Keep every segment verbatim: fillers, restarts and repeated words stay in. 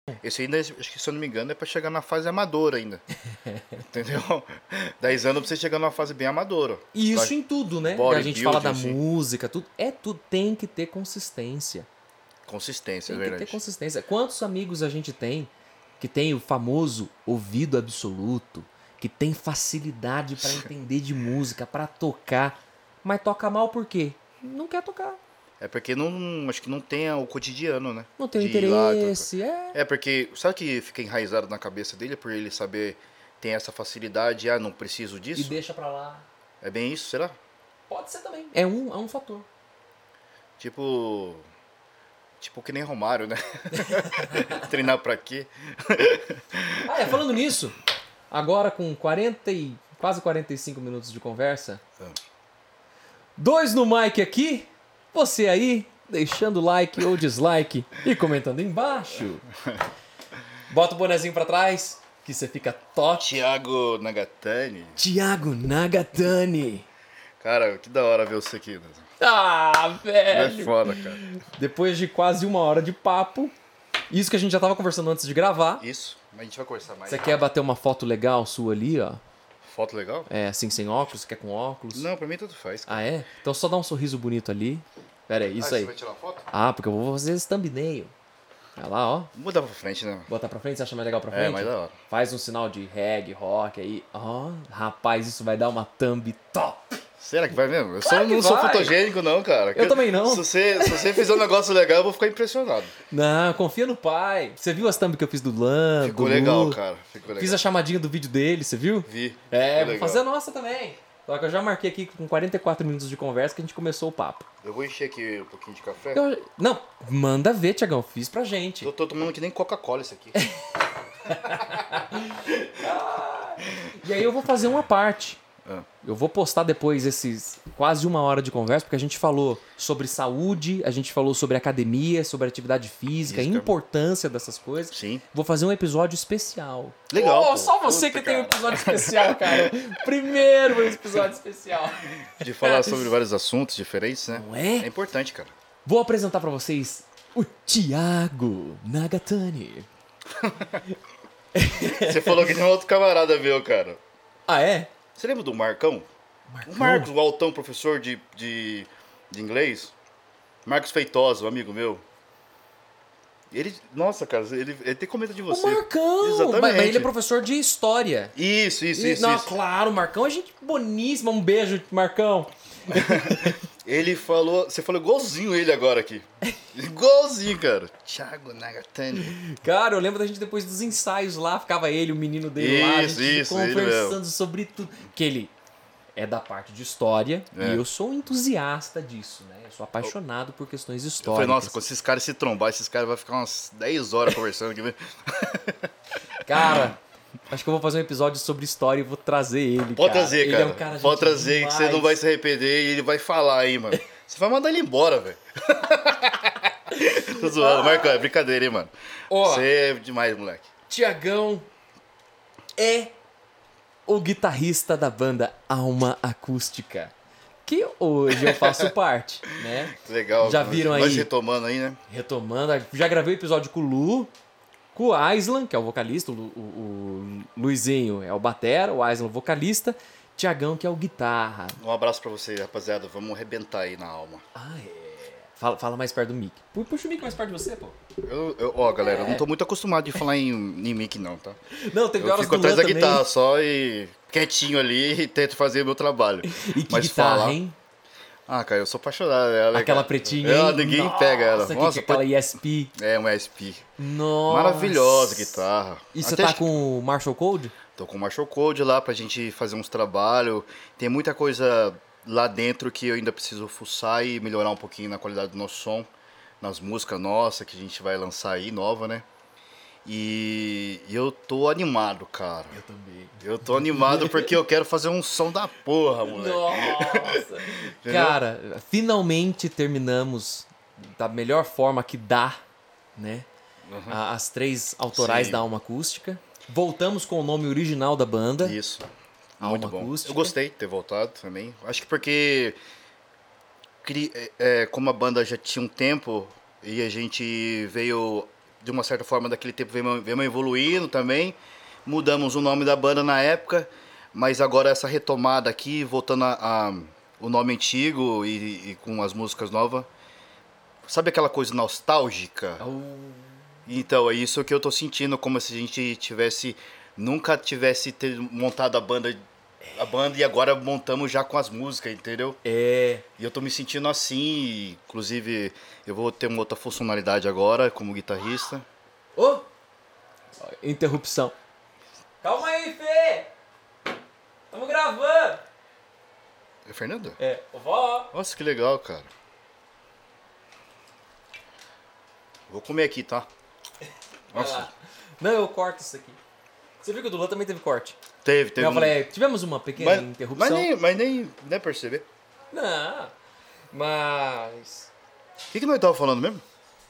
Esse ainda, acho que se eu não me engano, é pra chegar na fase amadora ainda. Entendeu? Dez anos pra você chegar numa fase bem amadora. E isso Vai- em tudo, né? A gente bodybuilding, fala da assim. música, tudo. É tudo. Tem que ter consistência. Consistência, é Tem que ter verdade. consistência. Quantos amigos a gente tem que tem o famoso ouvido absoluto, que tem facilidade pra entender de música, pra tocar, mas toca mal por quê? Não quer tocar. É porque não, acho que não tem o cotidiano, né? Não tem De ir lá e tocar. interesse. É. É porque, sabe que fica enraizado na cabeça dele por ele saber, tem essa facilidade, ah, não preciso E disso? deixa pra lá. É bem isso, será? Pode ser também. É um, é um fator. Tipo, tipo que nem Romário, né? Treinar pra quê? Ah, é, falando nisso, agora com quarenta e quase quarenta e cinco minutos de conversa, Ah. dois no mic aqui, você aí, deixando like ou dislike e comentando embaixo. Bota o bonezinho pra trás, que você fica top. Thiago Nagatani. Thiago Nagatani. Cara, que da hora ver você aqui, né? Ah, É velho. foda, cara. Depois de quase uma hora de papo, isso que a gente já tava conversando antes de gravar. Isso, mas a gente vai conversar mais. Você quer bater uma foto legal sua ali, ó? Foto legal? É, assim, sem óculos? Você quer com óculos? Não, pra mim tanto faz. Cara. Ah, é? Então só dá um sorriso bonito ali. Pera aí, isso ah, aí. Você vai tirar foto? Ah, porque eu vou fazer esse thumbnail. Olha lá, ó. Vamos mudar pra frente, né? Botar pra frente, você acha mais legal pra frente? É, mais da hora. Faz um sinal de reggae, rock aí. Ó, rapaz, isso vai dar uma thumb top. Será que vai mesmo? Eu Claro só que não sou vai. fotogênico, não, cara. Eu também não. Se você, se você fizer um negócio legal, eu vou ficar impressionado. Não, confia no pai. Você viu as thumb que eu fiz do Lan, Ficou do legal, Lu? cara. Ficou legal. Fiz a chamadinha do vídeo dele, você viu? Vi. É, Ficou vou legal. fazer a nossa também. Só que eu já marquei aqui com quarenta e quatro minutos de conversa que a gente começou o papo. Eu vou encher aqui um pouquinho de café. Eu- Não, manda ver, Tiagão. Fiz pra gente. Eu tô tomando que nem Coca-Cola isso aqui. E aí eu vou fazer uma parte. Ah. Eu vou postar depois esses quase uma hora de conversa, porque a gente falou sobre saúde, a gente falou sobre academia, sobre atividade física, a Física. importância dessas coisas. Sim. Vou fazer um episódio especial. Legal, Oh, pô. só você Puta, que tem um cara. episódio especial, cara. Primeiro episódio especial. De falar sobre vários assuntos diferentes, né? Não é? É importante, cara. Vou apresentar pra vocês o Thiago Nagatani. Você falou que tem um outro camarada meu, cara. Ah, é? Você lembra do Marcão? Marcão? O Marcos, o altão professor de, de, de inglês. Marcos Feitosa, um amigo meu. Ele, nossa, cara, ele, ele tem comenta de você. O Marcão! Exatamente. Mas, mas ele é professor de história. Isso, isso, E- isso, não, isso. claro, Marcão é gente boníssima. Um beijo, Marcão. Ele falou, você falou igualzinho ele agora aqui. Igualzinho, cara. Thiago Nagatani. Cara, eu lembro da gente depois dos ensaios lá, ficava ele, o menino dele lá, a Isso, gente isso, ele conversando mesmo. sobre tudo. Que ele é da parte de história É. e eu sou um entusiasta disso, né? Eu sou apaixonado por questões Eu históricas. falei, nossa, quando esses caras se trombar, esses caras vão ficar umas dez horas conversando aqui. Cara, acho que eu vou fazer um episódio sobre história e vou trazer ele, Pode cara. trazer, Ele cara. é um cara Pode gente trazer que você não demais. vai se arrepender e ele vai falar aí, mano. Você vai mandar ele embora, velho. Tô zoando, Marcão, é brincadeira, hein, mano. Ó. Você é demais, moleque. Tiagão é o guitarrista da banda Alma Acústica, que hoje eu faço parte, né? Legal. Já viram Nós aí? retomando aí, né? Retomando, já gravei o episódio com o Lu, com o Aislan, que é o vocalista, o, Lu- o, o Luizinho é o batera, o Aislan o vocalista, Tiagão que é o guitarra. Um abraço pra você, rapaziada. Vamos arrebentar aí na alma. Ah, é. Fala, fala mais perto do mic. Pu- Puxa o mic mais perto de você, pô. Eu, eu- ó, galera, É. eu não tô muito acostumado de falar em, em mic, não, tá? Não, teve Eu horas fico do atrás Lan da também. guitarra só e quietinho ali e tento fazer o meu trabalho. E que Mas guitarra, falar- hein? Ah, cara, eu sou apaixonado. Ela é- Aquela pretinha, Ela, hein? ninguém Nossa, pega ela. que- Nossa, aquela pode- E S P. É uma E S P. Nossa. Maravilhosa guitarra. E você Até tá acho que- com o Marshall Code? Tô com o Marshall Code lá pra gente fazer uns trabalhos. Tem muita coisa lá dentro que eu ainda preciso fuçar e melhorar um pouquinho na qualidade do nosso som, nas músicas nossas que a gente vai lançar aí, nova, né? E, e eu tô animado, cara. Eu também. Eu tô animado porque eu quero fazer um som da porra, moleque. Nossa! Cara, finalmente terminamos da melhor forma que dá, né? A- As três autorais Sim. da Alma Acústica. Voltamos com o nome original da banda. Isso. Alma Muito bom. Acústica. Eu gostei de ter voltado também. Acho que porque cri- é, é, como a banda já tinha um tempo e a gente veio de uma certa forma, daquele tempo, vemos evoluindo também. Mudamos o nome da banda na época, mas agora essa retomada aqui, voltando a, a o nome antigo e, e com as músicas novas. Sabe aquela coisa nostálgica? Oh. Então, é isso que eu tô sentindo, como se a gente tivesse... Nunca tivesse ter montado a banda, a banda e agora montamos já com as músicas, entendeu? É. E eu tô me sentindo assim, e, inclusive eu vou ter uma outra funcionalidade agora como guitarrista. Ô! Interrupção. Calma aí, Fê! Tamo gravando! É Fernanda? É, vó! Nossa, que legal, cara. Vou comer aqui, tá? Nossa. Não, eu corto isso aqui. Você viu que o do Luan também teve corte. Teve, teve. Eu um... falei, tivemos uma pequena mas, interrupção. Mas nem, mas nem, nem perceber. Não, mas... O que, que nós tava falando mesmo?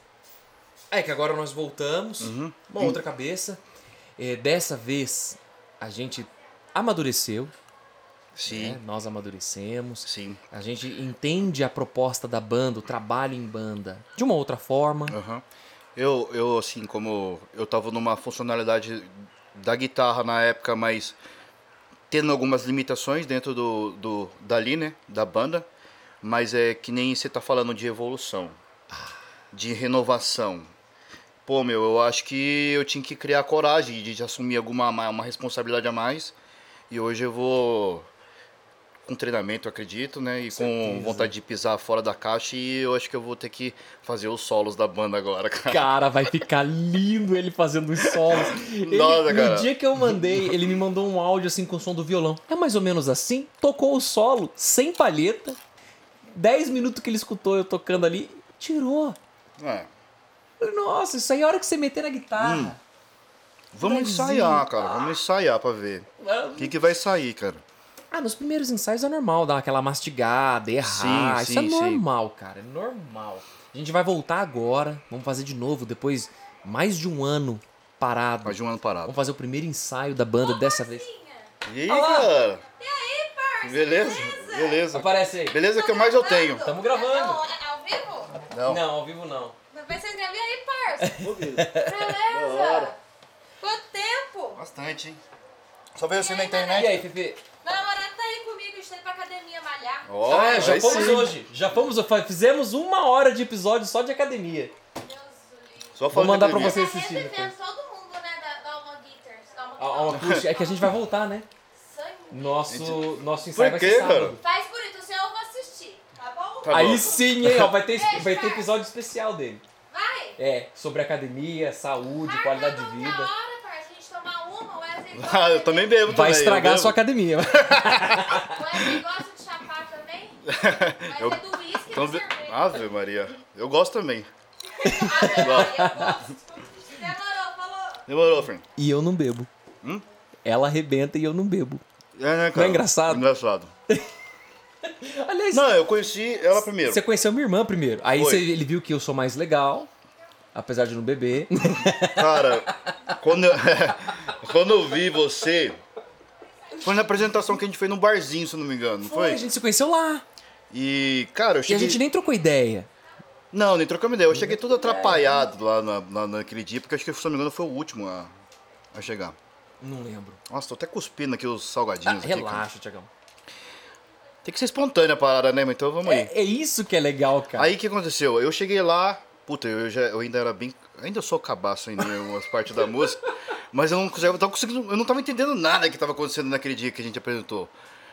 É que agora nós voltamos, Uhum. uma outra cabeça. É, dessa vez, a gente amadureceu. Sim. Né? Nós amadurecemos. Sim. A gente entende a proposta da banda, o trabalho em banda, de uma outra forma. Uhum. Eu, eu, assim, como eu tava numa funcionalidade da guitarra na época, mas tendo algumas limitações dentro do, do dali, né, da banda, mas é que nem você tá falando de evolução, de renovação. Pô, meu, eu acho que eu tinha que criar coragem de, de assumir alguma uma responsabilidade a mais, e hoje eu vou com treinamento, eu acredito, né, e com Certeza. vontade de pisar fora da caixa, e eu acho que eu vou ter que fazer os solos da banda agora, cara. Cara, vai ficar lindo ele fazendo os solos. Ele, Nossa, cara. No dia que eu mandei, ele me mandou um áudio assim com o som do violão. É mais ou menos assim. Tocou o solo, sem palheta. Dez minutos que ele escutou eu tocando ali, tirou. É. Nossa, isso aí é a hora que você meter na guitarra. Hum. Vamos Levezinho. ensaiar, cara. Vamos ensaiar pra ver. O que, que vai sair, cara? Ah, nos primeiros ensaios é normal dar aquela mastigada, errar. Sim, Isso sim, é sim. normal, cara. É normal. A gente vai voltar agora. Vamos fazer de novo depois mais de um ano parado. Mais de um ano parado. Vamos fazer o primeiro ensaio da banda dessa vez. E aí, Olha lá. cara? E aí, parça? Beleza? Beleza. Aparece aí. Beleza que eu mais eu tenho. Tamo gravando. Não, é ao vivo? Não. Não, ao vivo não. Depois vocês gravam. E aí, parça? Da hora. Beleza? Quanto tempo? Bastante, hein? Só veio assim na E internet. aí, Fefe? Meu namorado tá aí comigo, a gente tá indo pra academia malhar. Ó, ah, já aí fomos sim. hoje. Já fomos, fizemos uma hora de episódio só de academia. Deus do livro. Só Vou falando mandar de pra academia. você Tá assistir revivendo depois. todo mundo, né, da, da Alma Guitars. Da Alma A- a- uma acústica- É que a gente vai voltar, né? Sangue. Nosso, nosso ensaio Por vai quê, ser sábado. cara? Faz por isso, o senhor eu vou assistir, tá bom? Tá Aí bom. sim, hein? Ó, vai, ter, vai ter episódio especial dele. Vai. É, sobre academia, saúde, qualidade de Marca vida. outra hora, parça, a gente tomar uma, o Wesley gosta Ah, eu de- também bebo Vai também. estragar eu a sua bebo. academia. O Wesley gosta de chapar também? Mas Eu- é do uísque e Então, do be- cerveja. Ave Maria. Eu gosto também. Ave Maria, eu gosto. Demorou, falou. Demorou, Fern. E eu não bebo. Hum? Ela arrebenta e eu não bebo. É, né, cara? Não é engraçado? Engraçado. Aliás, Não, eu conheci ela primeiro. você conheceu minha irmã primeiro. Aí Foi. você- ele viu que eu sou mais legal, apesar de não beber. Cara, quando eu, quando eu vi você... Foi na apresentação que a gente fez num barzinho, se eu não me engano, não Foi, foi? a gente se conheceu lá. E, cara, eu E a cheguei... gente nem trocou ideia. Não, nem trocamos ideia. Eu cheguei todo atrapalhado lá na, na- naquele dia, porque acho que, se eu não me engano, foi o último a, a chegar. Não lembro. Nossa, tô até cuspindo aqui os Ah, salgadinhos. aqui, cara. relaxa, Tiagão. Tem que ser espontânea a parada, né? Mas então vamos aí. É, é isso que é legal, cara. Aí o que aconteceu? Eu cheguei lá, puta, eu, já, eu ainda era bem. Ainda sou cabaço ainda em algumas partes da música, mas eu não conseguia, eu tava conseguindo, eu não tava entendendo nada que tava acontecendo naquele dia que a gente apresentou.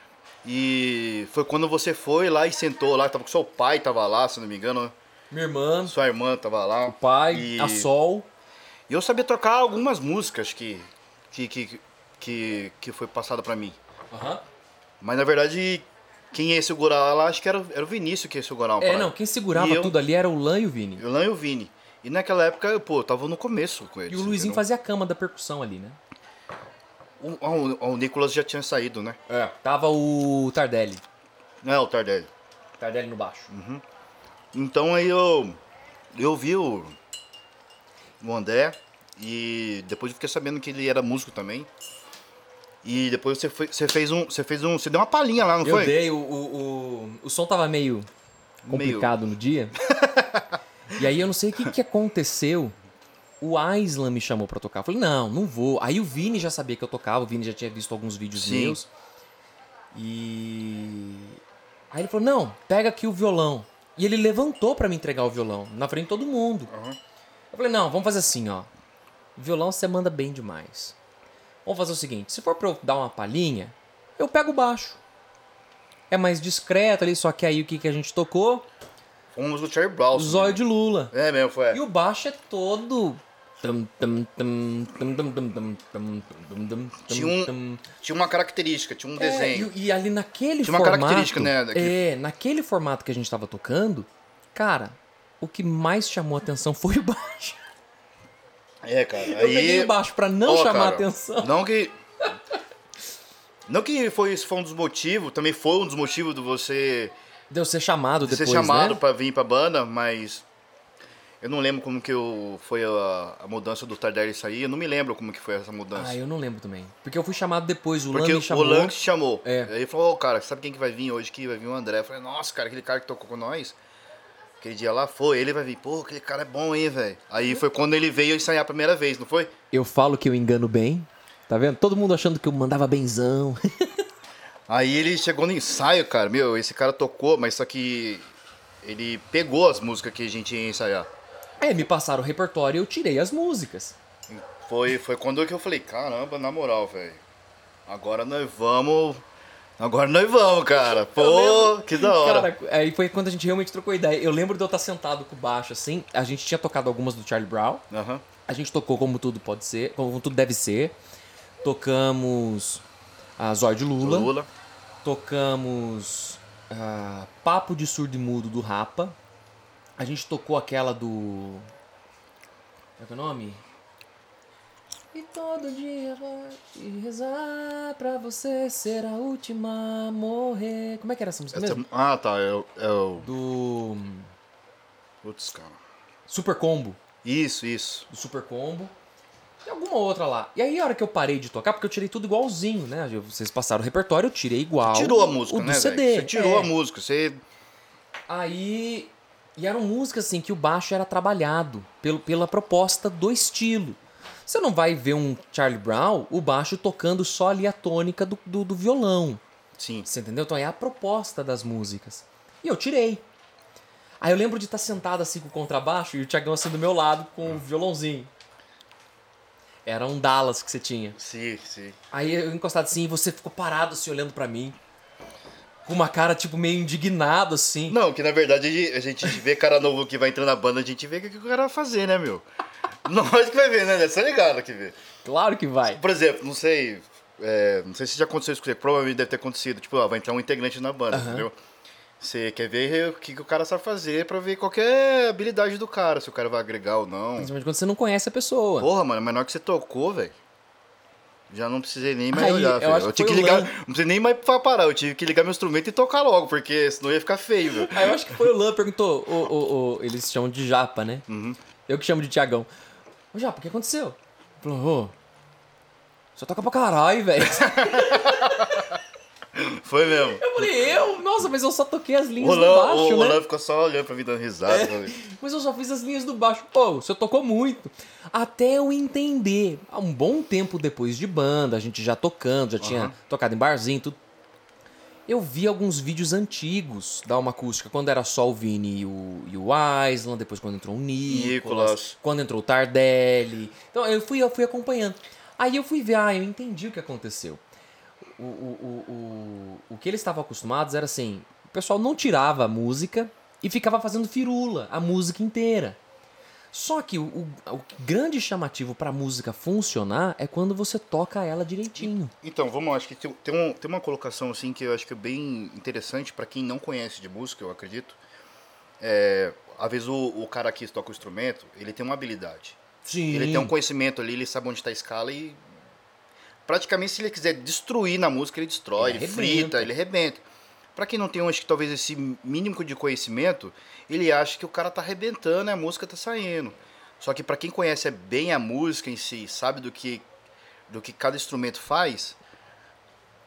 E foi quando você foi lá e sentou lá, tava com seu pai, tava lá, se não me engano, Minha irmã, sua irmã tava lá. o pai, e, a Sol. E eu sabia tocar algumas músicas que que que que, que foi passada pra mim. Aham. Mas na verdade, quem ia segurar lá, acho que era, era o Vinícius que ia segurar uma É, parada. não, quem segurava E eu- tudo ali era o Lan e o Vini. Eu lá e o Vini. E naquela época, eu, pô, eu tava no começo com eles. E o Luizinho entendeu? fazia a cama da percussão ali, né? O, o, o Nicolas já tinha saído, né? É. Tava o Tardelli. Não é o Tardelli. Tardelli no baixo. Então aí eu, eu vi o, o André e depois eu fiquei sabendo que ele era músico também. E depois você, foi, você fez um. Você fez um. Você deu uma palhinha lá, não Eu foi? dei, o, o, o, o som tava meio complicado no dia. E aí eu não sei o que, que aconteceu. o Aislan me chamou pra tocar. Eu falei, não, não vou. Aí o Vini já sabia que eu tocava, o Vini já tinha visto alguns vídeos Sim. meus. E... Aí ele falou, não, pega aqui o violão. E ele levantou pra me entregar o violão, na frente de todo mundo. Uhum. Eu falei, não, vamos fazer assim, ó. Violão você manda bem demais. Vamos fazer o seguinte, se for pra eu dar uma palhinha, eu pego o baixo. É mais discreto ali, só que aí o que, que a gente tocou? Foi uma música do Charlie Brown. Zóio de Lula. É mesmo, foi. E o baixo é todo... Tum, tum, tum, tum, tum, tum, tum, tum, tum, tum, Tinha um- tum. Tinha uma característica, tinha um É, desenho. e, e ali naquele Tinha uma formato... característica, né, daquele- É, naquele formato que a gente tava tocando, cara, o que mais chamou a atenção foi o baixo. É, cara. Eu Aí... peguei o baixo pra não Ó, chamar a cara, atenção. Não que... Não que foi, isso foi um dos motivos, também foi um dos motivos de você Deu ser chamado de depois, ser chamado né? pra vir pra banda, mas eu não lembro como que eu, foi a, a mudança do Tardelli sair, eu não me lembro como que foi essa mudança. Ah, eu não lembro também. Porque eu fui chamado depois, o Porque Lan me chamou. o Lan que te chamou. É. Aí ele falou, ô cara, sabe quem que vai vir hoje aqui? Vai vir o André. Eu falei, nossa, cara, aquele cara que tocou com nós, aquele dia lá foi, ele vai vir, pô, aquele cara é bom, hein, velho. Aí foi quando ele veio ensaiar a primeira vez, não foi? Eu falo que eu engano bem, tá vendo? Todo mundo achando que eu mandava benzão. Aí ele chegou no ensaio, cara, meu, esse cara tocou, mas só que ele pegou as músicas que a gente ia ensaiar. É, me passaram o repertório e eu tirei as músicas. Foi, foi quando que eu falei, caramba, na moral, velho, agora nós vamos, agora nós vamos, cara, pô, que da hora. Cara, aí foi quando a gente realmente trocou ideia. Eu lembro de eu estar sentado com o baixo, assim, a gente tinha tocado algumas do Charlie Brown, Aham. a gente tocou Como Tudo Pode Ser, Como Tudo Deve Ser, tocamos a Zóio de Lula, Lula. tocamos ah, Papo de Surdo e Mudo do Rapa, a gente tocou aquela do... Como é que é o nome? E todo dia vai te rezar pra você ser a última a morrer. Como é que era essa música Essa- mesmo? ah, tá, é o, é o... Do Putz, cara. Super Combo. Isso, isso. Do Super Combo. E alguma outra lá. E aí a hora que eu parei de tocar, porque eu tirei tudo igualzinho, né? Vocês passaram o repertório, eu tirei igual. Tirou a música, o do né, C D. velho? Você tirou é. a música, você... Aí. E eram músicas assim que o baixo era trabalhado pelo, pela proposta do estilo. Você não vai ver um Charlie Brown, o baixo tocando só ali a tônica do, do, do violão. Sim. Você entendeu? Então é a proposta das músicas. E eu tirei. Aí eu lembro de estar sentado assim com o contrabaixo e o Thiagão assim do meu lado com o violãozinho. Era um Dallas que você tinha. Sim, sim. Aí eu encostado assim e você ficou parado assim olhando pra mim. Com uma cara tipo meio indignado assim. Não, que na verdade a gente vê cara novo que vai entrando na banda, a gente vê o que, que o cara vai fazer, né, meu? Nós que vai ver, né? Você é ligado que vê. Claro que vai. Por exemplo, não sei... é, não sei se já aconteceu isso com você, provavelmente deve ter acontecido. Tipo, ó, vai entrar um integrante na banda, Aham. entendeu? Você quer ver o que, que o cara sabe fazer pra ver qual que é a habilidade do cara, se o cara vai agregar ou não. Principalmente quando você não conhece a pessoa. Porra, mano, mas na hora que você tocou, velho, já não precisei nem mais Aí, olhar, eu velho. acho Eu, que tinha que foi o ligar, Lan. não precisei nem mais parar, eu tive que ligar meu instrumento e tocar logo, porque senão ia ficar feio, velho. Aí eu acho que foi o Lan perguntou, o, o, o, eles chamam de Japa, né? Uhum. Eu que chamo de Tiagão. Ô Japa, o que aconteceu? Ele falou, ô, você toca pra caralho, velho. Foi mesmo. Eu falei, eu? Nossa, mas eu só toquei as O linhas do Roland, baixo, o né? Roland ficou só olhando pra mim dando risada. É, falei, mas eu só fiz as linhas do baixo. Pô, você tocou muito. Até eu entender. Há um bom tempo depois de banda, a gente já tocando, já tinha Aham. tocado em barzinho, tudo. Eu vi alguns vídeos antigos da Uma Acústica, quando era só o Vini e o, e o Aislan, depois quando entrou o Nicolas, Nicolas. quando entrou o Tardelli. Então eu fui, eu fui acompanhando. Aí eu fui ver, ah, eu entendi o que aconteceu. O, o, o, o, o que eles estavam acostumados era assim, o pessoal não tirava a música e ficava fazendo firula a música inteira. Só que o, o, o grande chamativo pra música funcionar é quando você toca ela direitinho. Então, vamos lá, acho que tem, tem, um, tem uma colocação assim que eu acho que é bem interessante pra quem não conhece de música, eu acredito. É, às vezes o, o cara que toca o instrumento, ele tem uma habilidade. Sim. Ele tem um conhecimento ali, ele sabe onde está a escala e praticamente se ele quiser destruir na música, ele destrói, Ele ele, arrebenta. frita, ele arrebenta. Pra quem não tem, acho que talvez esse mínimo de conhecimento, ele acha que o cara tá arrebentando e a música tá saindo. Só que pra quem conhece bem a música em si, sabe do que, do que cada instrumento faz,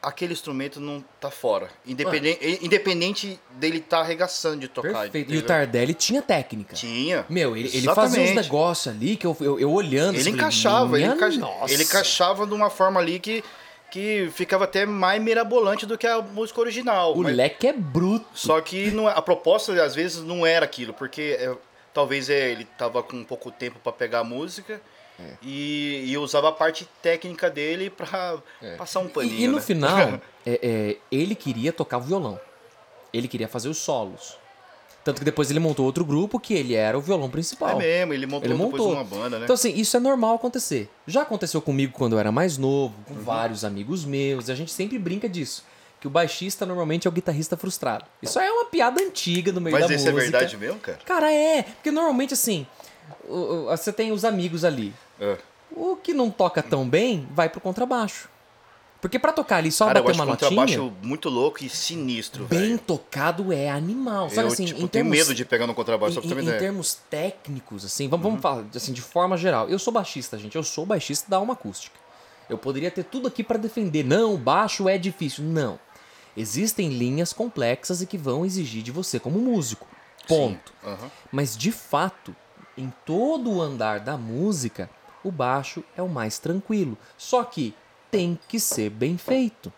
aquele instrumento não tá fora. Independente, independente dele estar tá arregaçando de tocar. Perfeito. Entendeu? E o Tardelli tinha técnica. Tinha. Meu, ele, ele Exatamente. fazia uns negócios ali que eu, eu, eu olhando... Ele assim, encaixava, ele, minha encaixa, nossa. ele encaixava de uma forma ali que, que ficava até mais mirabolante do que a música original. O mas- leque é bruto. Só que não, a proposta, às vezes, não era aquilo, porque é, talvez é, ele tava com pouco tempo para pegar a música É. e, e usava a parte técnica dele para É. passar um paninho. E, e no né? final, é, é, ele queria tocar o violão. Ele queria fazer os solos. Tanto que depois ele montou outro grupo que ele era o violão principal. É mesmo, ele montou Ele depois montou. uma banda, né? Então, assim, isso é normal acontecer. Já aconteceu comigo quando eu era mais novo, com Uhum. vários amigos meus, e a gente sempre brinca disso. Que o baixista normalmente é o guitarrista frustrado. Isso aí é uma piada antiga no meio Mas da isso música. é verdade mesmo, cara? Cara, é. Porque normalmente, assim, o- o- você tem os amigos ali. É. O que não toca tão bem, vai pro contrabaixo. Porque pra tocar ali só Cara, eu bater acho uma um trabalho notinha, muito louco e sinistro, bem velho. tocado é animal. Sabe Eu assim, tipo, em tenho termos, medo de pegar no contrabaixo, só pra em, você ter uma em ideia. termos técnicos, assim, vamos, vamos falar assim, de forma geral. Eu sou baixista, gente. Eu sou baixista da alma acústica. Eu poderia ter tudo aqui pra defender. Não, baixo é difícil. Não. Existem linhas complexas e que vão exigir de você como músico. Ponto. Sim, aham. Mas de fato, em todo o andar da música, o baixo é o mais tranquilo. Só que tem que ser bem feito.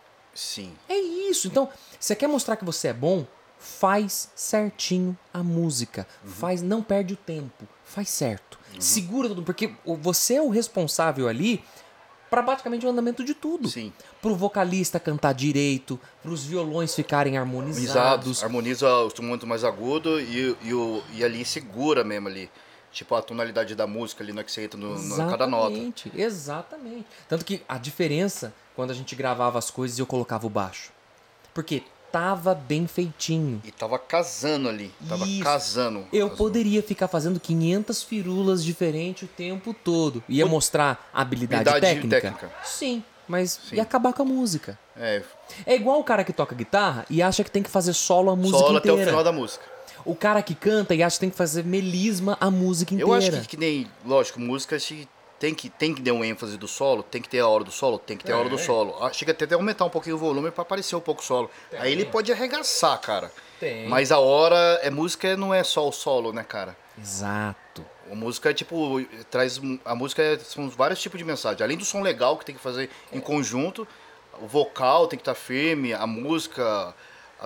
Sim. É isso. Então, você quer mostrar que você é bom? Faz certinho a música. Faz, não perde o tempo. Faz certo. Segura tudo, porque o- você é o responsável ali para praticamente o andamento de tudo. Sim. Pro vocalista cantar direito, pros violões ficarem harmonizados. Harmonizados. Harmoniza o instrumento mais agudo e, e, o, e ali segura mesmo ali. Tipo a tonalidade da música ali na que você entra no, no, cada nota. Exatamente, exatamente. Tanto que a diferença quando a gente gravava as coisas e eu colocava o baixo. Porque tava bem feitinho. E tava casando ali. Tava Isso. casando. Eu As- poderia ficar fazendo quinhentas firulas diferentes o tempo todo. Ia mostrar habilidade, Habilidade técnica? técnica. Sim, mas Sim. ia acabar com a música. É, É igual o cara que toca guitarra e acha que tem que fazer solo a música solo até inteira. o final da música. O cara que canta e acha que tem que fazer melisma a música inteira. Eu acho que, que nem, lógico, música acho que tem que tem que dar um ênfase do solo, tem que ter a hora do solo, tem que ter a hora do solo. Ah, chega até a aumentar um pouquinho o volume pra aparecer um pouco o solo. Aí ele pode arregaçar, cara. Tem. Mas a hora, é música não é só o solo, né, cara? Exato. A música é tipo, traz um- a música é- são vários tipos de mensagem. Além do som legal que tem que fazer em conjunto, o vocal tem que estar firme, a música, a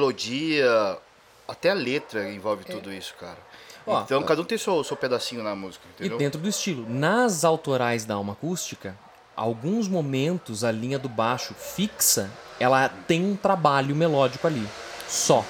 melodia, até a letra envolve tudo isso, cara. Ó, Então cada um tem seu, seu pedacinho na música, E entendeu? dentro do estilo. Nas autorais da alma acústica, alguns momentos a linha do baixo fixa, ela tem um trabalho melódico ali. Só.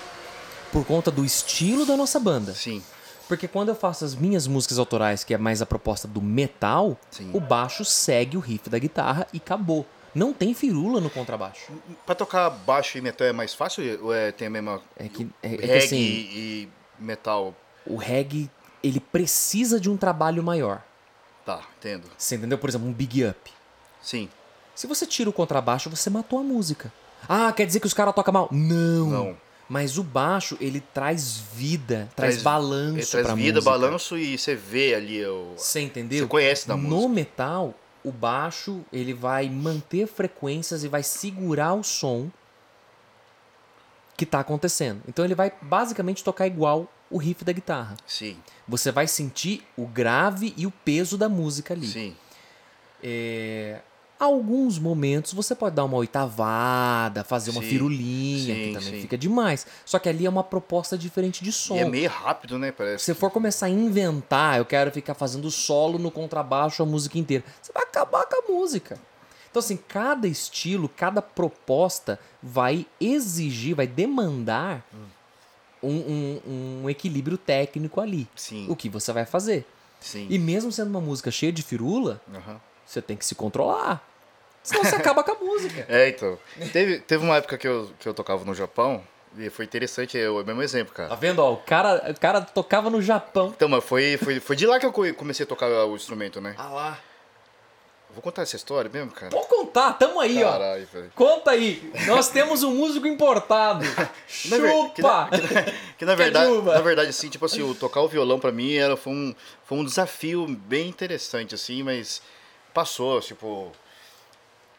Por conta do estilo da nossa banda. Sim, Porque quando eu faço as minhas músicas autorais, que é mais a proposta do metal, Sim. o baixo segue o riff da guitarra e acabou. Não tem firula no contrabaixo. pra tocar baixo e metal é mais fácil ou é, tem a mesma É que, é, é que reggae assim, e metal? o reggae, ele precisa de um trabalho maior. Tá, entendo. Você entendeu? Por exemplo, um Big Up. Sim, Se você tira o contrabaixo, você matou a música. Ah, quer dizer que os caras tocam mal? Não. Não. Mas o baixo, ele traz vida, traz, balanço ele traz pra vida, música. balanço e você vê ali o... Você entendeu? Você conhece da No música. metal, o baixo, ele vai manter frequências e vai segurar o som que tá acontecendo. Então ele vai basicamente tocar igual o riff da guitarra. Sim, Você vai sentir o grave e o peso da música ali. sim. É, alguns momentos você pode dar uma oitavada, fazer uma Sim, firulinha, sim, que também sim. fica demais. Só que ali é uma proposta diferente de som. E é meio rápido, né? Se Parece. você for começar a inventar, eu quero ficar fazendo solo no contrabaixo a música inteira, você vai acabar com a música. Então, assim, cada estilo, cada proposta vai exigir, vai demandar um, um- um equilíbrio técnico ali. Sim, O que você vai fazer. sim. E mesmo sendo uma música cheia de firula, Aham. você tem que se controlar. Senão você acaba com a música. É, então. Teve, teve uma época que eu, que eu tocava no Japão e foi interessante, é o mesmo exemplo, Tá cara. vendo? Ó, o cara, o cara tocava no Japão. Então, mas foi, foi, foi de lá que eu co- comecei a tocar o instrumento, né? Ah lá. Vou contar essa história mesmo, cara? Pode contar, tamo aí, ó. Caralho, velho. Conta aí. Nós temos um músico importado. Na ver- que Chupa! na- que na- Que na verdade, Cajuba. na verdade, assim, tipo assim, o tocar o violão pra mim era, foi, um, foi um desafio bem interessante, assim, mas passou, tipo.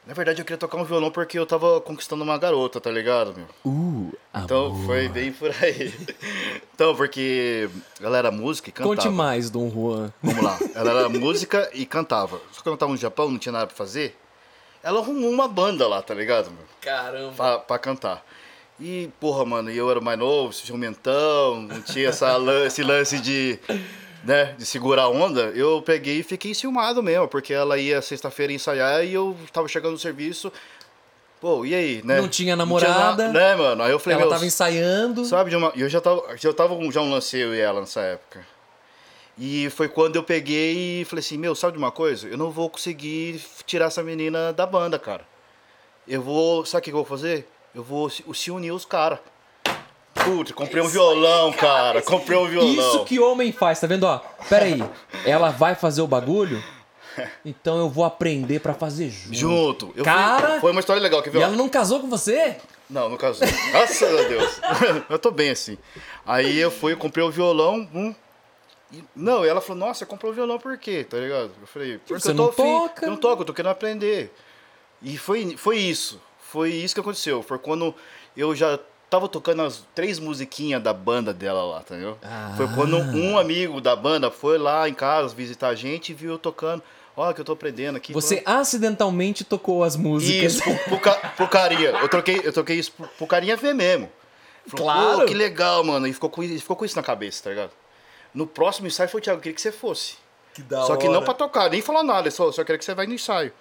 Na verdade, eu queria tocar um violão porque eu tava conquistando uma garota, tá ligado, meu? Uh, Então, amor. foi bem por aí. Então, porque ela era música e cantava. Conte mais, Dom Juan. Vamos lá. Ela era música e cantava. Só que eu tava no Japão, não tinha nada pra fazer. Ela arrumou uma banda lá, tá ligado, meu? Caramba. Pra, pra cantar. E, porra, mano, eu era mais novo, ciumentão, não tinha essa, lan- esse lance de, né, de segurar a onda. Eu peguei e fiquei enciumado mesmo, porque ela ia sexta-feira ensaiar e eu tava chegando no serviço. Pô, e aí, né? Não tinha na- namorada. né, mano? Aí eu falei, Ela meu, tava ensaiando. sabe, de uma, eu já tava, já tava um- já um lance eu e ela nessa época. E foi quando eu peguei e falei assim, meu, sabe de uma coisa? Eu não vou conseguir tirar essa menina da banda, cara. Eu vou, sabe o que eu vou fazer? Eu vou se, se unir os caras. Putz, comprei um violão, cara. Comprei um violão. Isso que homem faz, tá vendo? Ó, pera aí. Ela vai fazer o bagulho? Então eu vou aprender pra fazer junto. Junto. Eu fui- Cara, foi uma história legal, quer ver? E ó? ela não casou com você? Não, no caso. Graças a Deus. Eu tô bem assim. Aí eu fui, eu comprei o violão. Hum, e- não, e ela falou, nossa, você comprou o violão por quê? Tá ligado? Eu falei, porque Você eu tô não afim. toca? Eu não toco, eu tô querendo aprender. E foi, foi isso. Foi isso que aconteceu. Foi quando eu já tava tocando as três musiquinhas da banda dela lá, entendeu? Ah. Foi quando um amigo da banda foi lá em casa visitar a gente e viu eu tocando. Olha que eu tô aprendendo aqui. Você acidentalmente tocou as músicas. Isso, pro, pro, ca- pro carinha. Eu troquei, eu troquei isso pro, pro carinha ver mesmo. Falou, Claro. Pô, que legal, mano. E ficou com, isso- ficou com isso na cabeça, tá ligado? No próximo ensaio foi, Thiago, eu queria que você fosse. Que da Só que não pra tocar, nem falar nada, só, só queria que você vá no ensaio.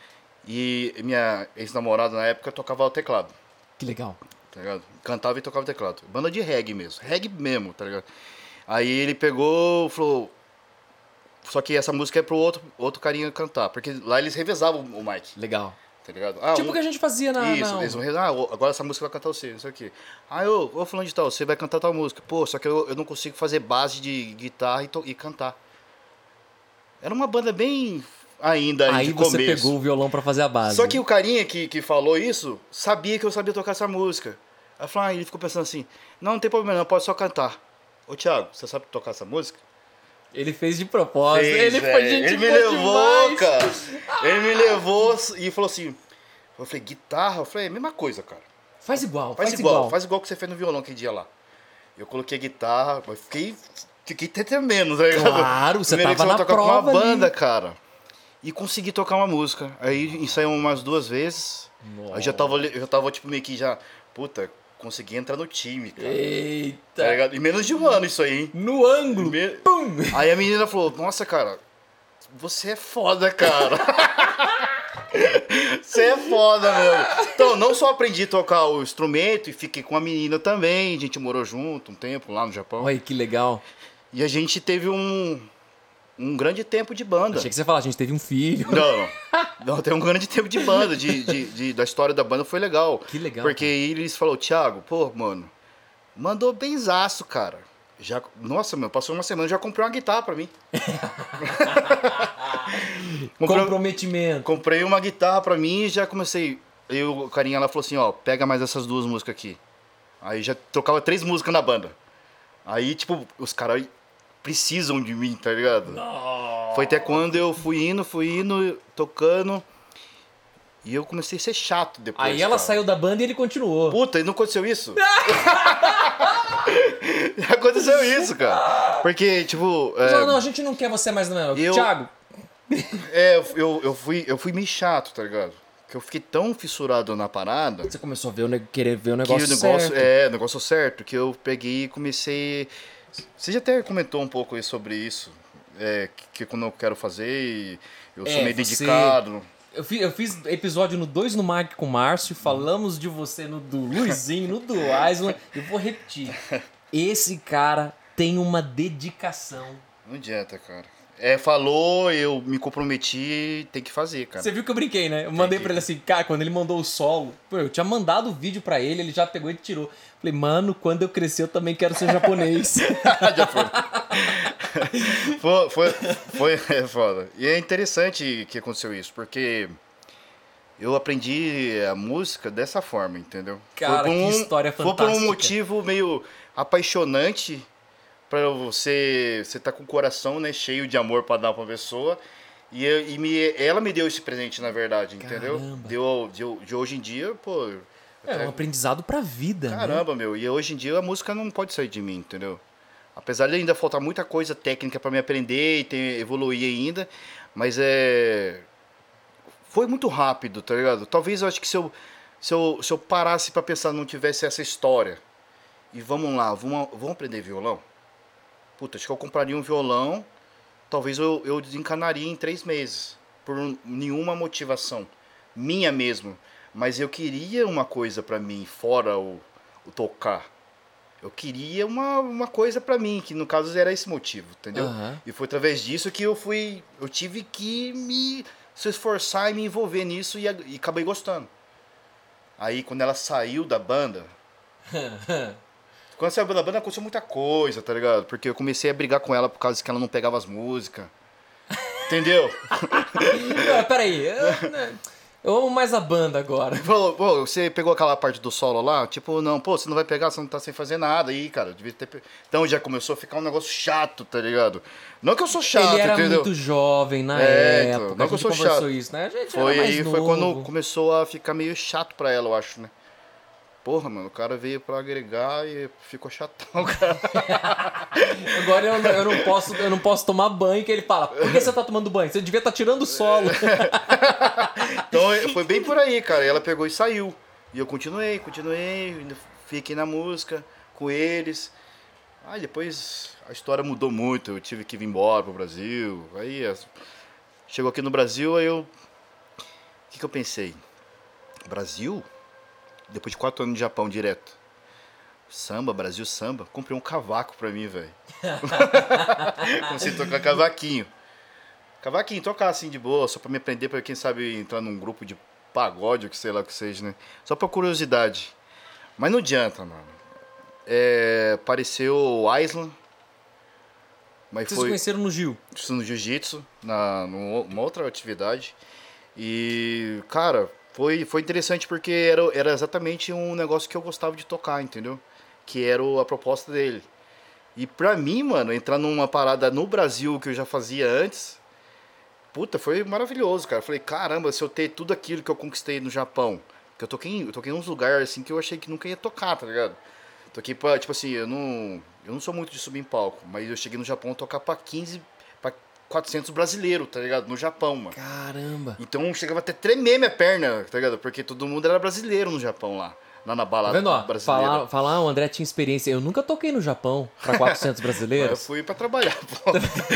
E minha ex-namorada na época tocava o teclado, Que legal. tá ligado? Cantava e tocava teclado. Banda de reggae mesmo, reggae mesmo, tá ligado? Aí ele pegou, falou... Só que essa música é pro outro, outro carinha cantar, porque lá eles revezavam o mic, Legal. tá ligado? Ah, Tipo o um- que a gente fazia na... Isso, na... eles vão revezar, ah, agora essa música vai cantar você, não sei o quê. Ah, ô, ô fulano de tal, você vai cantar tal música. Pô, só que eu, eu não consigo fazer base de guitarra e, to- e cantar. Era uma banda bem ainda Aí de você começo. pegou o violão pra fazer a base. Só que o carinha que, que falou isso sabia que eu sabia tocar essa música. Aí falou, ah, ele ficou pensando assim, não, não tem problema não, pode só cantar. Ô Thiago, você sabe tocar essa música? Ele fez de propósito. Fez, ele foi velho. gente Ele me boa levou, demais. cara. Ele me levou e falou assim, eu falei, guitarra? Eu falei, é a mesma coisa, cara. Faz igual, Faz, faz, igual, igual. faz igual que você fez no violão aquele dia lá. Eu coloquei a guitarra, mas fiquei, fiquei até tremendo, tá ligado? Claro, você Primeira tava vez que na eu vou tocar com prova uma ali. banda, cara. E consegui tocar uma música. Aí ensaiamos umas duas vezes. Aí já tava, ali- eu já tava tipo meio que já, puta, consegui entrar no time, cara. Eita. Tá ligado? Em menos de um ano isso aí, hein? No ângulo. Me- Pum. Aí a menina falou, nossa, cara, você é foda, cara. Você é foda, meu. Então, não só aprendi a tocar o instrumento e fiquei com a menina também. A gente morou junto um tempo lá no Japão. Olha que legal. E a gente teve um, um grande tempo de banda. Achei que você ia falar, a gente teve um filho. Não, não. Não, tem um grande tempo de banda. De, de, de- da história da banda foi legal. Que legal, Porque cara. eles falaram, Thiago, pô, mano, mandou benzaço, cara. Já, nossa, meu, passou uma semana, já comprei uma guitarra pra mim. comprei, Comprometimento. comprei uma guitarra pra mim e já comecei. Aí o carinha lá falou assim, ó, pega mais essas duas músicas aqui. Aí já trocava três músicas na banda. Aí, tipo, os caras precisam de mim, tá ligado? Foi até quando eu fui indo, fui indo, tocando. E eu comecei a ser chato depois. Aí ela cara. saiu da banda e ele continuou. Puta, e não aconteceu isso? Aconteceu isso, cara. Porque, tipo. É, Não, não, a gente não quer você mais não. Eu- Thiago, é, eu, eu, fui, eu fui meio chato, tá ligado? Que eu fiquei tão fissurado na parada. você começou a ver o ne- querer ver o Que negócio, o negócio, certo. é, o negócio certo, que eu peguei e comecei. Você já até comentou um pouco aí sobre isso. É, que, que quando eu quero fazer, e eu sou É, meio você- dedicado. Eu fiz, eu fiz episódio no dois no Mag com o Márcio, falamos de você no do Luizinho, no do Island. Eu vou repetir. Esse cara tem uma dedicação. Não adianta, cara. É, falou, eu me comprometi, tem que fazer, cara. Você viu que eu brinquei, né? Eu mandei que- pra ele assim, cara, quando ele mandou o solo, pô, eu tinha mandado o vídeo pra ele, ele já pegou e tirou. Falei, mano, quando eu crescer eu também quero ser japonês. Já foi. foi, foi, foi é foda. E é interessante que aconteceu isso, porque eu aprendi a música dessa forma, entendeu? Cara, Foi por que história Foi por fantástica. um motivo meio apaixonante pra você, você tá com o coração, né, cheio de amor pra dar pra pessoa. E, eu- e me, ela me deu esse presente, na verdade, entendeu? Caramba. Deu, deu, de hoje em dia, pô... eu É até- um aprendizado pra vida, né? Caramba, meu. E hoje em dia a música não pode sair de mim, entendeu? Apesar de ainda faltar muita coisa técnica pra me aprender e ter, evoluir ainda, mas é... Foi muito rápido, tá ligado? Talvez eu acho que se eu, se eu, se eu parasse pra pensar, não tivesse essa história, e vamos lá, vamos, vamos aprender violão? Puta, acho que eu compraria um violão, talvez eu, eu desencanaria em três meses, por nenhuma motivação, minha mesmo. Mas eu queria uma coisa pra mim, fora o, o tocar. Eu queria uma, uma coisa pra mim, que no caso era esse motivo, entendeu? Aham. E foi através disso que eu fui, eu tive que me se esforçar e me envolver nisso e, e acabei gostando. Aí quando ela saiu da banda, quando saiu da banda aconteceu muita coisa, tá ligado? Porque eu comecei a brigar com ela por causa que ela não pegava as músicas. Entendeu? Não, peraí, eu, eu amo mais a banda agora. Falou, pô, você pegou aquela parte do solo lá? Tipo, não, pô, você não vai pegar, você não tá sem fazer nada aí, cara. Devia ter... pe- Então já começou a ficar um negócio chato, tá ligado? Não que eu sou chato, Ele era entendeu? muito jovem na É, então, época, não a que eu gente sou conversou chato. isso, né? A gente Foi era mais aí, novo. foi quando começou a ficar meio chato pra ela, eu acho, né? Porra, mano, o cara veio pra agregar e ficou chatão, cara. Agora eu, não- eu, não posso, eu não posso tomar banho, que ele fala, por que você tá tomando banho? Você devia estar tirando o solo. Então é, foi bem por aí, cara. E ela pegou e saiu. E eu continuei, continuei, ainda fiquei na música com eles. Aí depois a história mudou muito, eu tive que vir embora pro Brasil. Aí as- chegou aqui no Brasil, aí eu. O que, que eu pensei? Brasil? Depois de quatro anos de Japão direto. Samba, Brasil samba. Comprei um cavaco pra mim, velho. Comecei a tocar cavaquinho. Cavaquinho, tocar assim de boa, só pra me aprender, pra quem sabe entrar num grupo de pagode, ou que sei lá o que seja, né? Só pra curiosidade. Mas não adianta, mano. É, apareceu o Island, mas Vocês se foi conheceram no Gil? isso no jiu-jitsu, na, numa outra atividade. E, cara, foi, foi interessante porque era, era exatamente um negócio que eu gostava de tocar, entendeu? Que era o- a proposta dele. E pra mim, mano, entrar numa parada no Brasil que eu já fazia antes, puta, foi maravilhoso, cara. Falei, caramba, se eu ter tudo aquilo que eu conquistei no Japão, que eu toquei, em- eu toquei em uns lugares assim que eu achei que nunca ia tocar, tá ligado? Toquei pra, tipo assim, eu não, eu não sou muito de subir em palco, mas eu cheguei no Japão a tocar pra quinze, pra quatrocentos brasileiros, tá ligado? No Japão, mano. Caramba. Então chegava até a tremer minha perna, tá ligado? Porque todo mundo era brasileiro no Japão lá, lá na Tá balada vendo, ó? brasileira. Falar, falar, o André tinha experiência. Eu nunca toquei no Japão pra quatrocentos Eu brasileiros. fui pra trabalhar, pô.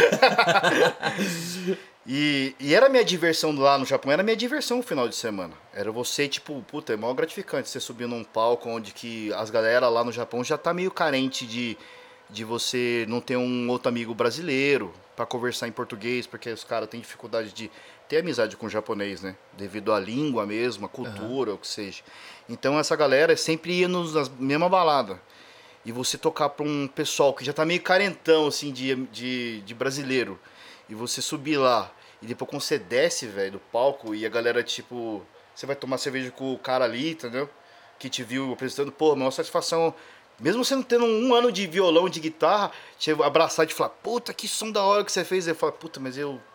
e, e era minha diversão lá no Japão, era minha diversão no final de semana. Era você, tipo, puta, é mó gratificante você subir num palco onde que as galera lá no Japão já tá meio carente de, de você não ter um outro amigo brasileiro pra conversar em português, porque os caras têm dificuldade de ter amizade com o japonês, né? Devido à língua mesmo, à cultura, o que seja. Então essa galera sempre ia nos, nas mesma balada. E você tocar pra um pessoal que já tá meio carentão, assim, de, de, de brasileiro. E você subir lá. E depois quando você desce, velho, do palco, e a galera, tipo... Você vai tomar cerveja com o cara ali, entendeu? Que te viu apresentando. Pô, maior satisfação. Mesmo você não tendo um ano de violão, de guitarra, te abraçar e te falar, puta, que som da hora que você fez. Eu falo, puta, mas eu...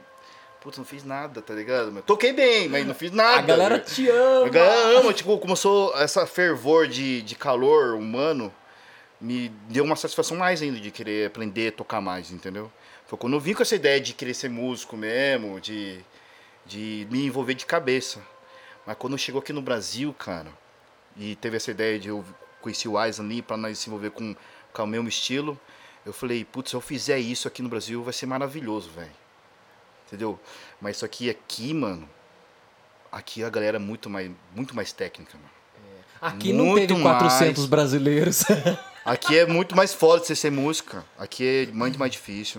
Puta, não fiz nada, tá ligado? Mas toquei bem, mas não fiz nada. A galera te ama. A galera ama, tipo, começou essa fervor de, de calor humano, me deu uma satisfação mais ainda de querer aprender a tocar mais, entendeu? Foi quando eu vim com essa ideia de querer ser músico mesmo, de, de me envolver de cabeça. Mas quando chegou aqui no Brasil, cara, e teve essa ideia de eu conhecer o Aizen ali pra nós se envolver com, com o mesmo estilo, eu falei, putz, se eu fizer isso aqui no Brasil vai ser maravilhoso, velho. Entendeu? Mas isso aqui, aqui, mano, aqui a galera é muito mais, muito mais técnica, mano. Aqui não Muito teve quatrocentos mais. brasileiros. Aqui é muito mais foda de você ser música. Aqui é muito mais difícil.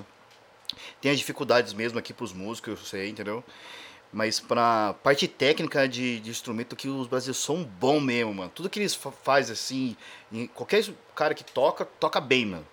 Tem as dificuldades mesmo aqui pros músicos, eu sei, entendeu? Mas pra parte técnica de, de instrumento que os brasileiros são bons mesmo, mano. Tudo que eles fa- faz assim, em- qualquer cara que toca, toca bem, mano.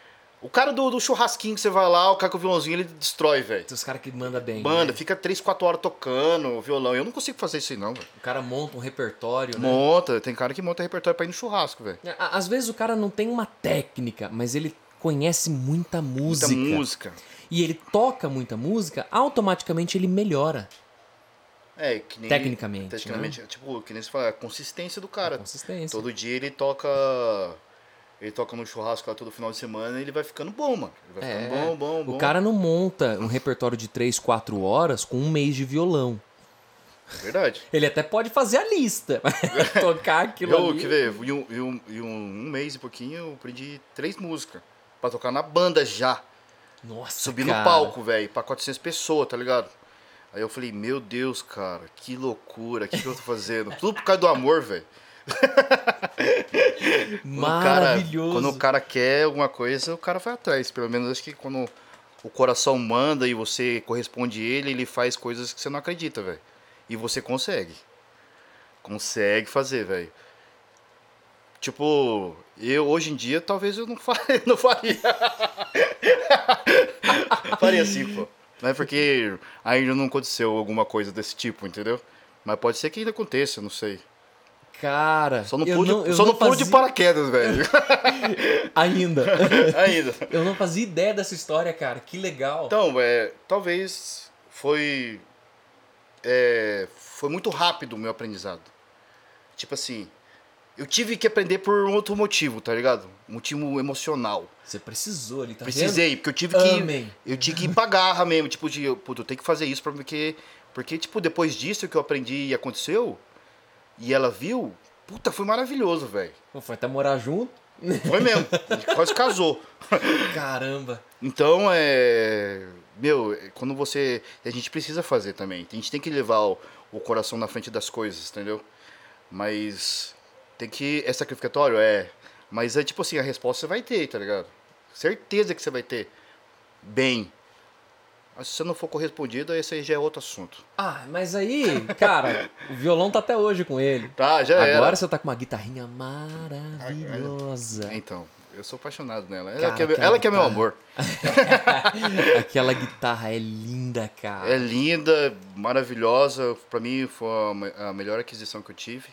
O cara do, do churrasquinho que você vai lá, o cara com o violãozinho, ele destrói, velho. Os caras que mandam bem. Banda, né? fica três, quatro horas tocando violão. Eu não consigo fazer isso aí, não, velho. O cara monta um repertório, né? Monta, tem cara que monta repertório pra ir no churrasco, velho. Á- Às vezes o cara não tem uma técnica, mas ele conhece muita música. Muita música. e ele toca muita música, automaticamente ele melhora. É, que nem... Tecnicamente, Tecnicamente, tipo, que nem você fala, a consistência do cara. A consistência. Todo dia ele toca... Ele toca no churrasco lá todo final de semana e ele vai ficando bom, mano. Ele vai ficando É, bom, bom, bom. o cara não monta um repertório de três, quatro horas com um mês de violão. É verdade. Ele até pode fazer a lista, mas tocar aquilo Eu, ali... quer ver, em um, em um, em um, um mês e pouquinho eu aprendi três músicas pra tocar na banda já. Nossa, Subir cara. no palco, velho, pra quatrocentas pessoas, tá ligado? Aí eu falei, meu Deus, cara, que loucura, o que, que eu tô fazendo? Tudo por causa do amor, velho. Maravilhoso. Quando o cara quer alguma coisa, o cara vai atrás. Pelo menos acho que quando o coração manda e você corresponde a ele, ele faz coisas que você não acredita, velho. E você consegue. Consegue fazer, velho. Tipo, eu hoje em dia talvez eu não faria. Não faria. Faria assim, pô. Não é porque ainda não aconteceu alguma coisa desse tipo, entendeu? Mas pode ser que ainda aconteça, não sei. Cara, Só não eu pulo, não, de, eu só não não pulo fazia... de paraquedas, velho. Ainda. Ainda. Eu não fazia ideia dessa história, cara. Que legal. Então, é, talvez foi é, foi muito rápido o meu aprendizado. Tipo assim, eu tive que aprender por um outro motivo, tá ligado? Um motivo emocional. Você precisou ali, tá Precisei, vendo? porque eu tive que Amém. eu tive que ir pra garra mesmo, tipo de, puto, eu tenho que fazer isso para porque porque tipo depois disso que eu aprendi e aconteceu e ela viu, puta, foi maravilhoso, velho. Foi até morar junto? Foi mesmo. A gente quase casou. Caramba. Então, é... Meu, quando você... A gente precisa fazer também. A gente tem que levar o, o coração na frente das coisas, entendeu? Mas tem que... É sacrificatório? É. Mas é tipo assim, a resposta você vai ter, tá ligado? Certeza que você vai ter. Bem. Mas se você não for correspondido, esse aí já é outro assunto. Ah, mas aí, cara, o violão tá até hoje com ele. Tá, já Agora era. você tá com uma guitarrinha maravilhosa. Então, eu sou apaixonado nela. Ela, Cara, que, é, meu- aquela ela que é meu guitarra. amor. Aquela guitarra é linda, cara. É linda, maravilhosa. Pra mim foi a me- a melhor aquisição que eu tive.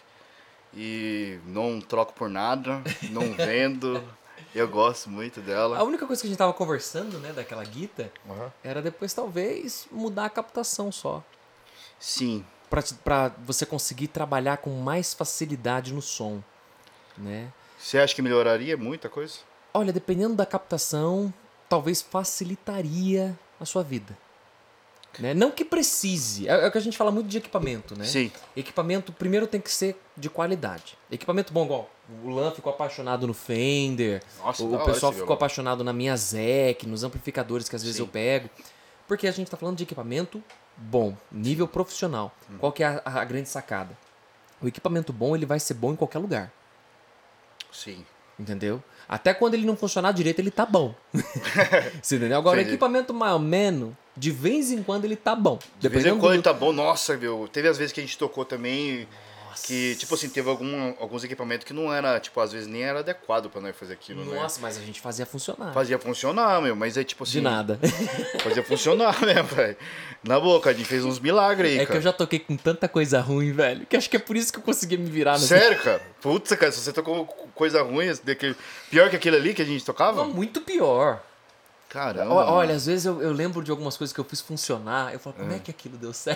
E não troco por nada, não vendo. Eu gosto muito dela. A única coisa que a gente tava conversando, né, daquela guitarra, Uhum. era depois talvez mudar a captação só. Sim, Pra, te- pra você conseguir trabalhar com mais facilidade no som, né? você acha que melhoraria muita coisa? Olha, dependendo da captação, talvez facilitaria a sua vida. Né? Não que precise. É, é o que a gente fala muito de equipamento, né? Sim. Equipamento, primeiro, tem que ser de qualidade. Equipamento bom, igual o Lan ficou apaixonado no Fender, Nossa, o, da o hora pessoal esse ficou violão. apaixonado na minha Zec, nos amplificadores que às vezes Sim. eu pego. Porque a gente tá falando de equipamento bom, nível profissional. Hum. Qual que é a, a grande sacada? O equipamento bom, ele vai ser bom em qualquer lugar. Sim. Entendeu? Até quando ele não funcionar direito, ele tá bom. Você entendeu? Agora, o Entendi. equipamento mais ou menos, de vez em quando ele tá bom. De vez em Dependendo quando do- ele tá bom. Nossa, meu. Teve as vezes que a gente tocou também. Nossa. Que, tipo assim, teve algum, alguns equipamentos que não era, tipo, às vezes nem era adequado pra nós fazer aquilo, né? Nossa, mas a gente fazia funcionar. Fazia funcionar, meu. Mas é tipo assim. De nada. Fazia funcionar mesmo, velho. Na boca, a gente fez uns milagres aí, É cara. que eu já toquei com tanta coisa ruim, velho, que acho que é por isso que eu consegui me virar nessa. Sério, cara? Putz, cara, se você tocou coisa ruim, daquele... pior que aquele ali que a gente tocava? Não, muito pior. Caramba. O- Olha, mano. às vezes eu, eu lembro de algumas coisas que eu fiz funcionar. Eu falo, como é, que aquilo deu certo?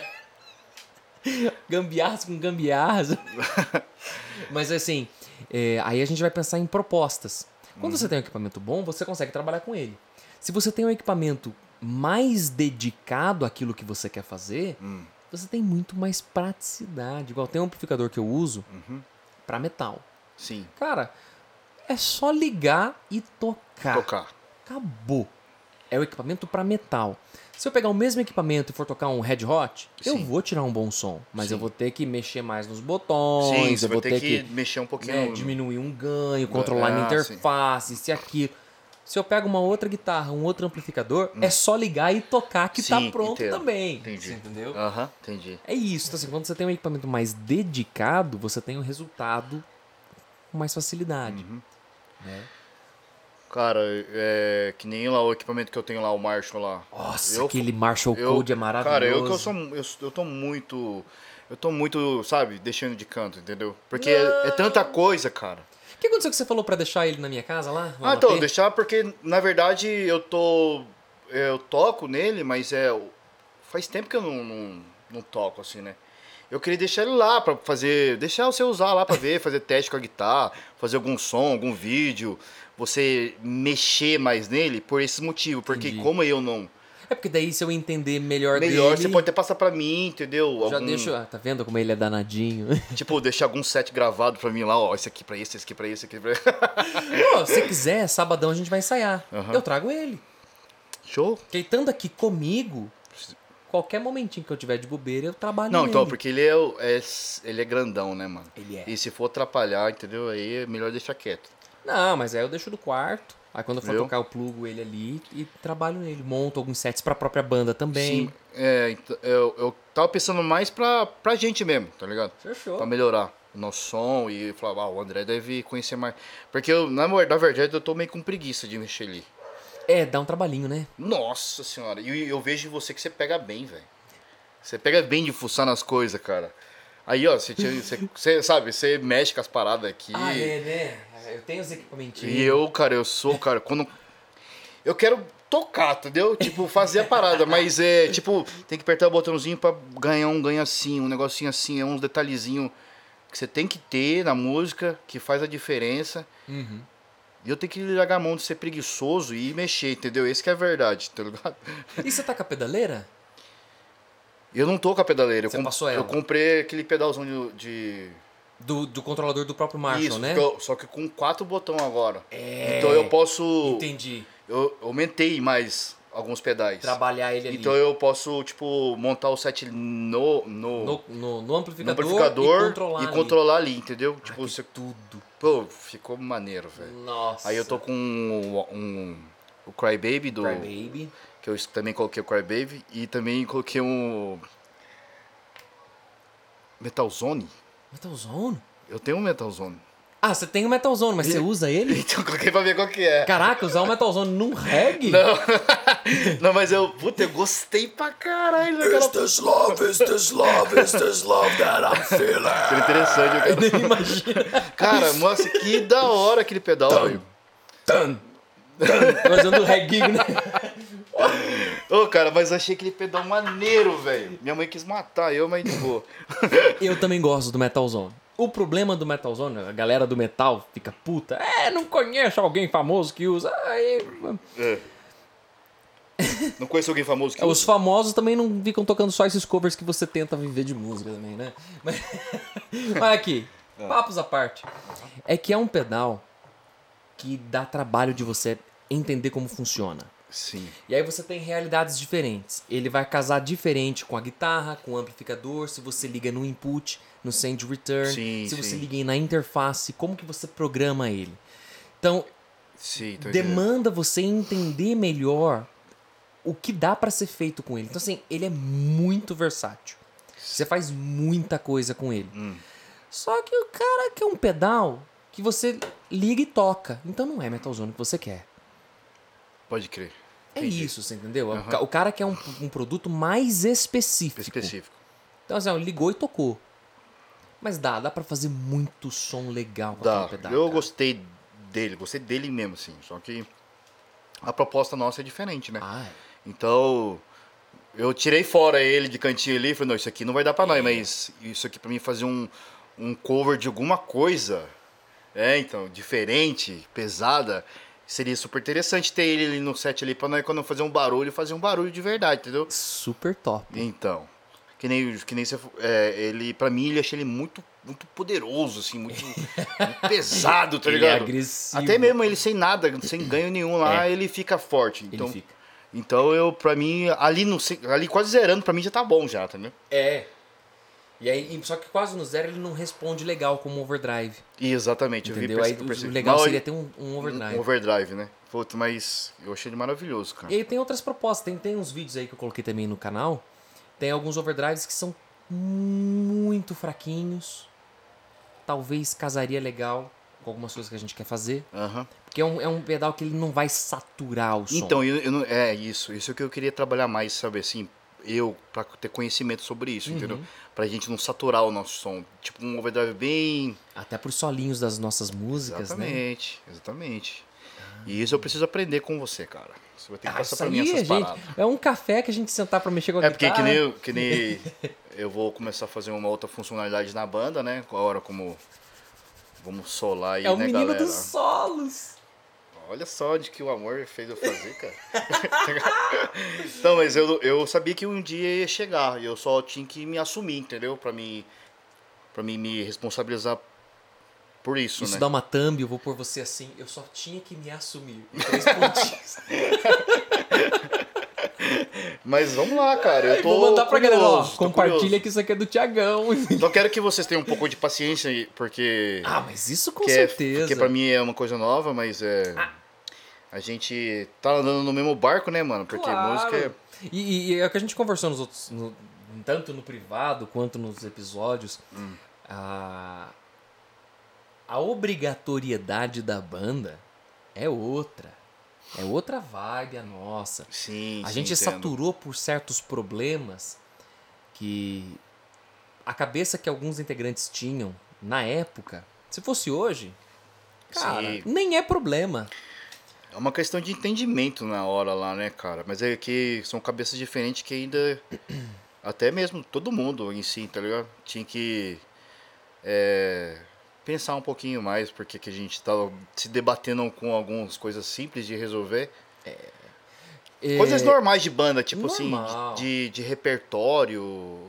Gambiarras com gambiarras. Mas assim, é, aí a gente vai pensar em propostas. Quando Uhum. você tem um equipamento bom, você consegue trabalhar com ele. Se você tem um equipamento mais dedicado àquilo que você quer fazer, Hum. você tem muito mais praticidade. Igual tem um amplificador que eu uso Uhum. para metal. Sim, Cara, é só ligar e tocar. tocar. Acabou. É o equipamento para metal. Se eu pegar o mesmo equipamento e for tocar um Red Hot, eu Sim. vou tirar um bom som. Mas Sim. eu vou ter que mexer mais nos botões, Sim, você eu vai vou ter ter que, que, mexer um pouquinho. né, diminuir um ganho, controlar Ah, a interface, se aquilo. Se eu pego uma outra guitarra, um outro amplificador, é só ligar e tocar que tá Hum. Sim, pronto entendo. também. Entendi. Você entendeu? Aham, entendi. É isso. Então, assim, quando você tem um equipamento mais dedicado, você tem um resultado com mais facilidade. Uhum. Né? Cara, é que nem lá o equipamento que eu tenho lá, o Marshall lá. Nossa, Eu- aquele Marshall eu- Code é maravilhoso. Cara, eu que eu sou. Eu, eu tô muito. Eu tô muito, sabe, deixando de canto, entendeu? Porque é, é tanta coisa, cara. O que aconteceu que você falou pra deixar ele na minha casa lá? lá Ah, no então, A P? deixar porque, na verdade, eu tô. eu toco nele, mas é faz tempo que eu não, não, não toco, assim, né? Eu queria deixar ele lá pra fazer, deixar você usar lá pra ver, fazer teste com a guitarra, fazer algum som, algum vídeo, você mexer mais nele por esse motivo, porque Entendi. como eu não... É porque daí se eu entender melhor, Melhor, dele... você pode até passar pra mim, entendeu? Já Algum, deixo... Ah, tá vendo como ele é danadinho? tipo, deixar algum set gravado pra mim lá, ó, esse aqui pra esse, esse aqui pra esse, esse aqui pra esse. Pô, se quiser, sabadão a gente vai ensaiar. Aham. Eu trago ele. Show? Porque estando aqui comigo, qualquer momentinho que eu tiver de bobeira, eu trabalho Não, nele. então, porque ele é, o- é, ele é grandão, né, mano? Ele é. E se for atrapalhar, entendeu? Aí é melhor deixar quieto. Não, mas aí eu deixo do quarto. Aí quando eu for Viu? tocar, eu plugo ele ali e trabalho nele. Monto alguns sets pra própria banda também. Sim, é, ent- eu, eu tava pensando mais pra, pra gente mesmo, tá ligado? Fechou. Pra melhorar o nosso som e falar, ah, o André deve conhecer mais. Porque eu, na, ver- na verdade, eu tô meio com preguiça de mexer ali. É, dá um trabalhinho, né? Nossa senhora, e eu vejo em você que você pega bem, velho. Você pega bem de fuçar nas coisas, cara. Aí, ó, você, tinha- você, você sabe, você mexe com as paradas aqui. Ah, é, né? Eu tenho os equipamentinhos. E eu, cara, eu sou, cara, quando. Eu quero tocar, entendeu? Tipo, fazer a parada, mas é, tipo, tem que apertar o botãozinho pra ganhar um ganho assim, um negocinho assim, é uns detalhezinhos que você tem que ter na música, que faz a diferença. Uhum. E eu tenho que largar a mão de ser preguiçoso e mexer, entendeu? Esse que é a verdade, tá ligado? E você tá com a pedaleira? Eu não tô com a pedaleira. Eu, Você com- passou ela? eu comprei aquele pedalzão de. de... Do, do controlador do próprio Marshall, Isso, né? que eu- só que com quatro botões agora. É. Então eu posso. Entendi. Eu aumentei mais alguns pedais. Trabalhar ele ali. Então eu posso, tipo, montar o set no, no, No, no, no no amplificador, amplificador e controlar e ali. controlar ali, entendeu? Ah, tipo, que você. tudo. Pô, ficou maneiro, velho. Nossa. Aí eu tô com um, um- o Crybaby do. Crybaby. Que eu também coloquei o Crybaby. E também coloquei um. Metal Zone? Metal Zone? Eu tenho um Metal Zone. Ah, você tem o Metal Zone, mas você usa ele? Então eu coloquei pra ver qual que é. Caraca, usar o Metal Zone num reggae? Não. Não, mas eu, puta, eu gostei pra caralho daquela. Is this love, is this love, is this love that I'm feeling? Aquele interessante, eu quero- Nem imagina. Cara, nossa, que da hora aquele pedal, velho. Dun, Usando o reggae, né? Ô, cara, mas achei aquele pedal maneiro, velho. Minha mãe quis matar eu, mas de boa. Eu também gosto do Metal Zone. O problema do Metal Zone, a galera do metal fica puta. É, não conheço alguém famoso que usa. Aí, É. Não conheço alguém famoso que os usa? famosos também não ficam tocando só esses covers que você tenta viver de música também, né? Mas, mas aqui, papos à parte. É que é um pedal que dá trabalho de você entender como funciona. Sim. E aí você tem realidades diferentes. Ele vai casar diferente com a guitarra, com o amplificador, se você liga no input, no send return, Sim, se você sim. liga na interface, como que você programa ele. Então, Sim, tô entendendo. demanda você entender melhor o que dá pra ser feito com ele. Então, assim, ele é muito versátil. Você faz muita coisa com ele. Hum. Só que o cara quer um pedal que você liga e toca. Então não é Metal Zone que você quer. Pode crer. É Entendi. isso, você entendeu? O Aham. ca- O cara quer um, um produto mais específico. Específico. Então, assim, ó, ligou e tocou. Mas dá, dá pra fazer muito som legal com Dá. aquele pedal. Eu cara. gostei dele, gostei dele mesmo, assim. Só que a proposta nossa é diferente, né? Ah, é. Então, eu tirei fora ele de cantinho ali e falei, não, isso aqui não vai dar pra É. nós, mas isso aqui pra mim fazer um, um cover de alguma coisa, é, então, diferente, pesada, seria super interessante ter ele ali no set ali pra nós, quando fazer um barulho, fazer um barulho de verdade, entendeu? Super top. Então, que nem, que nem você, é, ele, pra mim, ele achei ele muito, muito poderoso, assim, muito, muito pesado, tá Ele é ligado? agressivo. Até mesmo ele sem nada, sem ganho nenhum lá, É. ele fica forte. Ele Então, fica. então eu, pra mim, ali, no, ali quase zerando, pra mim já tá bom já, entendeu? É. E aí, só que quase no zero ele não responde legal como overdrive. E exatamente, eu Entendeu? vi Aí perce- o percebi. legal Mas seria ele- ter um, um overdrive. Um overdrive, né? Puta, mas eu achei ele maravilhoso, cara. E aí tem outras propostas. Tem, tem uns vídeos aí que eu coloquei também no canal. Tem alguns overdrives que são muito fraquinhos. Talvez casaria legal com algumas coisas que a gente quer fazer. Aham. Porque é um, é um pedal que ele não vai saturar o som. Então, eu, eu não, é isso. Isso é que eu queria trabalhar mais, sabe assim, eu, pra ter conhecimento sobre isso, Uhum. entendeu? Pra gente não saturar o nosso som. Tipo, um overdrive bem. Até pros solinhos das nossas músicas, né? Exatamente, exatamente. E isso eu preciso aprender com você, cara. Você vai ter que Ah, passar isso pra mim aí, essas gente, paradas. é um café que a gente sentar pra mexer com a É porque que guitarra. nem, eu- que nem eu vou começar a fazer uma outra funcionalidade na banda, né? Agora como vamos solar aí, É o né, menino galera? dos solos. Olha só onde que o amor fez eu fazer, cara. Então, mas eu, eu sabia que um dia ia chegar. E eu só tinha que me assumir, entendeu? Pra mim, pra mim me responsabilizar por isso, Isso né? dá uma thumb, eu vou por você assim. Eu só tinha que me assumir. Em Três pontinhos. Mas vamos lá, cara. Eu tô Vou mandar pra curioso, galera, ó. tô Compartilha curioso. que isso aqui é do Tiagão. Então quero que vocês tenham um pouco de paciência, aí, porque... Ah, mas isso com que é, certeza. porque pra mim é uma coisa nova, mas é... A gente tá andando no mesmo barco, né, mano? Porque Claro. música é... E, e- e é o que a gente conversou nos outros. no- tanto no privado quanto nos episódios. Hum. A, a obrigatoriedade da banda é outra. É outra vibe a nossa. Sim, A sim, gente entendo. saturou por certos problemas que a cabeça que alguns integrantes tinham na época, se fosse hoje, cara, Sim. nem é problema. É uma questão de entendimento na hora lá, né, cara? Mas é que são cabeças diferentes que ainda... Até mesmo todo mundo em si, tá ligado? Tinha que... é, pensar um pouquinho mais, porque que a gente tava se debatendo com algumas coisas simples de resolver. É, Coisas normais de banda, tipo normal. assim, de, de repertório.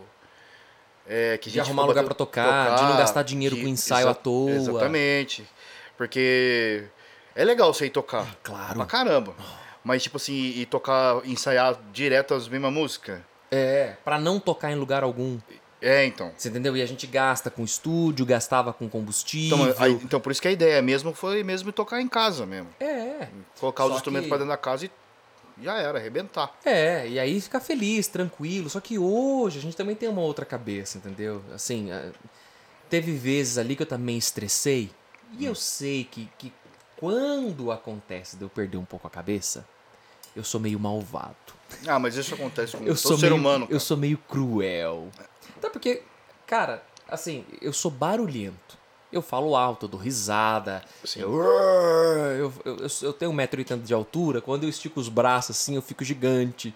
É, que a De gente arrumar ficou lugar batendo- pra tocar, de não gastar dinheiro com ensaio à toa. Exatamente. Porque é legal você ir tocar. Claro. Pra caramba. Mas, tipo assim, ir tocar, ensaiar direto as mesmas músicas. É, pra não tocar em lugar algum. É, então. Você entendeu? E a gente gasta com estúdio, gastava com combustível. Então, aí- então, por isso que a ideia mesmo foi mesmo tocar em casa mesmo. É. Colocar os Só instrumentos que- pra dentro da casa e já era, arrebentar. É, e aí ficar feliz, tranquilo. Só que hoje a gente também tem uma outra cabeça, entendeu? Assim, é, teve vezes ali que eu também estressei. E eu sei que, que quando acontece de eu perder um pouco a cabeça, eu sou meio malvado. Ah, mas isso acontece com Eu todo sou ser meio, humano. Eu cara. sou meio cruel. Até porque, cara, assim, eu sou barulhento. Eu falo alto, eu dou risada. Sim. Eu, eu, eu, eu, eu tenho um metro e oitenta de altura. Quando eu estico os braços assim, eu fico gigante.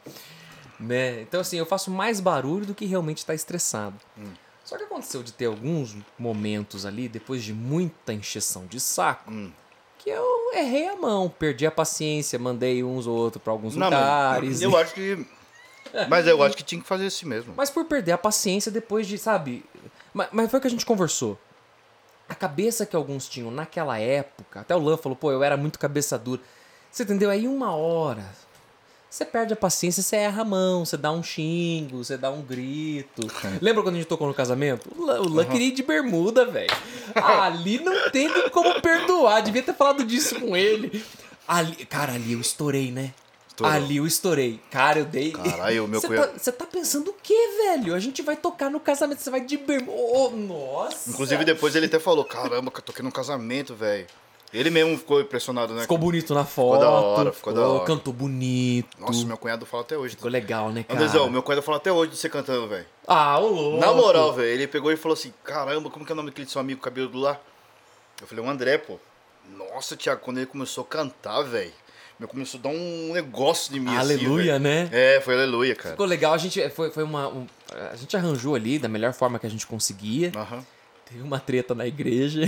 Né? Então, assim, eu faço mais barulho do que realmente estar estressado. Hum. Só que aconteceu de ter alguns momentos ali, depois de muita encheção de saco, Hum. que eu errei a mão, perdi a paciência, mandei uns ou outros pra alguns Não, lugares. mas eu acho que. Mas eu acho que tinha que fazer assim mesmo. Mas por perder a paciência depois de, sabe? Mas, mas foi o que a gente conversou. A cabeça que alguns tinham naquela época, até o Lan falou, pô, eu era muito cabeça dura. Você entendeu? Aí uma hora, você perde a paciência, você erra a mão, você dá um xingo, você dá um grito. Lembra quando a gente tocou no casamento? O Lan, o Lan queria ir de bermuda, velho. Ali não tem como perdoar, devia ter falado disso com ele. Ali, cara, ali eu estourei, né? Estourou. Ali eu estourei. Cara, eu dei. Caralho, o meu Você cunhado- tá, você tá pensando o quê, velho? A gente vai tocar no casamento, você vai de bermuda. Oh, nossa! Inclusive depois ele até falou, caramba, que eu toquei num casamento, velho. Ele mesmo ficou impressionado, né? Ficou bonito na foto. da hora, ficou da hora. Cantou bonito. Nossa, meu cunhado fala até hoje. Ficou legal, né, cara? Andrezão, meu cunhado fala até hoje de você cantando, velho. Ah, ô louco. Na moral, velho, ele pegou e falou assim, caramba, como que é o nome daquele seu amigo cabeludo lá? Eu falei, o André, pô. Nossa, Thiago, quando ele começou a cantar, velho, meu começou a dar um negócio de mim Aleluia, assim, né? velho. É, foi aleluia, cara. Ficou legal. A gente, foi, foi uma... um- a gente arranjou ali da melhor forma que a gente conseguia. Aham. Teve uma treta na igreja.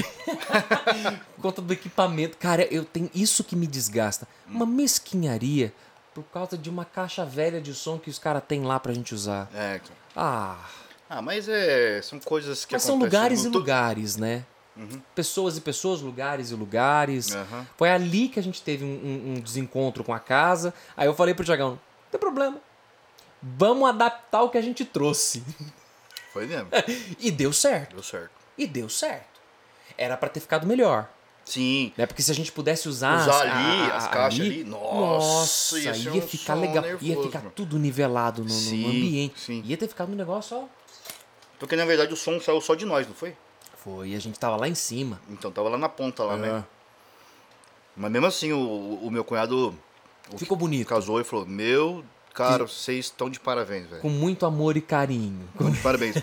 Por conta do equipamento. Cara, eu tenho isso que me desgasta. Uma mesquinharia por causa de uma caixa velha de som que os caras têm lá pra gente usar. É, então. Ah, Ah, mas é, são coisas que mas são acontecem lugares no e to- lugares, né? Pessoas e pessoas, lugares e lugares. Aham. Foi ali que a gente teve um, um- um desencontro com a casa. Aí eu falei pro Tiagão, não tem problema. Vamos adaptar o que a gente trouxe. Foi mesmo, E deu certo. deu certo. E deu certo. Era pra ter ficado melhor. Sim, Né? Porque se a gente pudesse usar, Usar as- ali, as caixas ali, nossa, ia ia, ser um ficar som legal. ia nervoso, ficar mano. tudo nivelado no, no Sim, ambiente. sim. Ia ter ficado um negócio, ó. porque na verdade o som saiu só de nós, não foi? Foi, a gente tava lá em cima. Então tava lá na ponta, lá, É. né? Mas mesmo assim, o, o meu cunhado o Ficou bonito. casou e falou, meu, cara, vocês estão de parabéns, velho. Com muito amor e carinho. Estão de parabéns.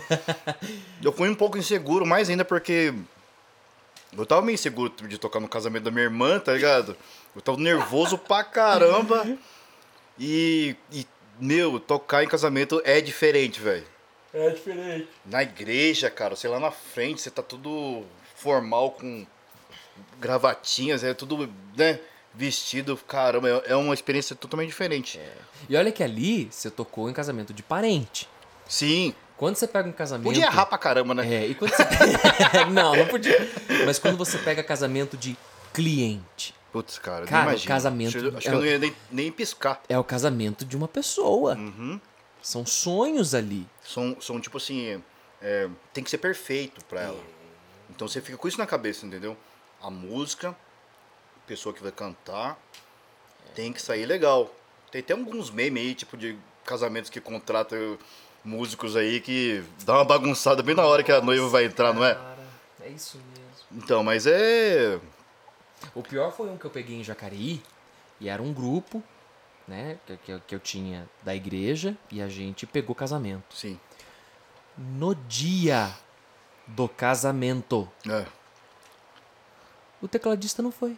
Eu fui um pouco inseguro, mais ainda porque eu tava meio inseguro de tocar no casamento da minha irmã, tá ligado? Eu tava nervoso pra caramba. E, e, meu, tocar em casamento é diferente, velho. É diferente. Na igreja, cara, sei lá na frente, você tá tudo formal com gravatinhas, é tudo, né, vestido. Caramba, é é uma experiência totalmente diferente. E olha que ali você tocou em casamento de parente. Sim, Quando você pega um casamento... podia errar pra caramba, né? É, e quando você... não, não podia. Mas quando você pega casamento de cliente, Putz, cara, Cara, nem o imagino. casamento Acho, acho é que eu não ia nem, nem piscar. é o casamento de uma pessoa. Uhum. São sonhos ali. São, são tipo assim, é, tem que ser perfeito pra ela. Então você fica com isso na cabeça, entendeu? A música, a pessoa que vai cantar, tem que sair legal. Tem até alguns memes aí, tipo de casamentos que contratam músicos aí que dá uma bagunçada bem na hora que a noiva vai entrar, não é? Cara, é isso mesmo. Então, mas é... O pior foi um que eu peguei em Jacareí, e era um grupo, né, que, que, que eu tinha da igreja, e a gente pegou casamento. Sim. No dia do casamento, É. o tecladista não foi.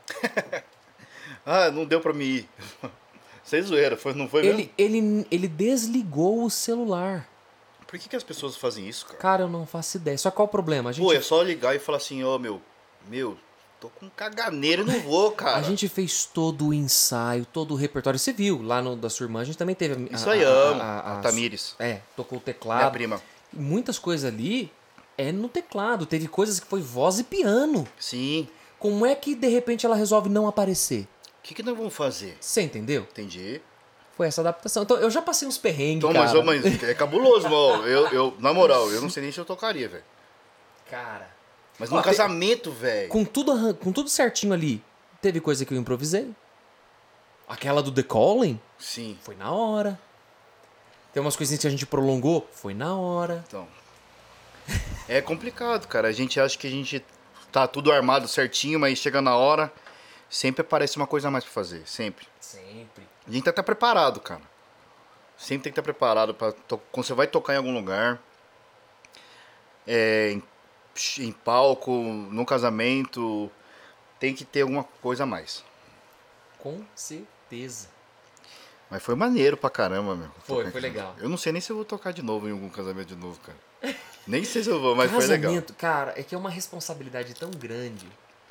Ah, não deu pra mim ir. Sem zoeira, foi, não foi mesmo? Ele, ele, ele desligou o celular. Por que, que as pessoas fazem isso, cara? Cara, eu não faço ideia. Só qual o problema? A gente, Pô, é só ligar e falar assim, ó, meu, meu, tô com caganeira e não vou, cara. a gente fez todo o ensaio, todo o repertório. Você viu, lá no da sua irmã, a gente também teve... a- Isso aí, a- amo. a- A, a- Tamires, É, tocou o minha teclado. prima. Muitas coisas ali é no teclado. Teve coisas que foi voz e piano. Sim. Como é que, de repente, ela resolve não aparecer? O que, que nós vamos fazer? Você entendeu? Entendi. Foi essa adaptação. Então, eu já passei uns perrengues, Então, mas, cara. ô, mas é cabuloso, mano. Eu, eu, na moral, eu não sei nem se eu tocaria, velho. Cara... Mas Ó, no te- casamento, velho. Com tudo, arran- com tudo certinho ali, teve coisa que eu improvisei. Aquela do The Calling, Sim. foi na hora. Tem umas coisinhas que a gente prolongou, foi na hora. Então. É complicado, cara. A gente acha que a gente tá tudo armado certinho, mas chega na hora, sempre aparece uma coisa a mais pra fazer. Sempre. Sempre. A gente tem que estar preparado, cara. Sempre tem que estar preparado para quando você vai tocar em algum lugar, é, em, em palco, num casamento, tem que ter alguma coisa a mais. Com certeza. Mas foi maneiro pra caramba, meu. Foi, tocar em foi casamento. legal. Eu não sei nem se eu vou tocar de novo em algum casamento de novo, cara. Nem sei se eu vou, mas foi legal. Casamento, cara, é que é uma responsabilidade tão grande.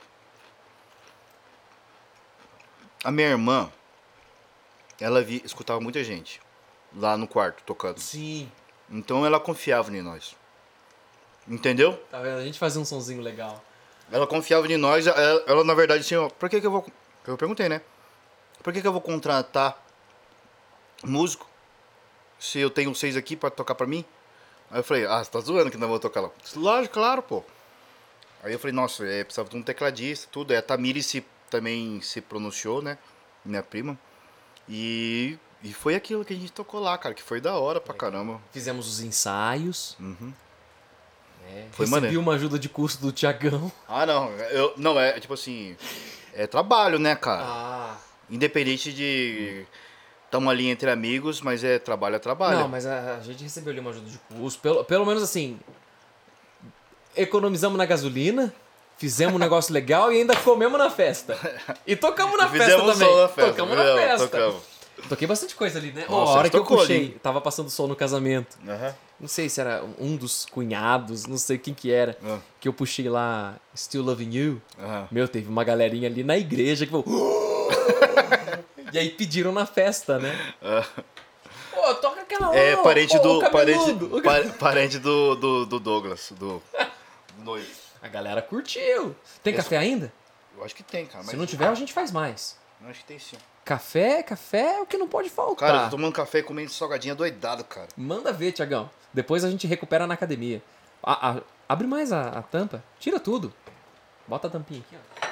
A minha irmã, ela vi, escutava muita gente lá no quarto tocando. Sim. Então ela confiava em nós. Entendeu? Tá vendo? A gente fazia um sonzinho legal. Ela confiava em nós. Ela, ela, na verdade, assim, ó, por que que eu vou... Eu perguntei, né? Por que que eu vou contratar músico se eu tenho seis aqui pra tocar pra mim? Aí eu falei, ah, você tá zoando que não vou tocar lá. Lógico, claro, pô. Aí eu falei, nossa, é, precisava de um tecladista, tudo. Aí a Tamires se, também se pronunciou, né? Minha prima. E, e foi aquilo que a gente tocou lá, cara, que foi da hora pra caramba. Fizemos os ensaios. Uhum. Né? Foi Recebi maneiro. uma ajuda de custo do Tiagão. Ah, não. Eu, não, é tipo assim... É trabalho, né, cara? Ah. Independente de... Estamos ali entre amigos, mas é trabalho é trabalho. Não, mas a, a gente recebeu ali uma ajuda de custo. Pelo, pelo menos assim, economizamos na gasolina, fizemos um negócio legal e ainda comemos na festa. E tocamos na E festa fizemos também. som na festa. Tocamos na Fizemos, festa. tocamos. Toquei bastante coisa ali, né? Ó, Nossa, a hora que eu tocou puxei, ali. tava passando som no casamento. Aham. Não sei se era um dos cunhados, não sei quem que era, Ah. que eu puxei lá Still Loving You. Aham. Meu, teve uma galerinha ali na igreja que falou... E aí pediram na festa, né? Pô, toca aquela lá. É ó, parente ó, do. o Parente, cabeludo. pa- parente do, do, do Douglas, do noivo. A galera curtiu. Tem Esse- café ainda? Eu acho que tem, cara. Mas Se não tiver, a gente faz mais. eu acho que tem sim. Café, café é o que não pode faltar. Cara, eu tô tomando café e comendo salgadinha doidado, cara. Manda ver, Tiagão. Depois a gente recupera na academia. A- a- abre mais a, a tampa. Tira tudo. Bota a tampinha aqui, ó.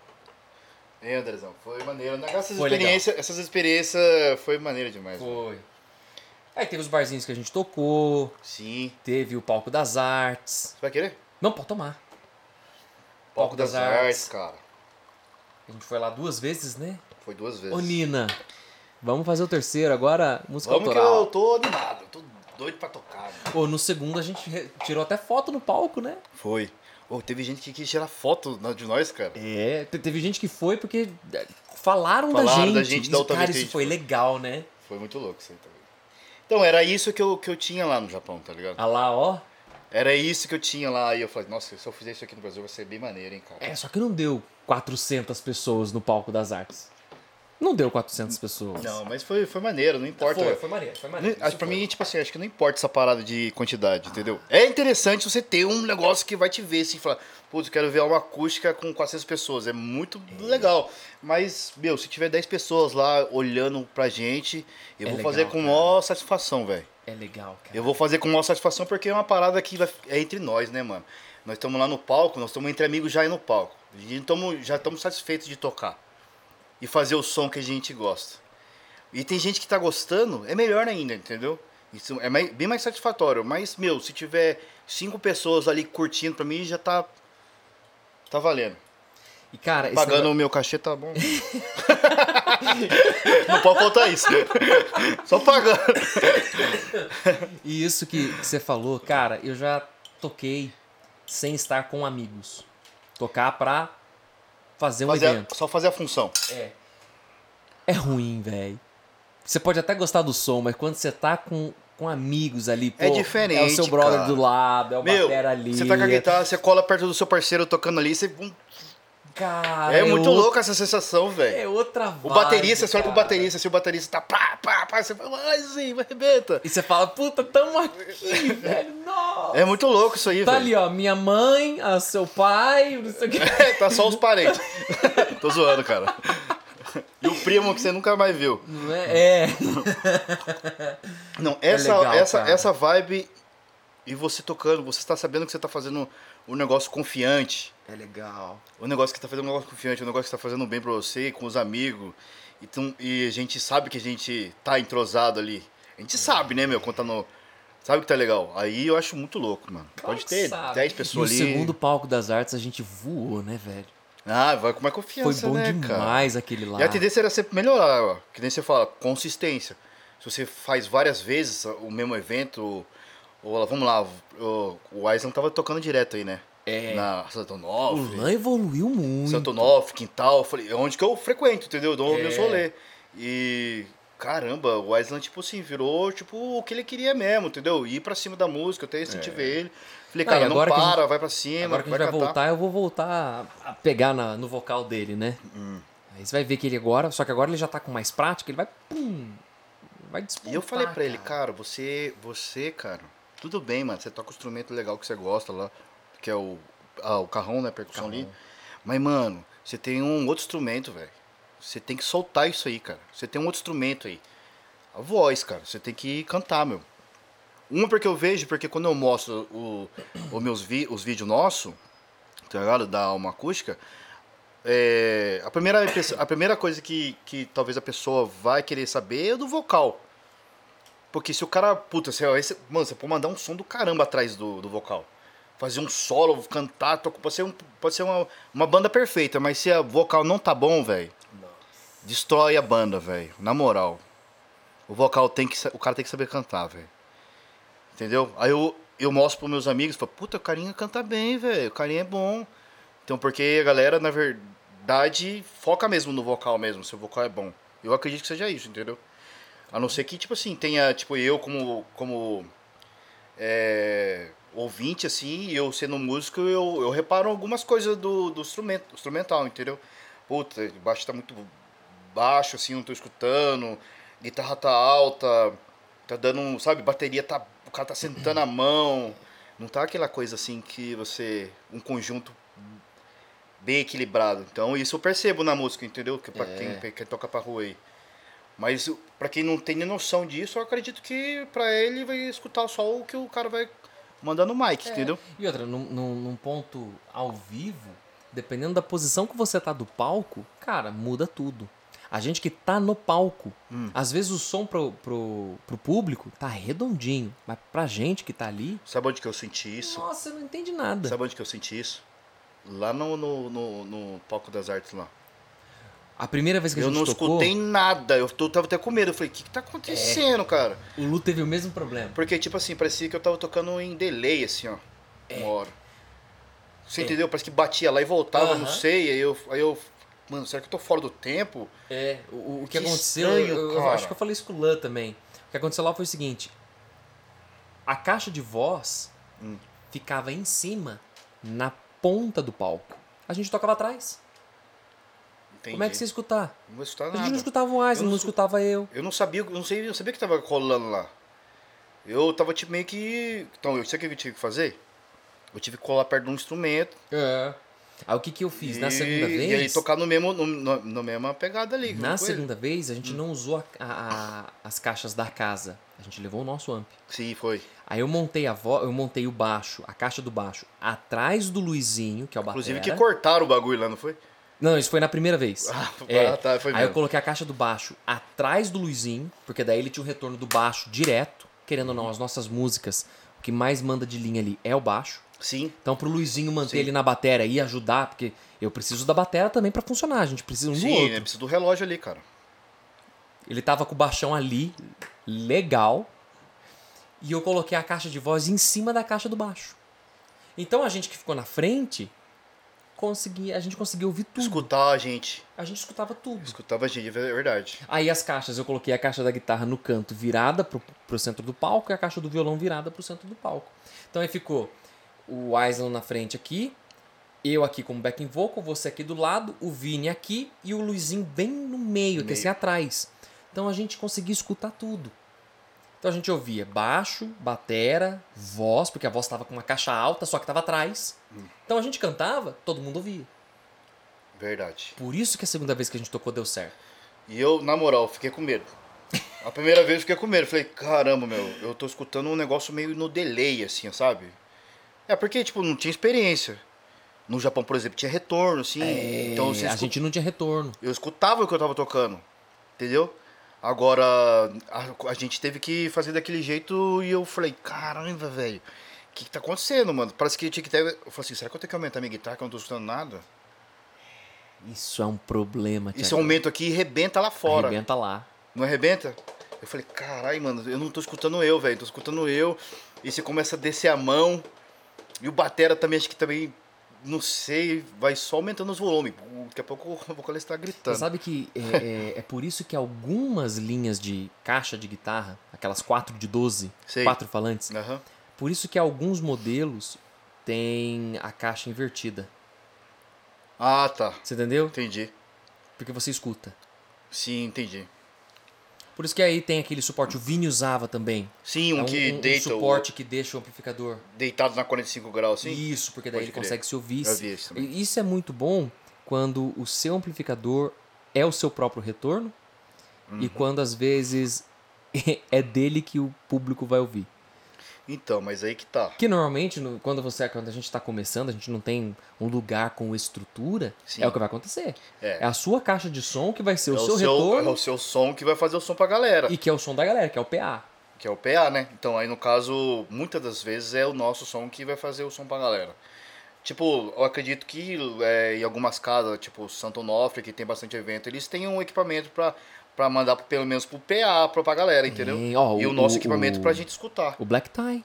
É, Andrezão, foi maneiro. Essas Foi experiências, essas experiências foi maneiro demais. mano. Foi. Aí teve os barzinhos que a gente tocou. Sim. Teve o Palco das Artes. Você vai querer? Não, pode tomar. Palco das, Artes, cara. A gente foi lá duas vezes, né? Foi duas vezes. Ô, Nina, vamos fazer o terceiro agora, música Vamos que autoral. eu tô animado, eu tô doido pra tocar. mano. Pô, no segundo a gente re- tirou até foto no palco, né? Foi. Ô, teve gente que quis tirar foto de nós, cara. É, te- teve gente que foi porque é, falaram, da Falaram gente. da gente da Isso, outra cara, vez que a isso gente foi foi. legal, né? Foi muito louco isso aí também. Então, era isso que eu, que eu tinha lá no Japão, tá ligado? Ah lá, ó. Era isso que eu tinha lá. E eu falei, nossa, se eu fizer isso aqui no Brasil vai ser bem maneiro, hein, cara. É, só que não deu quatrocentas pessoas no palco das artes. Não deu quatrocentas pessoas. Não, mas foi, foi maneiro, não importa. Foi, foi maneiro, foi maneiro. Acho Isso pra foi. mim, tipo assim, acho que não importa essa parada de quantidade, entendeu? É interessante você ter um negócio que vai te ver, assim, falar, putz, eu quero ver uma acústica com quatrocentas pessoas, é muito legal. Mas, meu, se tiver dez pessoas lá olhando pra gente, eu É vou legal, fazer com cara. maior satisfação, velho. É legal, cara. Eu vou fazer com maior satisfação porque é uma parada que vai- é entre nós, né, mano? Nós estamos lá no palco, nós estamos entre amigos já aí no palco. E tamo, já estamos satisfeitos de tocar. E fazer o som que a gente gosta. E tem gente que tá gostando, é melhor ainda, entendeu? Isso é mais- bem mais satisfatório. Mas, meu, se tiver cinco pessoas ali curtindo, pra mim já tá. Tá valendo. E, cara, esse Pagando negócio- o meu cachê, tá bom. Não pode faltar isso. Só pagando. E isso que, que você falou, cara, eu já toquei sem estar com amigos. Tocar pra fazer um Fazer a- evento. só fazer a função. É. É ruim, velho. Você pode até gostar do som, mas quando você tá com, com amigos ali, pô, É diferente, é o seu brother cara. do lado, é o Meu, batera ali. você tá com a guitarra, você cola perto do seu parceiro tocando ali, você. Cara, É muito outro- louco essa sensação, velho. É outra vibe, O baterista, você olha pro cara. baterista, se o baterista tá pá, pá, pá, você fala, vai sim, vai arrebenta. E você fala, puta, tamo aqui, velho, nossa. É muito louco isso aí, Tá velho. ali, ó, minha mãe, a seu pai, não sei o que. Tá só os parentes. Tô zoando, cara. E o primo que você nunca mais viu. Não é? É. Não, essa, legal, essa, cara. essa vibe e você tocando, você tá sabendo que você tá fazendo um negócio confiante. É legal. O negócio que tá fazendo um negócio confiante, um negócio que tá fazendo bem pra você, com os amigos. Então, e a gente sabe que a gente tá entrosado ali. A gente sabe, né, meu, quando tá no. Sabe que tá legal. Aí eu acho muito louco, mano. Claro Pode que ter sabe. dez E o pessoas ali. segundo palco das artes a gente voou, né, velho? Ah, vai com mais Foi confiança, bom né, cara? demais aquele lá. E a tendência era sempre melhorar, ó. Que nem você fala, consistência. Se você faz várias vezes o mesmo evento, ou vamos lá, o, o Island tava tocando direto aí, né? É. Na Santo Onofre, O Lan evoluiu muito. Santo Onofre, Quintal, eu falei, é onde que eu frequento, entendeu? Eu dou É. meus rolê. E caramba, o Island, tipo assim, virou tipo o que ele queria mesmo, entendeu? Ir pra cima da música, eu até incentivei ele. Falei, Não, e cara, não agora que a para, gente- vai pra cima, Agora que a vai gente vai cantar. voltar, eu vou voltar a pegar na- no vocal dele, né? Hum. Aí você vai ver que ele agora, só que agora ele já tá com mais prática, ele vai pum, vai despontar. E eu falei pra ele, cara, você, você, cara, tudo bem, mano, você toca o instrumento legal que você gosta lá, que é o, ah, o carrão, né, percussão ali. Carrão. Mas, mano, você tem um outro instrumento, velho. Você tem que soltar isso aí, cara. Você tem um outro instrumento aí. A voz, cara. Você tem que cantar, meu. Uma porque eu vejo, porque quando eu mostro o, os meus vi, os vídeos nossos, tá ligado? Da Alma Acústica, é, a, primeira, a primeira coisa que, que talvez a pessoa vai querer saber é do vocal. Porque se o cara, puta, você, aí você- mano, você pode mandar um som do caramba atrás do, do vocal. Fazer um solo, cantar, toca, pode ser, um, pode ser uma, uma banda perfeita, mas se a vocal não tá bom, velho, destrói a banda, velho. Na moral. O vocal tem que, sa- o cara tem que saber cantar, velho. Entendeu? Aí eu, eu mostro pros meus amigos, falo, puta, o carinha canta bem, velho, o carinha é bom. Então, porque a galera, na verdade, foca mesmo no vocal mesmo, se o vocal é bom. Eu acredito que seja isso, entendeu? A não ser que, tipo assim, tenha, tipo, eu como, como é, ouvinte, assim, e eu sendo músico, eu, eu reparo algumas coisas do, do instrumento, instrumental, entendeu? Puta, o baixo tá muito baixo, assim, não tô escutando, guitarra tá alta, tá dando, um, sabe, bateria tá, o cara tá sentando a mão, não tá aquela coisa assim que você, um conjunto bem equilibrado. Então isso eu percebo na música, entendeu? Que pra É. quem, pra quem toca pra rua aí. Mas pra quem não tem nem noção disso, eu acredito que pra ele vai escutar só o que o cara vai mandar no mic, entendeu? E outra, num, num, num ponto ao vivo, dependendo da posição que você tá do palco, cara, muda tudo. A gente que tá no palco, Hum. às vezes o som pro, pro, pro público tá redondinho, mas pra gente que tá ali, Sabe onde que eu senti isso? nossa, não entende nada. Sabe onde que eu senti isso? Lá no, no, no, no Palco das Artes lá. A primeira vez que a Eu gente não tocou, escutei nada, eu tô, tava até com medo. Eu falei, o que, que tá acontecendo, cara? o Lu teve o mesmo problema. Porque, tipo assim, parecia que eu tava tocando em delay, assim, ó. Uma hora. Você É. entendeu? Parece que batia lá e voltava, Aham. não sei. Aí eu, aí eu. Mano, será que eu tô fora do tempo? É, o, o que, Que aconteceu, estranho, eu, eu cara. acho que eu falei isso com o Lan também. O que aconteceu lá foi o seguinte: a caixa de voz Hum. ficava em cima, na ponta do palco. A gente tocava atrás. Entendi. Como é que você ia escutar? Não vou escutar A gente nada. não escutava o Einstein, Eu não, não escutava eu. Eu não sabia, eu não sei, eu não sabia que tava rolando lá. Eu tava tipo meio que. Então, eu sei o que eu tive que fazer? Eu tive que colar perto de um instrumento. É. Aí o que, que eu fiz? Na e- segunda vez. E aí tocar no mesmo, no, no, na mesma pegada ali. Na junto com ele. segunda vez, a gente não usou a- a- a- as caixas da casa. A gente levou o nosso amp. Sim, foi. Aí eu montei a vo... eu montei o baixo, a caixa do baixo, atrás do Luizinho, que é o Inclusive batera. que cortaram o bagulho lá, não foi? Não, isso foi na primeira vez. Ah, É. ah, tá, foi Aí eu mesmo. coloquei a caixa do baixo atrás do Luizinho, porque daí ele tinha o retorno do baixo direto. Querendo ou não, as nossas músicas, o que mais manda de linha ali é o baixo. Sim. Então pro Luizinho manter Sim. ele na bateria e ajudar, porque eu preciso da bateria também pra funcionar, a gente precisa um do Sim, outro. né? Precisa do relógio ali, cara. Ele tava com o baixão ali, legal. E eu coloquei a caixa de voz em cima da caixa do baixo. Então a gente que ficou na frente, consegui, a gente conseguiu ouvir tudo. Escutar a gente. A gente escutava tudo. Escutava a gente, é verdade. Aí as caixas, eu coloquei a caixa da guitarra no canto virada pro, pro centro do palco e a caixa do violão virada pro centro do palco. Então aí ficou o Aislan na frente aqui, eu aqui como backing vocal, você aqui do lado, o Vini aqui e o Luizinho bem no meio, aqui meio. assim atrás. Então a gente conseguia escutar tudo. Então a gente ouvia baixo, batera, voz, porque a voz estava com uma caixa alta, só que estava atrás. Então a gente cantava, todo mundo ouvia. Verdade. Por isso que a segunda vez que a gente tocou deu certo. E eu, na moral, fiquei com medo. A primeira vez eu fiquei com medo. Falei, caramba, meu, eu tô escutando um negócio meio no delay, assim, sabe? É porque, tipo, não tinha experiência. No Japão, por exemplo, tinha retorno, assim. então você É, a escu- gente não tinha retorno. eu escutava o que eu tava tocando. Entendeu? Agora, a, a gente teve que fazer daquele jeito e eu falei, caramba, velho. O que, que tá acontecendo, mano? Parece que tinha que ter. Eu falei assim, será que eu tenho que aumentar minha guitarra que eu não tô escutando nada? Isso é um problema, Esse Thiago. aumento aqui rebenta lá fora. Arrebenta lá. Não arrebenta? Eu falei, caralho, mano, eu não tô escutando eu, velho. Tô escutando eu. E você começa a descer a mão. E o batera também, acho que também, não sei, vai só aumentando os volumes. Daqui a pouco o vocalista tá Você gritando. sabe que é, é, é por isso que algumas linhas de caixa de guitarra, aquelas quatro de doze, Sei. quatro falantes, Aham. por isso que alguns modelos têm a caixa invertida. Ah, tá. Você entendeu? Entendi. Porque você escuta. Sim, entendi. Por isso que aí tem aquele suporte, o Vini usava também. Sim, um, É que um, um deita suporte que deixa o amplificador. o, deitado na quarenta e cinco graus, assim. Isso, porque daí Pode ele crer. consegue se ouvir. Já vi isso também. E Isso é muito bom quando o seu amplificador é o seu próprio retorno Uhum. e quando às vezes é dele que o público vai ouvir. Então, mas aí que tá. Que normalmente, no- quando você quando a gente está começando, a gente não tem um lugar com estrutura, Sim. é o que vai acontecer. É. É a sua caixa de som que vai ser É o seu é retorno o seu som que vai fazer o som pra galera. e que é o som da galera, que é o P A. Que é o P A, né? Então aí no caso, muitas das vezes é o nosso som que vai fazer o som pra galera. Tipo, eu acredito que é, em algumas casas, tipo Santo Onofre, que tem bastante evento, eles têm um equipamento pra, pra mandar pro- pelo menos pro P A, pra, pra galera, entendeu? Tem, ó, e o, o- nosso o- equipamento o- pra gente escutar. O Black Tie.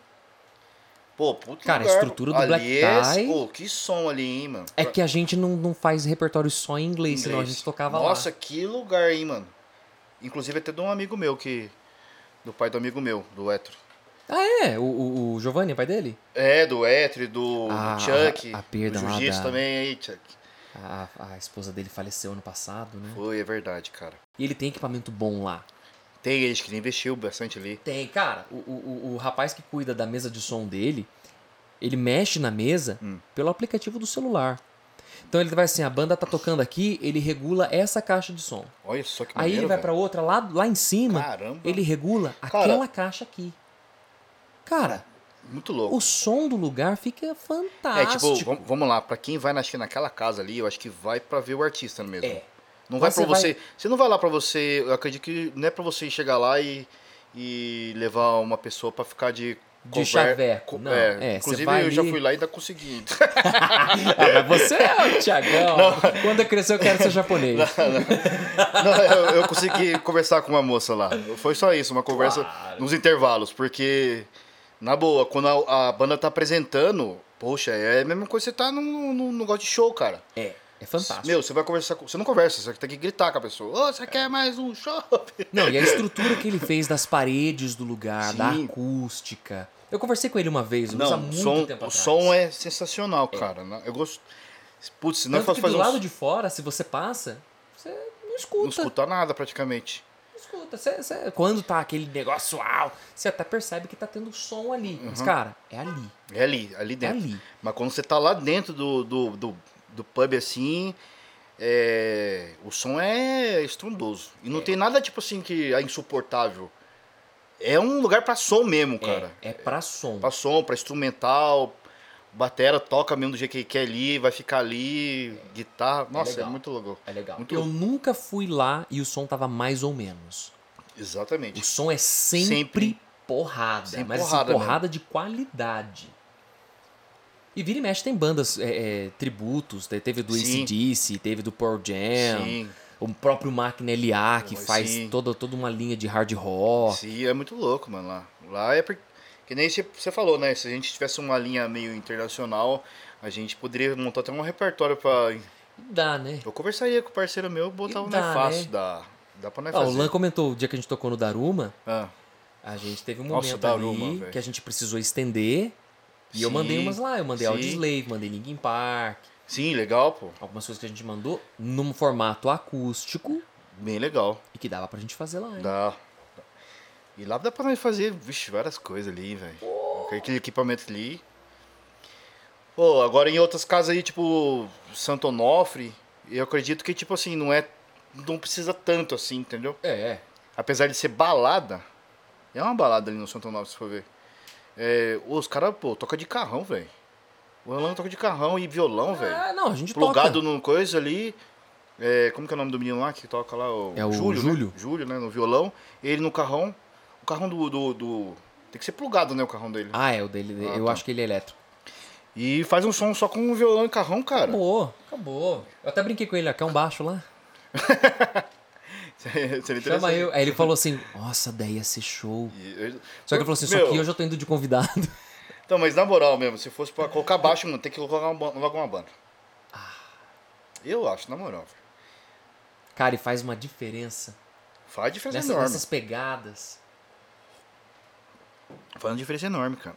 Pô, puto Cara, a lugar. estrutura do ali Black é- Tie- Pô, que som ali, hein, mano? É que a gente não, não faz repertório só em inglês, senão a Inglês. gente tocava Nossa, lá. que lugar, hein, mano? Inclusive até de um amigo meu que... Do pai do amigo meu, do Etro. Ah, é? O, o, o Giovanni, é pai dele? É, do Etro e do, Ah, do Chuck. a- a perda do lá Jiu-Jitsu da- também aí, Chuck. A, a esposa dele faleceu ano passado, né? Foi, é verdade, cara. E ele tem equipamento bom lá. Tem gente que investiu bastante ali. Tem, cara. O, o, o- o rapaz que cuida da mesa de som dele, ele mexe na mesa Hum. pelo aplicativo do celular. Então ele vai assim, a banda tá tocando aqui, ele regula essa caixa de som. Olha só que Aí ele maneiro, vai velho. pra outra, lá, lá em cima, Caramba. ele regula Cara. aquela caixa aqui. Cara, Muito louco. o som do lugar fica É, fantástico. tipo, vamos, vamos lá, pra quem vai na, naquela casa ali, eu acho que vai pra ver o artista mesmo. É. Não vai Mas pra você você. Você não vai lá pra você. Eu acredito que não é pra você chegar lá e, e levar uma pessoa pra ficar de. De conver- chaveco. co- Não, é, é, inclusive você vai eu já ali- fui lá e ainda consegui. Ah, mas você é o Thiagão. Quando eu crescer, eu quero ser japonês. Não, eu, eu consegui conversar com uma moça lá. Foi só isso, uma conversa Claro. nos intervalos, porque, na boa, quando a, a banda tá apresentando, Poxa, é a mesma coisa que você tá num, num negócio de show, cara. É, é fantástico. Meu, você vai conversar com... Você não conversa, você tem que gritar com a pessoa. Ô, você quer mais um show? Não, e a estrutura que ele fez das paredes do lugar, da Sim. acústica. Eu conversei com ele uma vez, Não, há o muito som, tempo o atrás. som é sensacional, cara. né? Eu gosto... Putz, se não Tanto fosse que fazer do um... lado de fora, se você passa, você não escuta. Não escuta nada, praticamente. Não escuta. Você- você- quando tá aquele negócio, uau, você até percebe que tá tendo som ali. Mas, cara, é ali. É ali, ali É dentro. ali. Mas quando você tá lá dentro do, do, do, do pub, assim... é, o som é estrondoso. E não tem nada, tipo assim, que é insuportável. É um lugar pra som mesmo, cara. É, é pra som. Pra som, pra instrumental, batera toca mesmo do jeito que ele quer ali, vai ficar ali, guitarra. Nossa, é, legal. muito legal. É legal. Muito Eu louco. nunca fui lá e o som tava mais ou menos. Exatamente. O som é sempre, Sempre. porrada. Sempre mas porrada assim, porrada de qualidade. E vira e mexe tem bandas, é, é, tributos. te- Teve do Sim. A C/D C, teve do Pearl Jam. Sim, O próprio Máquina L A, que Sim. faz toda, toda uma linha de hard rock. sim, é muito louco, mano. Lá, lá é porque, que nem você você falou, né? Se a gente tivesse uma linha meio internacional, a gente poderia montar até um repertório pra. Dá, né? Eu conversaria com o parceiro meu, botava E não dá, é fácil, né? dá. Dá pra nós Ah, o fazer. Lan comentou o dia que a gente tocou no Daruma, Ah, a gente teve um Nossa, momento Daruma, ali velho. que a gente precisou estender. E eu Sim, mandei umas lá, eu mandei sim. Audioslave, mandei Linkin Park, sim, legal, pô. algumas coisas que a gente mandou num formato acústico Bem legal. e que dava pra gente fazer lá, hein? Dá. E lá dá pra nós fazer, vixe, várias coisas ali, velho. Com aquele equipamento ali. Pô, agora em outras casas aí, tipo, Santo Onofre, eu acredito que, tipo assim, não é. Não precisa tanto assim, entendeu? É, é. Apesar de ser balada, é uma balada ali no Santo Onofre, se for ver. É, os caras, pô, toca de carrão, velho. O Orlando toca de carrão e violão, velho. Ah, não, a gente Plugado toca. num coisa ali. É, como que é o nome do menino lá que toca lá? O É o Júlio, Júlio. Né? Júlio, né? No violão. Ele no carrão. O carrão do, do, do- tem que ser plugado, né? O carrão dele. Ah, é o dele, Ah, eu tá. acho que ele é elétrico. E faz um som só com um violão e carrão, cara. Acabou, acabou. Eu até brinquei com ele, ó, quer um baixo lá? Seria Chama interessante. eu. Aí ele falou assim, nossa, daí ia ser show. E eu- Só que ele falou assim, só Meu, que hoje eu tô indo de convidado. Então, mas na moral mesmo, se fosse pra colocar baixo, mano, tem que colocar uma, ba- logo uma banda. Ah. Eu acho, na moral. velho. Cara, e faz uma diferença. Faz diferença Nessa- enorme. nessas pegadas. Faz uma diferença enorme, cara.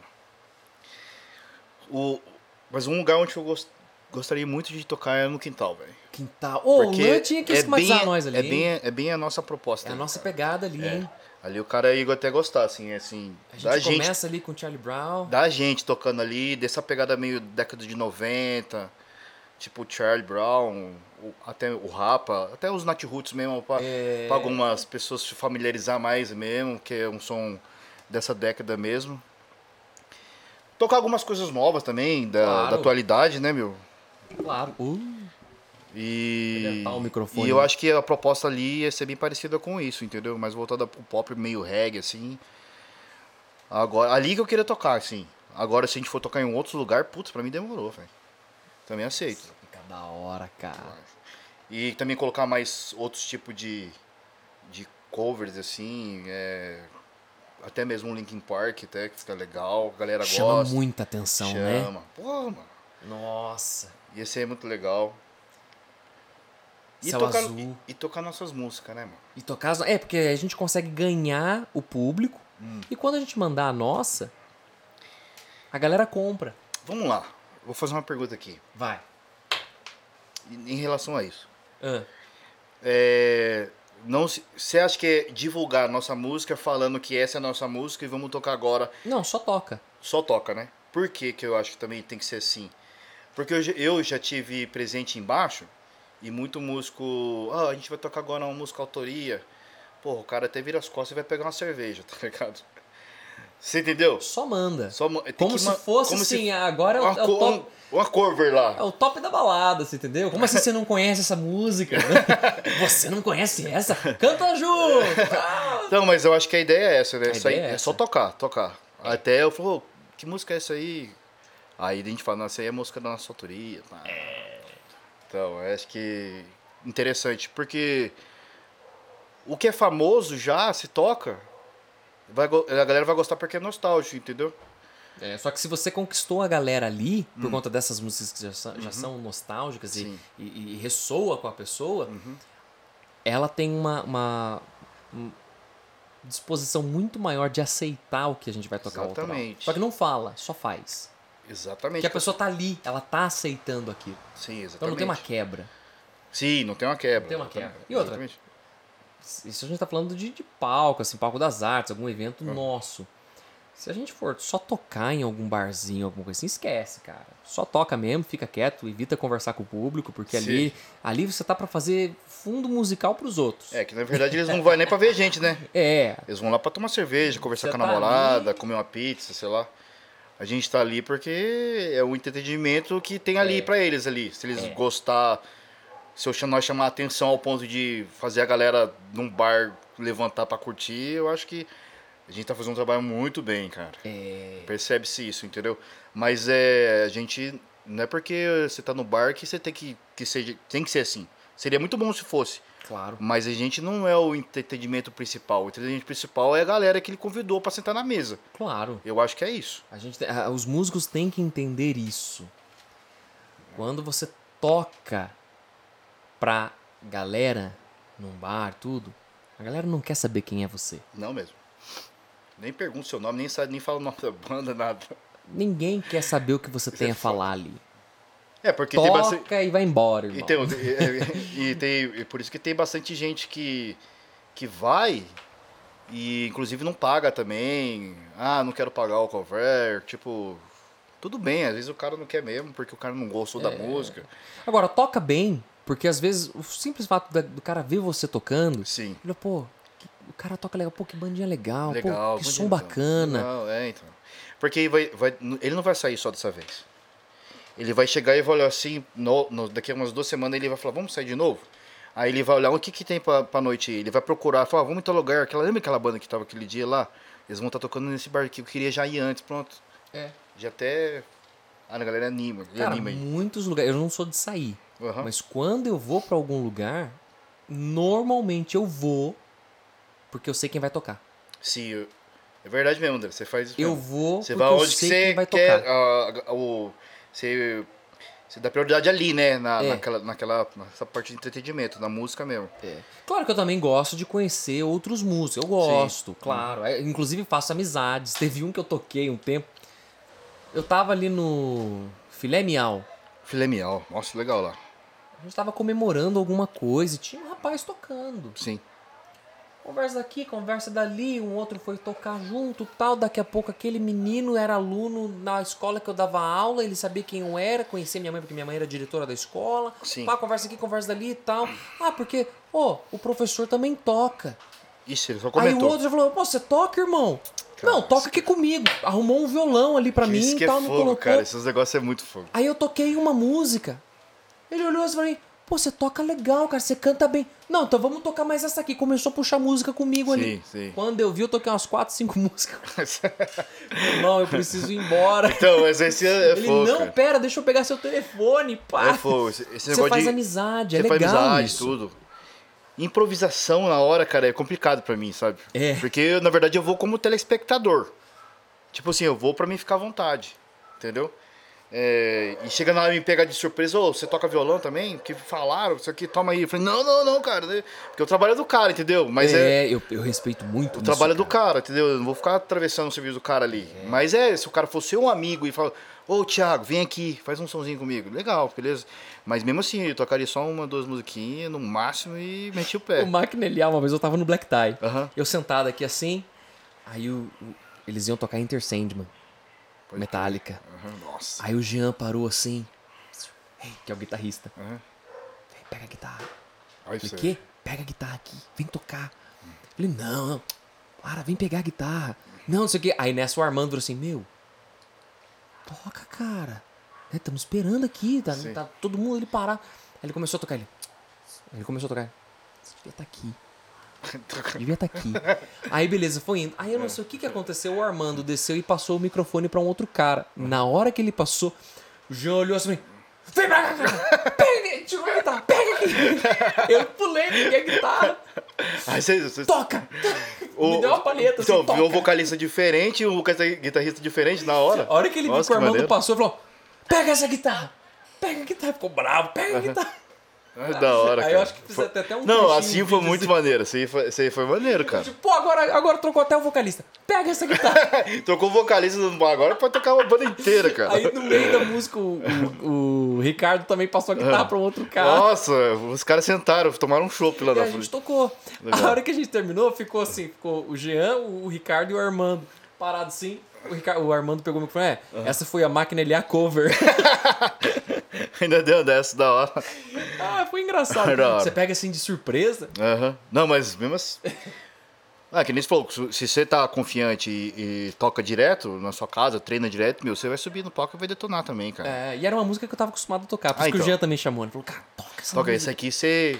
O, mas um lugar onde eu gos- gostaria muito de tocar é no quintal, velho. Quintal. Ô, o Lan tinha que é esquematizar bem, nós ali. É hein? bem, é bem a nossa proposta. É a ali, nossa cara. pegada ali, É. hein? Ali o cara ia até gostar, assim, assim. A gente da gente, começa ali com o Charlie Brown. da gente tocando ali, dessa pegada meio década de noventa, tipo o Charlie Brown, o- até o Rapa, até os Nat Roots mesmo, pra, É. pra algumas pessoas se familiarizar mais mesmo, que é um som dessa década mesmo. Tocar algumas coisas novas também, da, Claro. da atualidade, né, meu? Claro. Uh, E, Arrebentar o microfone, e eu né? acho que a proposta ali ia ser bem parecida com isso, entendeu? Mais voltada pro pop meio reggae, assim. Agora, ali que eu queria tocar, assim. Agora, se a gente for tocar em um outro lugar, putz, pra mim demorou, velho. Também aceito. fica da hora, cara. E também colocar mais outros tipos de, de covers, assim. é, até mesmo um Linkin Park, até, que fica legal. A galera Chama gosta. muita atenção, né? Chama. Pô, mano. Nossa. Ia ser muito legal. E Céu tocar, azul. e, e tocar nossas músicas, né, mano? E tocar as... É, porque a gente consegue ganhar o público. Hum. E quando a gente mandar a nossa, a galera compra. Vamos lá. Vou fazer uma pergunta aqui. Vai. Em em relação a isso. Ah, É, não se- você acha que é divulgar a nossa música falando que essa é a nossa música e vamos tocar agora, não, só toca. só toca, né? Por que que eu acho que também tem que ser assim? Porque eu, já- eu já tive presente embaixo e muito músico, ah, a gente vai tocar agora uma música autoria. Porra, o cara até vira as costas e vai pegar uma cerveja, tá ligado? Você entendeu? Só manda. Só ma- tem Como que se ma- fosse como se assim, agora é o, uma, é o co- top, uma cover lá. é o top da balada, você entendeu? Como assim você não conhece essa música? né? Você não conhece essa? Canta junto! Ah! Não, mas eu acho que a ideia é essa, né? A Isso aí ideia é é só essa. tocar, tocar. Até eu falo, "Ô, que música é essa aí? Aí a gente fala, não, essa aí é música da nossa autoria. Pá. Então, eu acho que interessante, porque o que é famoso já, se toca, vai, go- a galera vai gostar porque é nostálgico, entendeu? É, só que se você conquistou a galera ali, por conta dessas músicas que já, são- já são nostálgicas e, Sim. e, e ressoa com a pessoa, ela tem uma, uma, uma disposição muito maior de aceitar o que a gente vai tocar autoral. Exatamente. Só que não fala, só faz. Exatamente. Porque a pessoa tá ali, ela tá aceitando aquilo. Sim, exatamente. Então não tem uma quebra. Sim, não tem uma quebra. Não tem uma exatamente. quebra. E outra? Exatamente. Isso a gente tá falando de, de palco, assim, palco das artes, algum evento nosso. Se a gente for só tocar em algum barzinho, alguma coisa assim, esquece, cara. Só toca mesmo, fica quieto, evita conversar com o público, porque ali, ali você tá pra fazer fundo musical pros outros. É, que na verdade eles não vão nem pra ver gente, né? É. Eles vão lá pra tomar cerveja, conversar Você com a tá namorada, ali- comer uma pizza, sei lá. A gente tá ali porque é o entretenimento que tem ali É. pra eles ali. Se eles É. gostar, se eu cham- nós chamar a atenção ao ponto de fazer a galera num bar levantar pra curtir, eu acho que a gente tá fazendo um trabalho muito bem, cara. É. Percebe-se isso, entendeu? Mas é, a gente, não é porque você tá no bar que você tem que, que seja, tem que ser assim. Seria muito bom se fosse. Claro. Mas a gente não é o entretenimento principal. O entretenimento principal é a galera que ele convidou pra sentar na mesa. Claro. Eu acho que é isso. A gente, tem- ah, os músicos têm que entender isso. Quando você toca pra galera, num bar, tudo, a galera não quer saber quem é você. Não mesmo. Nem pergunta seu nome, nem sabe, nem fala o nome da banda, nada. Ninguém quer saber o que você tem é a falar ali. É, porque tem bastante. Toca e vai embora, irmão. E, tem, e, e tem, e por isso que tem bastante gente que, que vai e inclusive não paga também. Ah, não quero pagar o cover. Tipo, tudo bem, às vezes o cara não quer mesmo, porque o cara não gostou da música. Agora, toca bem, porque às vezes o simples fato da- do cara ver você tocando, Sim. ele fala, pô, que- o cara toca legal, pô, que bandinha legal, Legal, pô, que muito som legal. bacana. Legal, é, então. Porque vai, vai, ele não vai sair só dessa vez. Ele vai chegar e vai olhar assim, no, no- daqui a umas duas semanas ele vai falar, vamos sair de novo? Aí ele vai olhar, o que que tem pra, pra noite aí? Ele vai procurar, falar, vamos em tal lugar, aquela, lembra aquela banda que tava aquele dia lá? Eles vão estar tocando nesse bar aqui, eu queria já ir antes, pronto. É. Já até... Ah, a galera anima, ele Cara, anima aí. muitos lugares, eu não sou de sair, Aham. mas quando eu vou pra algum lugar, normalmente eu vou porque eu sei quem vai tocar. Sim, eu- é verdade mesmo, André, você faz isso Eu mesmo. vou Você porque vai eu onde que sei você quem vai quer, tocar. ah, ah, o, você, você dá prioridade ali, né, na, É. naquela, naquela, nessa parte de entretenimento, na música mesmo. É. Claro que eu também gosto de conhecer outros músicos. Eu gosto, claro. É, inclusive faço amizades. Teve um que eu toquei um tempo. Eu tava ali no Filé Miau. Filé Miau, nossa, legal lá. A gente tava comemorando alguma coisa e tinha um rapaz tocando. Sim. Conversa daqui, conversa dali, um outro foi tocar junto, tal. Daqui a pouco aquele menino era aluno na escola que eu dava aula, ele sabia quem eu era, conhecia minha mãe porque minha mãe era diretora da escola. Sim. Pá, conversa aqui, conversa dali e tal. Ah, porque, ó, o professor também toca. Isso, ele só Aí comentou. o outro já falou, pô, você toca, irmão? Não, toca aqui comigo. Arrumou um violão ali pra mim Isso e que é tal, me fogo, colocou. cara, esses negócios é muito fogo. Aí eu toquei uma música. Ele olhou assim pra mim, pô, você toca legal, cara, você canta bem. Não, então vamos tocar mais essa aqui. Começou a puxar música comigo ali. Sim, sim. Quando eu vi, eu toquei umas quatro, cinco músicas. Irmão, eu preciso ir embora. Então, mas esse é, é Ele, fogo, não, cara. pera, deixa eu pegar seu telefone, pá. É fogo. Esse, esse Você negócio faz de... amizade, é Você faz legal amizade, isso. tudo. Improvisação na hora, cara, é complicado pra mim, sabe? É. Porque, eu, na verdade, eu vou como telespectador. Tipo assim, eu vou pra mim ficar à vontade, entendeu? É, e chega na hora de me pegar de surpresa, ô, você toca violão também? Que falaram, isso aqui, toma aí. Eu falei, não, não, não, cara, né? Porque o trabalho é do cara, entendeu? Mas é, é, eu, eu respeito muito o isso, trabalho é do cara. cara, entendeu? Eu não vou ficar atravessando o serviço do cara ali. Mas é, se o cara fosse um amigo e fala, ô, Thiago, vem aqui, faz um sonzinho comigo. Legal, beleza? Mas mesmo assim, eu tocaria só uma, duas musiquinhas no máximo e meti o pé. O Máquina Elial, uma vez eu tava no Black Tie. Aham. Eu sentado aqui assim, aí o, o- eles iam tocar Enter Sandman, Pode Metallica. Aham, nossa. Aí o Jean parou assim, que é o guitarrista. Aham. Vem, pega a guitarra. Olha Eu isso falei, aí. quê? Pega a guitarra aqui, vem tocar. Ele, não, não. Para, vem pegar a guitarra. Não, não sei o quê. Aí nessa o Armando falou assim, meu, toca, cara. Né, estamos esperando aqui, tá, Sim. tá todo mundo ali parar. Aí ele começou a tocar, ele... Ele começou a tocar. Você devia estar aqui. Devia estar aqui. Aí beleza, foi indo. Aí eu não sei o que, que aconteceu. O Armando desceu e passou o microfone pra um outro cara. Na hora que ele passou, o Jean olhou assim: vem pra cá, cara. Pega aqui, tira a guitarra, pega aqui. Eu pulei, peguei a guitarra. Aí você, você, Toca! o, Me deu uma palheta, assim, então, toca. viu um vocalista diferente e um guitarrista diferente na hora. A hora que ele viu Nossa, que o Armando maneiro. passou, ele falou: pega essa guitarra! Pega a guitarra! Ficou bravo, pega a guitarra! É da hora, Aí cara. eu acho que precisa Foi- ter até um Não, trechinho, assim um foi vídeo muito assim. maneiro. Isso aí foi, isso aí foi maneiro, cara. Tipo, pô, agora, agora trocou até o vocalista. Pega essa guitarra! Tocou o vocalista no bar agora pode tocar uma banda inteira, cara. Aí no meio da música, o, o, o Ricardo também passou a guitarra pra um outro cara. Nossa, os caras sentaram, tomaram um chopp lá E na a frente. gente tocou. Legal. A hora que a gente terminou, ficou assim, ficou o Jean, o Ricardo e o Armando parado assim. O, Ricardo, o Armando pegou o microfone, é, essa foi a máquina L A cover. Ainda deu dessa, da hora. Ah, foi engraçado. Da hora. Você pega assim de surpresa. Aham. Não, mas mesmo assim... Ah, que nem você falou, se você tá confiante e, e toca direto na sua casa, treina direto, meu, você vai subir no palco e vai detonar também, cara. É, e era uma música que eu tava acostumado a tocar. Por Ah, isso que o então. Jean também chamou. Ele falou, cara, toca essa Toca, música. esse aqui você...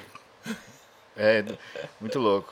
É, muito louco.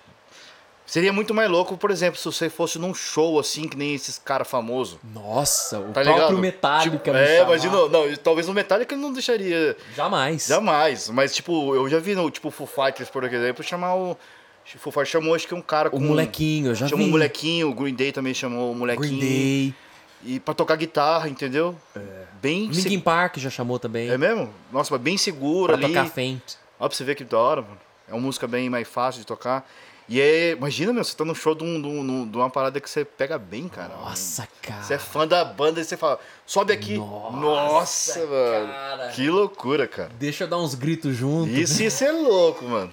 Seria muito mais louco, por exemplo, se você fosse num show assim, que nem esses caras famosos. Nossa, o Tá próprio ligado? Metallica Tipo, me é, chamar. imagina, não, talvez no Metallica ele não deixaria Jamais. jamais, mas tipo, eu já vi no tipo Foo Fighters, por exemplo, chamar o o Foo Fighters chamou acho que um cara com O molequinho, eu já chamou vi. um molequinho, o Green Day também chamou o molequinho. Green Day. E pra tocar guitarra, entendeu? Bem Linkin se- Park já chamou também. É mesmo? Nossa, mas bem seguro pra ali. tocar Faint. Ó, pra você ver que da hora, mano. É uma música bem mais fácil de tocar. E é, imagina, meu, você tá no show de, um, de, um- de uma parada que você pega bem, cara. Nossa, cara. Você é fã da banda e você fala, sobe aqui. Nossa, Nossa, mano. cara. Que loucura, cara. Deixa eu dar uns gritos junto. Isso, isso é louco, mano.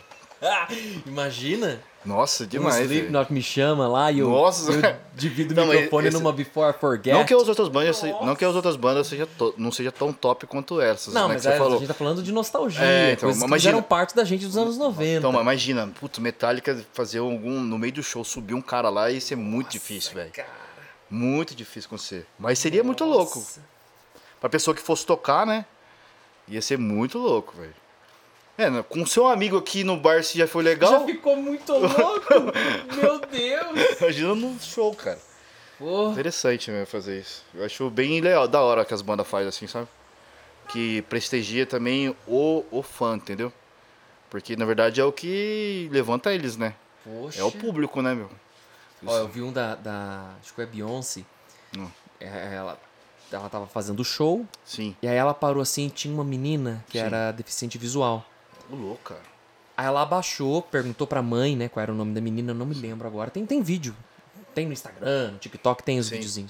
Imagina. Nossa, Um demais, velho. Slipknot me chama lá e eu, Nossa. eu divido o Não, mas microfone esse- numa Before I Forget. Não que as outras bandas, se- não que as outras bandas seja to- não seja tão top quanto essas, Não, né, mas que você é, falou. a gente tá falando de nostalgia. É, então, coisas que imagina- fizeram parte da gente dos anos noventa. Então, mas imagina, putz, Metallica fazer algum no meio do show subir um cara lá e isso é muito difícil, velho. Muito difícil acontecer. Mas seria muito louco. Pra pessoa que fosse tocar, né? Ia ser muito louco, velho. É, né, com seu amigo aqui no bar se já foi Já legal, ficou muito louco. Meu Deus. imagina num show, cara. Porra. Interessante mesmo fazer isso. Eu acho bem legal, da hora que as bandas fazem assim, sabe? Que prestigia também o, o fã, entendeu? Porque na verdade é o que levanta eles, né? Poxa. É o público, né, meu? Ó, eu vi um da, da acho que é Beyoncé. Hum. É, Ela, ela tava fazendo show Sim. e aí ela parou assim e tinha uma menina que Sim. era deficiente visual. O louco, cara. Aí ela abaixou, perguntou pra mãe, né, qual era o nome da menina, eu não me lembro agora. Tem, tem vídeo. Tem no Instagram, no TikTok, tem os Sim. videozinhos.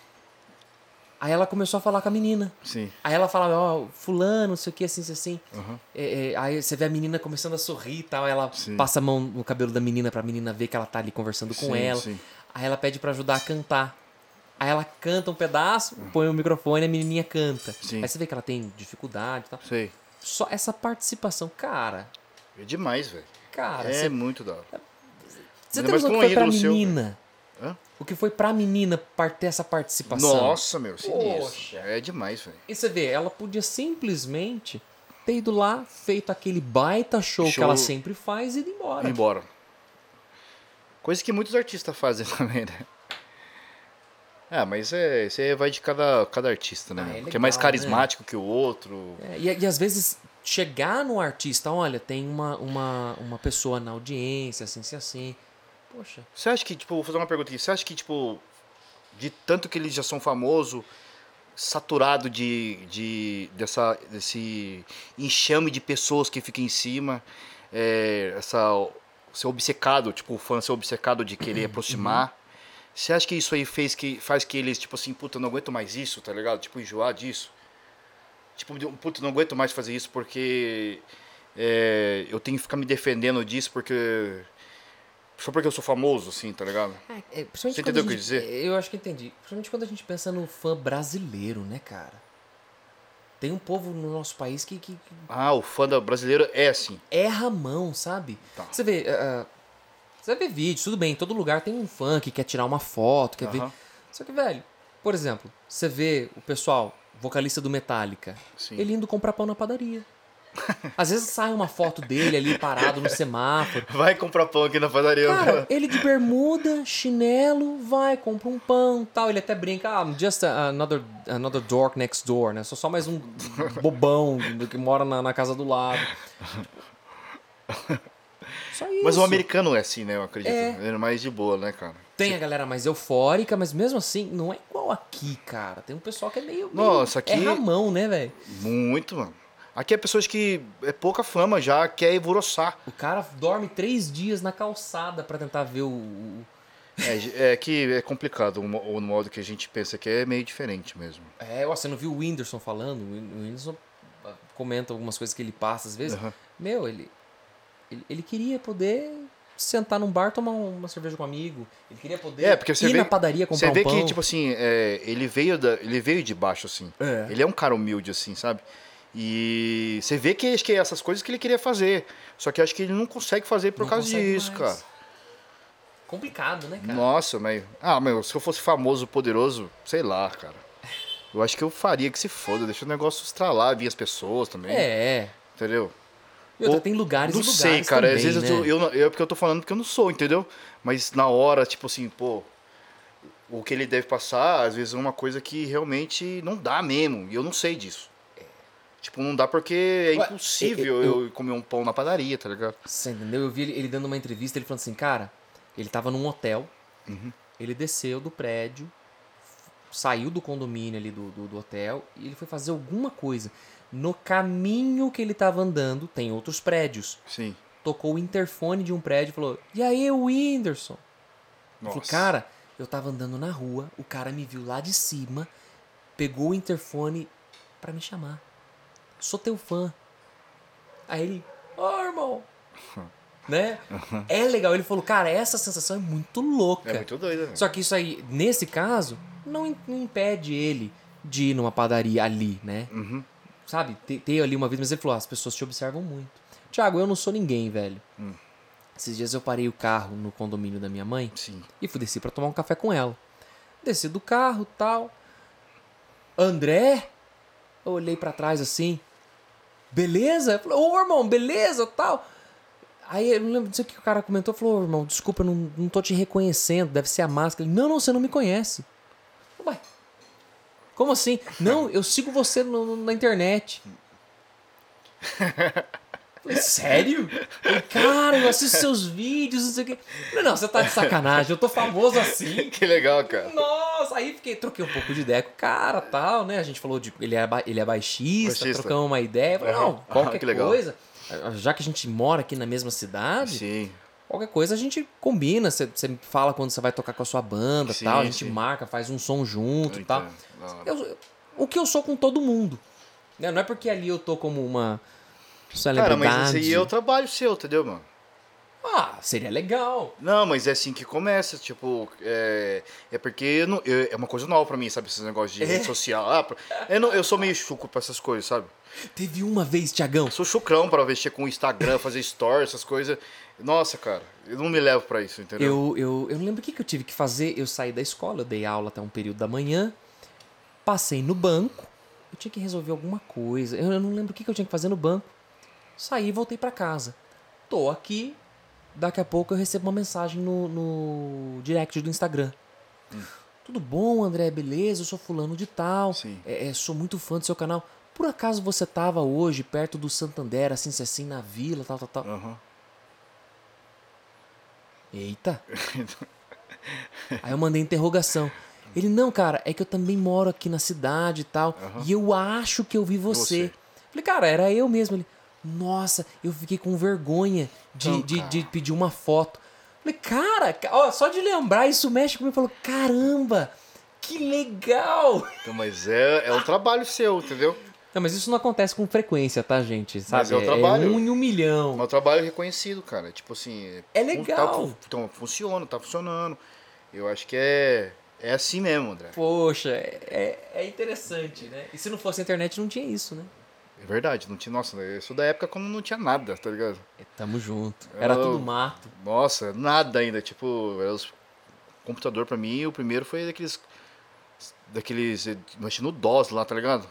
Aí ela começou a falar com a menina. Sim. Aí ela falava, ó, fulano, não sei o que, assim, assim, assim. Uhum. É, é, aí você vê a menina começando a sorrir e tal. Aí ela Sim. passa a mão no cabelo da menina pra menina ver que ela tá ali conversando com Sim, ela. sim. Aí ela pede pra ajudar a cantar. Aí ela canta um pedaço, põe o microfone e a menininha canta. Sim. Aí você vê que ela tem dificuldade e tal. Sei. Só essa participação, cara, É demais, velho. cara, É você, muito da hora. você ainda tem mais noção com que um foi pra ídolo seu, menina? Hã? O que foi pra menina par- ter essa participação? Nossa, meu, sinistro. Poxa. É demais, velho. E você vê, ela podia simplesmente ter ido lá, feito aquele baita show, que Show. ela sempre faz e ido embora. Ir embora. Coisa que muitos artistas fazem também, né? Ah, mas é, isso aí vai de cada, cada artista, né? Ah, meu? é que é legal, mais né? carismático que o outro. É, e, e às vezes chegar no artista, olha, tem uma, uma, uma pessoa na audiência, assim, assim, assim. Poxa, Você acha que, tipo, vou fazer uma pergunta aqui. Você acha que, tipo, de tanto que eles já são famosos, saturado de, de dessa, desse enxame de pessoas que fica em cima, é, essa, ser obcecado, tipo, o fã ser obcecado de querer aproximar. Você acha que isso aí fez que, faz que eles, tipo assim, puta, eu não aguento mais isso, tá ligado? Tipo, enjoar disso. Tipo, puta, eu não aguento mais fazer isso porque é, eu tenho que ficar me defendendo disso porque... Só porque eu sou famoso, assim, tá ligado? é, é, principalmente Você quando entendeu a o que eu gente- quis dizer? Eu acho que entendi. Principalmente quando a gente pensa no fã brasileiro, né, cara? Tem um povo no nosso país que, que, que Ah, o fã da brasileiro é assim. erra a mão, sabe? Tá. Você vê, ah, ah, você vê vídeos, tudo bem, em todo lugar tem um fã que quer tirar uma foto, quer ver. Aham. Só que, velho, por exemplo, você vê o pessoal, vocalista do Metallica, Sim. ele indo comprar pão na padaria. Às vezes sai uma foto dele ali parado no semáforo. Vai comprar pão aqui na padaria. Cara, ele de bermuda, chinelo, vai, compra um pão tal. Ele até brinca, ah, I'm just a- another, another dork next door, né? Sou só mais um bobão do que mora na, na casa do lado. Só isso. Mas o americano é assim, né? Eu acredito. É. Ele é mais de boa, né, cara? Tem a galera mais eufórica, mas mesmo assim, não é igual aqui, cara. Tem um pessoal que é meio. meio Nossa, aqui- É ramão, né, velho? Muito, mano. Aqui é pessoas que é pouca fama já, quer evoroçar. O cara dorme três dias na calçada pra tentar ver o. o- É, é que é complicado. O, mo- o modo que a gente pensa que é meio diferente mesmo. É, ó, você não viu o Whindersson falando? O Whin- o Whindersson ah, comenta algumas coisas que ele passa às vezes. Aham. Meu, ele, ele. ele queria poder sentar num bar, tomar uma cerveja com um amigo. Ele queria poder É, porque você ir vê, na padaria comprar você vê um pão. que, tipo assim, é, ele, veio da, ele veio de baixo, assim. É. Ele é um cara humilde, assim, sabe? E você vê que acho que é essas coisas que ele queria fazer. Só que acho que ele não consegue fazer por Não causa consegue disso, mais. cara. Complicado, né, cara? Nossa, mas. Ah, meu, se eu fosse famoso, poderoso, sei lá, cara. Eu acho que eu faria que se foda, deixa o negócio estralar, vir as pessoas também. É. Entendeu? E outra, Ou- tem lugares Não e lugares sei, cara. também, Às vezes né? eu, eu, não- eu- é porque eu tô falando porque eu não sou, entendeu? Mas na hora, tipo assim, pô. O que ele deve passar, às vezes é uma coisa que realmente não dá mesmo. E eu não sei disso. Tipo, não dá porque é Ué, impossível eu- eu, comer um pão na padaria, tá ligado? Você entendeu? Eu vi ele, ele dando uma entrevista, ele falando assim, cara, ele tava num hotel, Uhum. ele desceu do prédio, saiu do condomínio ali do, do, do hotel e ele foi fazer alguma coisa. No caminho que ele tava andando, tem outros prédios. Sim. Tocou o interfone de um prédio e falou, e aí, o Whindersson? Eu Nossa. falei, cara, eu tava andando na rua, o cara me viu lá de cima, pegou o interfone pra me chamar. Sou teu fã. Aí ele, ô irmão, né? É legal. Ele falou, cara, essa sensação é muito louca. É muito doido, né? Só que isso aí, nesse caso, não, im- não impede ele de ir numa padaria ali, né? Uhum. Sabe? Ter, ter ali uma vez, mas ele falou, ah, as pessoas te observam muito. Tiago, eu não sou ninguém, velho. Hum. Esses dias eu parei o carro no condomínio da minha mãe Sim. e fui descer pra tomar um café com ela. Desci do carro, tal. André? Eu olhei pra trás assim. Beleza? Eu falei, ô irmão, beleza, tal. Aí eu não lembro, não sei o que o cara comentou. Falou, ô irmão, desculpa, eu não, não tô te reconhecendo, deve ser a máscara. Ele, não, não, você não me conhece. Ué, como assim? Não, eu sigo você no- no- na internet. Falei, sério? Falei, cara, eu assisto seus vídeos, não sei o quê. Falei, não, você tá de sacanagem, eu tô famoso assim. Que legal, cara. Nossa, aí fiquei, troquei um pouco de ideia com o cara tal, né? A gente falou de. Ele é, ba- ele é baixista, Baixista. trocamos uma ideia. Falei, Aham. não, qualquer Ah, que legal. coisa. Já que a gente mora aqui na mesma cidade, Sim. qualquer coisa a gente combina. Você você me fala quando você vai tocar com a sua banda Sim, tal. A gente sim. marca, faz um som junto e Eu tal. entendo. Da hora. Eu- o que eu sou com todo mundo. Né? Não é porque ali eu tô como uma Cara, celebridade. mas esse aí é o trabalho seu, entendeu, mano? Ah, seria legal. Não, mas é assim que começa, tipo, é, é porque eu não- eu- é uma coisa nova pra mim, sabe, esses negócios de rede social. Ah, pra- eu, não- eu sou meio chuco pra essas coisas, sabe? Teve uma vez, Tiagão. Eu sou chucrão pra mexer com o Instagram, fazer stories, essas coisas. Nossa, cara, eu não me levo pra isso, entendeu? Eu, eu, eu não lembro o que, que eu tive que fazer. Eu saí da escola, eu dei aula até um período da manhã. Passei no banco. Eu tinha que resolver alguma coisa. Eu, eu não lembro o que, que eu tinha que fazer no banco. Saí e voltei pra casa. Tô aqui. Daqui a pouco eu recebo uma mensagem no, no direct do Instagram. Tudo bom, André? Beleza? Eu sou fulano de tal. Sim. É, é, sou muito fã do seu canal. Por acaso você tava hoje perto do Santander, assim, se assim, na vila, tal, tal, tal. Aham. Eita. Aí eu mandei interrogação. Ele, não, cara, é que eu também moro aqui na cidade e tal. Aham. E eu acho que eu vi você. Você. Falei, cara, era eu mesmo. Ele, nossa, eu fiquei com vergonha de, Então, de, cara. de pedir uma foto. Falei, cara, ca- ó, só de lembrar isso mexe comigo. Falou, caramba, que legal. Então, mas é, é um trabalho seu, entendeu? Não, mas isso não acontece com frequência, tá, gente? Sabe? é o trabalho. um em um milhão. É um trabalho reconhecido, cara. Tipo assim. É fun- legal. Tá, então, funciona, tá funcionando. Eu acho que é, é assim mesmo, André. Poxa, é, é interessante, né? E se não fosse a internet, não tinha isso, né? É verdade, não tinha. Nossa, eu sou da época quando não tinha nada, tá ligado? É, tamo junto. Era Eu- tudo mato. Nossa, nada ainda. Tipo, era os computador pra mim, o primeiro foi daqueles daqueles, mexendo no DOS lá, tá ligado?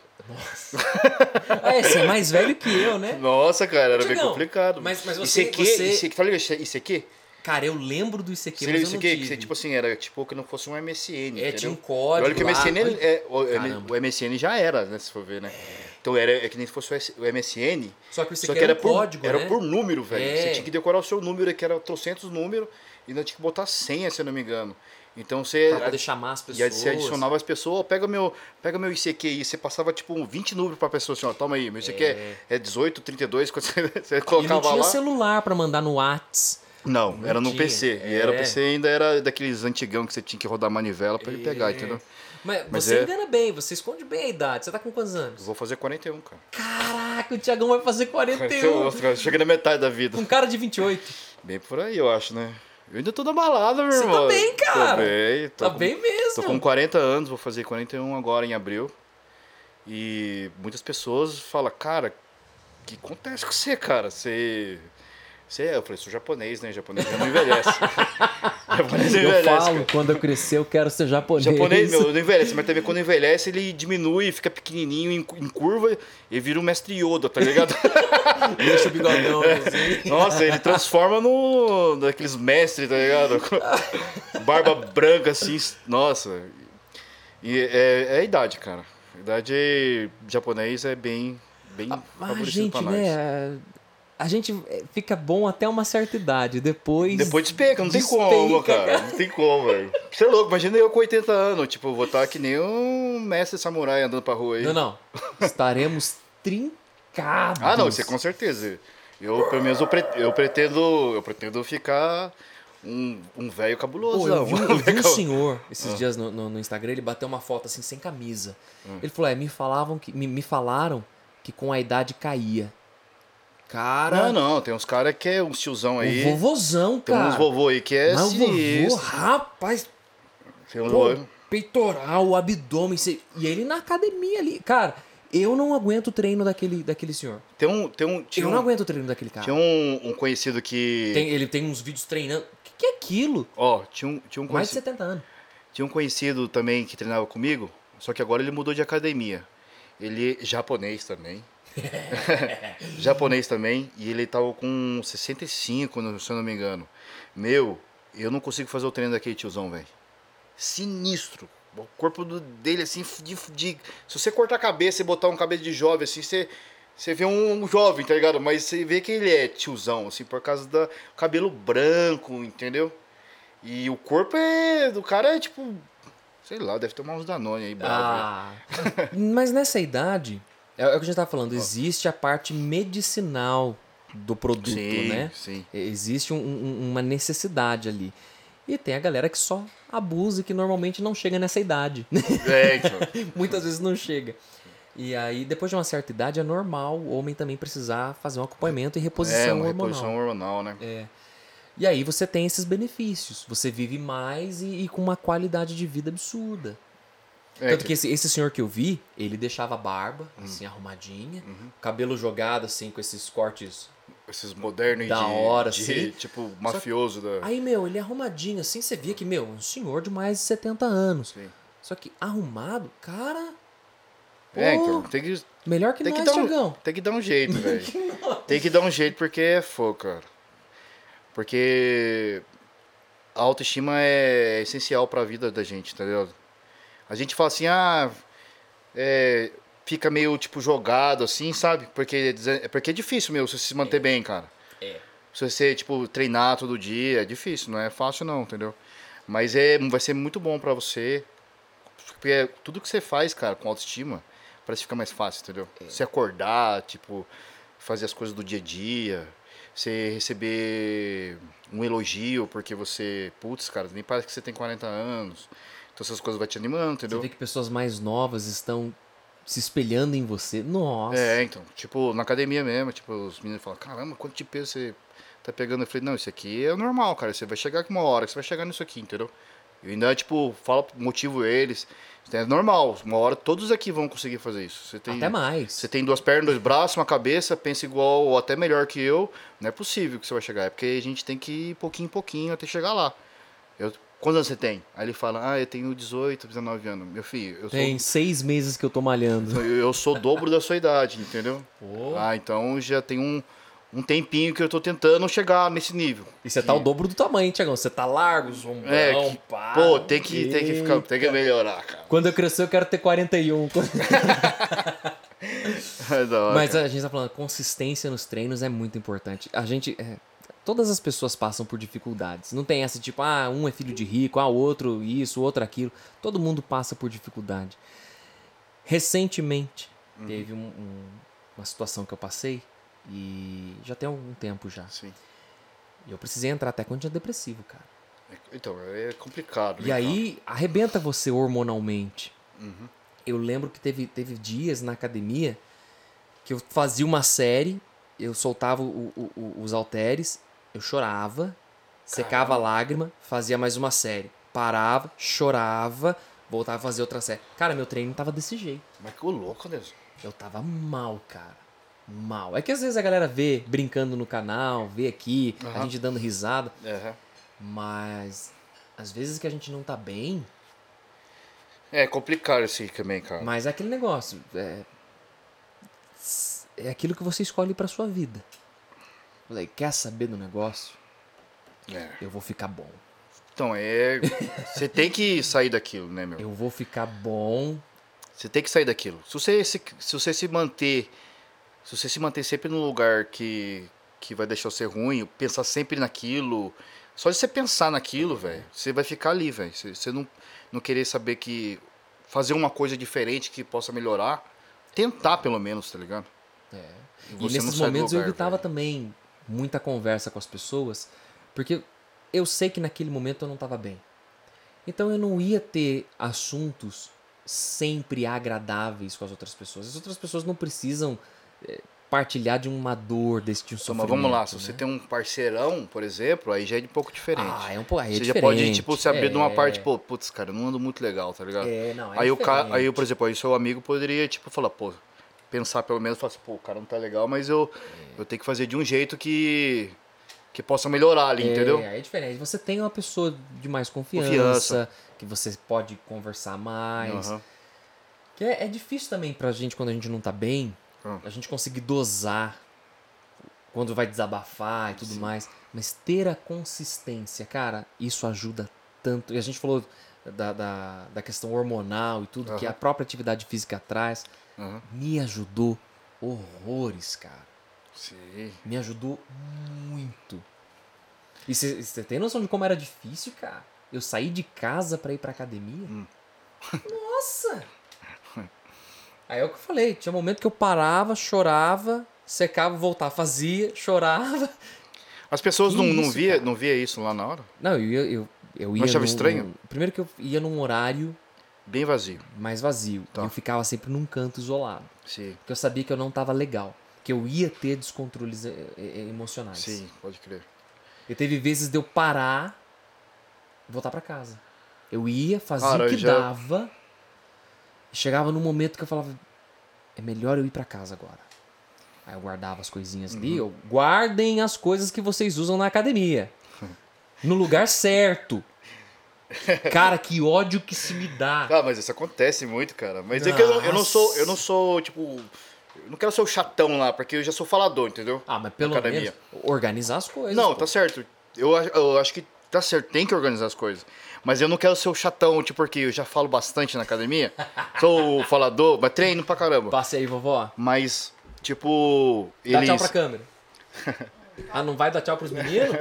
Ah, esse é mais velho que eu, né? Nossa, cara, era bem Digão, complicado. mas- mas você- I C Q, você- I C Q, tá ligado? I C Q? Cara, eu lembro do I C Q, Você mas lembra eu isso não aqui? Que tive. você, tipo assim, era tipo que não fosse um M S N. É, entendeu? tinha um código Olha que o lá. M S N, ele é, o, M- Caramba. o M S N já era, né? Se for ver, né? Então era, é que nem se fosse o S- o M S N. Só que o I C Q Só que era era um por, código, era né? por número, velho. É. Você tinha que decorar o seu número, que era trocentos números, e ainda tinha que botar senha, se eu não me engano. Então você. Pra poder chamar as pessoas. E aí você adicionava as pessoas, ó, pega meu, pega meu I C Q aí, você passava tipo um vinte números pra pessoa assim, ó, toma aí, meu I C Q é, é dezoito, trinta e dois, quando você, você E não colocava tinha lá. celular pra mandar no Whats. Não, Não era no tinha. P C. E É. era o P C ainda era daqueles antigão que você tinha que rodar manivela pra ele pegar, É. entendeu? Mas, Mas você é- engana bem, você esconde bem a idade. Você tá com quantos Eu anos? vou fazer quarenta e um, cara. Caraca, o Thiagão vai fazer quarenta e um. Eu cheguei na metade da vida. Com cara de vinte e oito. Bem por aí, eu acho, né? Eu ainda tô na balada, meu Você irmão. tá bem, cara. Tô bem. Tô Tá com, bem mesmo. Tô com quarenta anos, vou fazer quarenta e um agora em abril. E muitas pessoas falam, cara, o que acontece com você, cara? Você... Você é, eu falei, sou japonês, né? Japonês já não envelhece. japonês não Eu envelhece, falo, cara. quando eu crescer, eu quero ser japonês. Japonês, meu, não envelhece, mas também quando envelhece, ele diminui, fica pequenininho em, em curva e vira um mestre Yoda, tá ligado? Deixa o bigodão assim. Nossa, ele transforma no daqueles mestres, tá ligado? Barba branca assim, nossa. E é, é a idade, cara. A idade japonês é bem, bem Mas a favorecido gente, pra nós. né? A gente fica bom até uma certa idade. Depois. Depois despenca, não tem despenca, como, cara. Não tem como, velho. Você é louco, imagina eu com oitenta anos. Tipo, eu vou estar que nem um mestre samurai andando pra rua aí. Não, não. Estaremos trincados. Ah, não, isso é com certeza. Eu, pelo menos, eu, pre- eu pretendo. Eu pretendo ficar um um velho cabuloso. Pô, eu vi, não. eu vi um Legal. senhor Ah. esses dias no, no, no Instagram, ele bateu uma foto assim, sem camisa. Hum. Ele falou: é, me falavam que. Me, me falaram que com a idade caía. Cara. Não, não, tem uns caras que é uns tiozão aí. O vovozão, Tem cara. uns vovô aí que é Mas o vovô, sinistro. rapaz, Tem uns pô, vovô- peitoral, o abdômen. cê- E ele na academia ali. Cara, eu não aguento o treino daquele, daquele senhor. Tem um. Tem um tinha Eu um, não aguento o treino daquele cara. tinha um, um conhecido que. Tem- ele tem uns vídeos treinando. O que, que é aquilo? Ó, tinha um, tinha um Mais de conhecido. setenta anos. Tinha um conhecido também que treinava comigo, só que agora ele mudou de academia. Ele é japonês também. japonês também, e ele tava com sessenta e cinco, se eu não me engano. Meu, eu não consigo fazer o treino daquele tiozão, velho. Sinistro. O corpo do- dele, assim, de, de- se você cortar a cabeça e botar um cabelo de jovem, assim, você, você vê um jovem, tá ligado? Mas você vê que ele é tiozão, assim, por causa do cabelo branco, entendeu? E o corpo é do cara é tipo, sei lá, deve tomar uns Danone aí, bravo. né? Ah, mas nessa idade, é, é o que a gente tava falando, existe a parte medicinal do produto, Sim, né? sim. Existe um- um- uma necessidade ali. E tem a galera que só abusa e que normalmente não chega nessa idade. É, então. Muitas vezes não chega. E aí, depois de uma certa idade, é normal o homem também precisar fazer um acompanhamento e reposição É, uma hormonal. reposição hormonal, né? É. E aí você tem esses benefícios. Você vive mais e, e com uma qualidade de vida absurda. É, Tanto que esse, esse senhor que eu vi, ele deixava a barba, Hum. assim, arrumadinha, Uhum. cabelo jogado, assim, com esses cortes. Esses modernos Da de, hora, de, sim. tipo, mafioso da... Aí, meu, ele arrumadinho, assim, você via que, meu, um senhor de mais de setenta anos. Sim. Só que arrumado, cara, É, pô, então, tem que, melhor que tem que, nós, dar um, Thiagão. tem que dar um jeito, velho. Tem que dar um jeito porque é fogo, cara. Porque a autoestima é essencial pra vida da gente, tá ligado? A gente fala assim, ah, é, fica meio, tipo, jogado, assim, sabe? Porque, porque é difícil, meu, você se manter bem, cara. É. Se você, tipo, treinar todo dia, é difícil, não é fácil não, entendeu? Mas é, vai ser muito bom pra você. Porque tudo que você faz, cara, com autoestima, parece ficar mais fácil, entendeu? Você acordar, tipo, fazer as coisas do dia a dia, você receber um elogio porque você, putz, cara, nem parece que você tem quarenta anos. Então essas coisas vão te animando, Você entendeu? vê que pessoas mais novas estão se espelhando em você. Nossa. É, então, tipo, na academia mesmo, tipo, os meninos falam, caramba, quanto de peso você tá pegando? Eu falei, não, isso aqui é o normal, cara, você vai chegar aqui uma hora, que você vai chegar nisso aqui, entendeu? Eu ainda, tipo, falo, motivo eles, é normal, uma hora todos aqui vão conseguir fazer isso. Você tem, Até mais. Você tem duas pernas, dois braços, uma cabeça, pensa igual ou até melhor que eu, não é possível que você vai chegar, é porque a gente tem que ir pouquinho em pouquinho até chegar lá. Eu, quantos anos você tem? Aí ele fala, ah, eu tenho dezoito, dezenove anos. Meu filho, eu Tem sou, seis meses que eu tô malhando. eu eu sou o dobro da sua idade, entendeu? Pô. Ah, então já tem um, um tempinho que eu tô tentando chegar nesse nível. E você tá o dobro do tamanho, hein, Tiagão? Você tá largo, zombrão, É, que, pá. pô, tem que, tem que ficar, tem que Eita. melhorar, cara. Quando eu crescer, eu quero ter quarenta e um. É da hora, Mas cara. a gente tá falando, consistência nos treinos é muito importante. A gente. é, todas as pessoas passam por dificuldades. Não tem essa tipo, ah, um é filho de rico, ah, o outro isso, o outro aquilo. Todo mundo passa por dificuldade. Recentemente, teve um- um- uma situação que eu passei e já tem algum tempo já. Sim. E eu precisei entrar até com antidepressivo, cara. Então, é complicado. E né, aí arrebenta você hormonalmente. Uhum. Eu lembro que teve, teve dias na academia que eu fazia uma série, eu soltava o- o- o- os halteres, eu chorava, secava a lágrima, fazia mais uma série. Parava, chorava, voltava a fazer outra série. Cara, meu treino tava desse jeito. cara? Mas que louco, Deus. Eu tava mal, cara. Mal. É que às vezes a galera vê brincando no canal, vê aqui, a Aham. gente dando risada. É. Mas às vezes que a gente não tá bem, É complicado esse também, cara. mas é aquele negócio. É, é aquilo que você escolhe pra sua vida. Falei, quer saber do negócio? É. Eu vou ficar bom. Então, é. Você tem que sair daquilo, né, meu? Eu vou ficar bom. Você tem que sair daquilo. Se você se, se você se manter. Se você se manter sempre num lugar que, que vai deixar você ruim, pensar sempre naquilo. Só de você pensar naquilo, velho, você vai ficar ali, velho. Você, você não, não querer saber que. Fazer uma coisa diferente que possa melhorar. Tentar, pelo menos, tá ligado? É. E E você nesses não sai do momentos eu lugar, evitava velho. também muita conversa com as pessoas, porque eu sei que naquele momento eu não estava bem. Então eu não ia ter assuntos sempre agradáveis com as outras pessoas. As outras pessoas não precisam eh, partilhar de uma dor, desse de um Então, sofrimento. mas vamos lá, se né? você tem um parceirão, por exemplo, aí já é um pouco diferente. Ah, é um pouco. Aí é Você já diferente. pode, tipo, se abrir de uma É. parte, pô, putz, cara, eu não ando muito legal, tá ligado? É, não, é aí o cara, diferente. aí, por exemplo, aí seu amigo poderia, tipo, falar, pô, pensar pelo menos, falar assim, pô, o cara não tá legal, mas eu, eu tenho que fazer de um jeito que, que possa melhorar ali, entendeu? É, aí é diferente. Você tem uma pessoa de mais confiança, Confiança. que você pode conversar mais. Aham. Que é, é difícil também pra gente, quando a gente não tá bem, Ah. a gente conseguir dosar quando vai desabafar e tudo mais. Mas ter a consistência, cara, isso ajuda tanto. E a gente falou da, da, da questão hormonal e tudo, que Aham. a própria atividade física traz. Aham. Me ajudou horrores, cara. Sim. Me ajudou muito. E você tem noção de como era difícil, cara? Eu saí de casa pra ir pra academia? Hum. Nossa! Aí é o que eu falei, tinha momento que eu parava, chorava, secava, voltava, fazia, chorava. As pessoas Que não, não, isso, via, cara? não via isso lá na hora? Não, eu ia, eu, eu ia achava num- estranho? num- primeiro que eu ia num horário Bem vazio. mais vazio. Tá. E eu ficava sempre num canto isolado. Sim. Porque eu sabia que eu não tava legal. Que eu ia ter descontroles eh, eh, emocionais. Sim, pode crer. E teve vezes de eu parar e voltar pra casa. Eu ia, fazia Cara, o que eu já- dava. E chegava num momento que eu falava, é melhor eu ir pra casa agora. Aí eu guardava as coisinhas ali. Uhum. Eu, guardem as coisas que vocês usam na academia. No lugar certo. Cara, que ódio que se me dá. Ah, mas isso acontece muito, cara. Mas é que eu não, eu não sou, eu não sou, tipo... Eu não quero ser o chatão lá, porque eu já sou falador, entendeu? Ah, mas pelo Academia. menos organizar as coisas. Não, pô. tá certo. Eu, ach- eu acho que tá certo, tem que organizar as coisas. Mas eu não quero ser o chatão, tipo, porque eu já falo bastante na academia. Sou o falador, mas treino pra caramba. Passe aí, vovó. Mas, tipo, Dá eles... tchau pra câmera. Ah, não vai dar tchau pros meninos?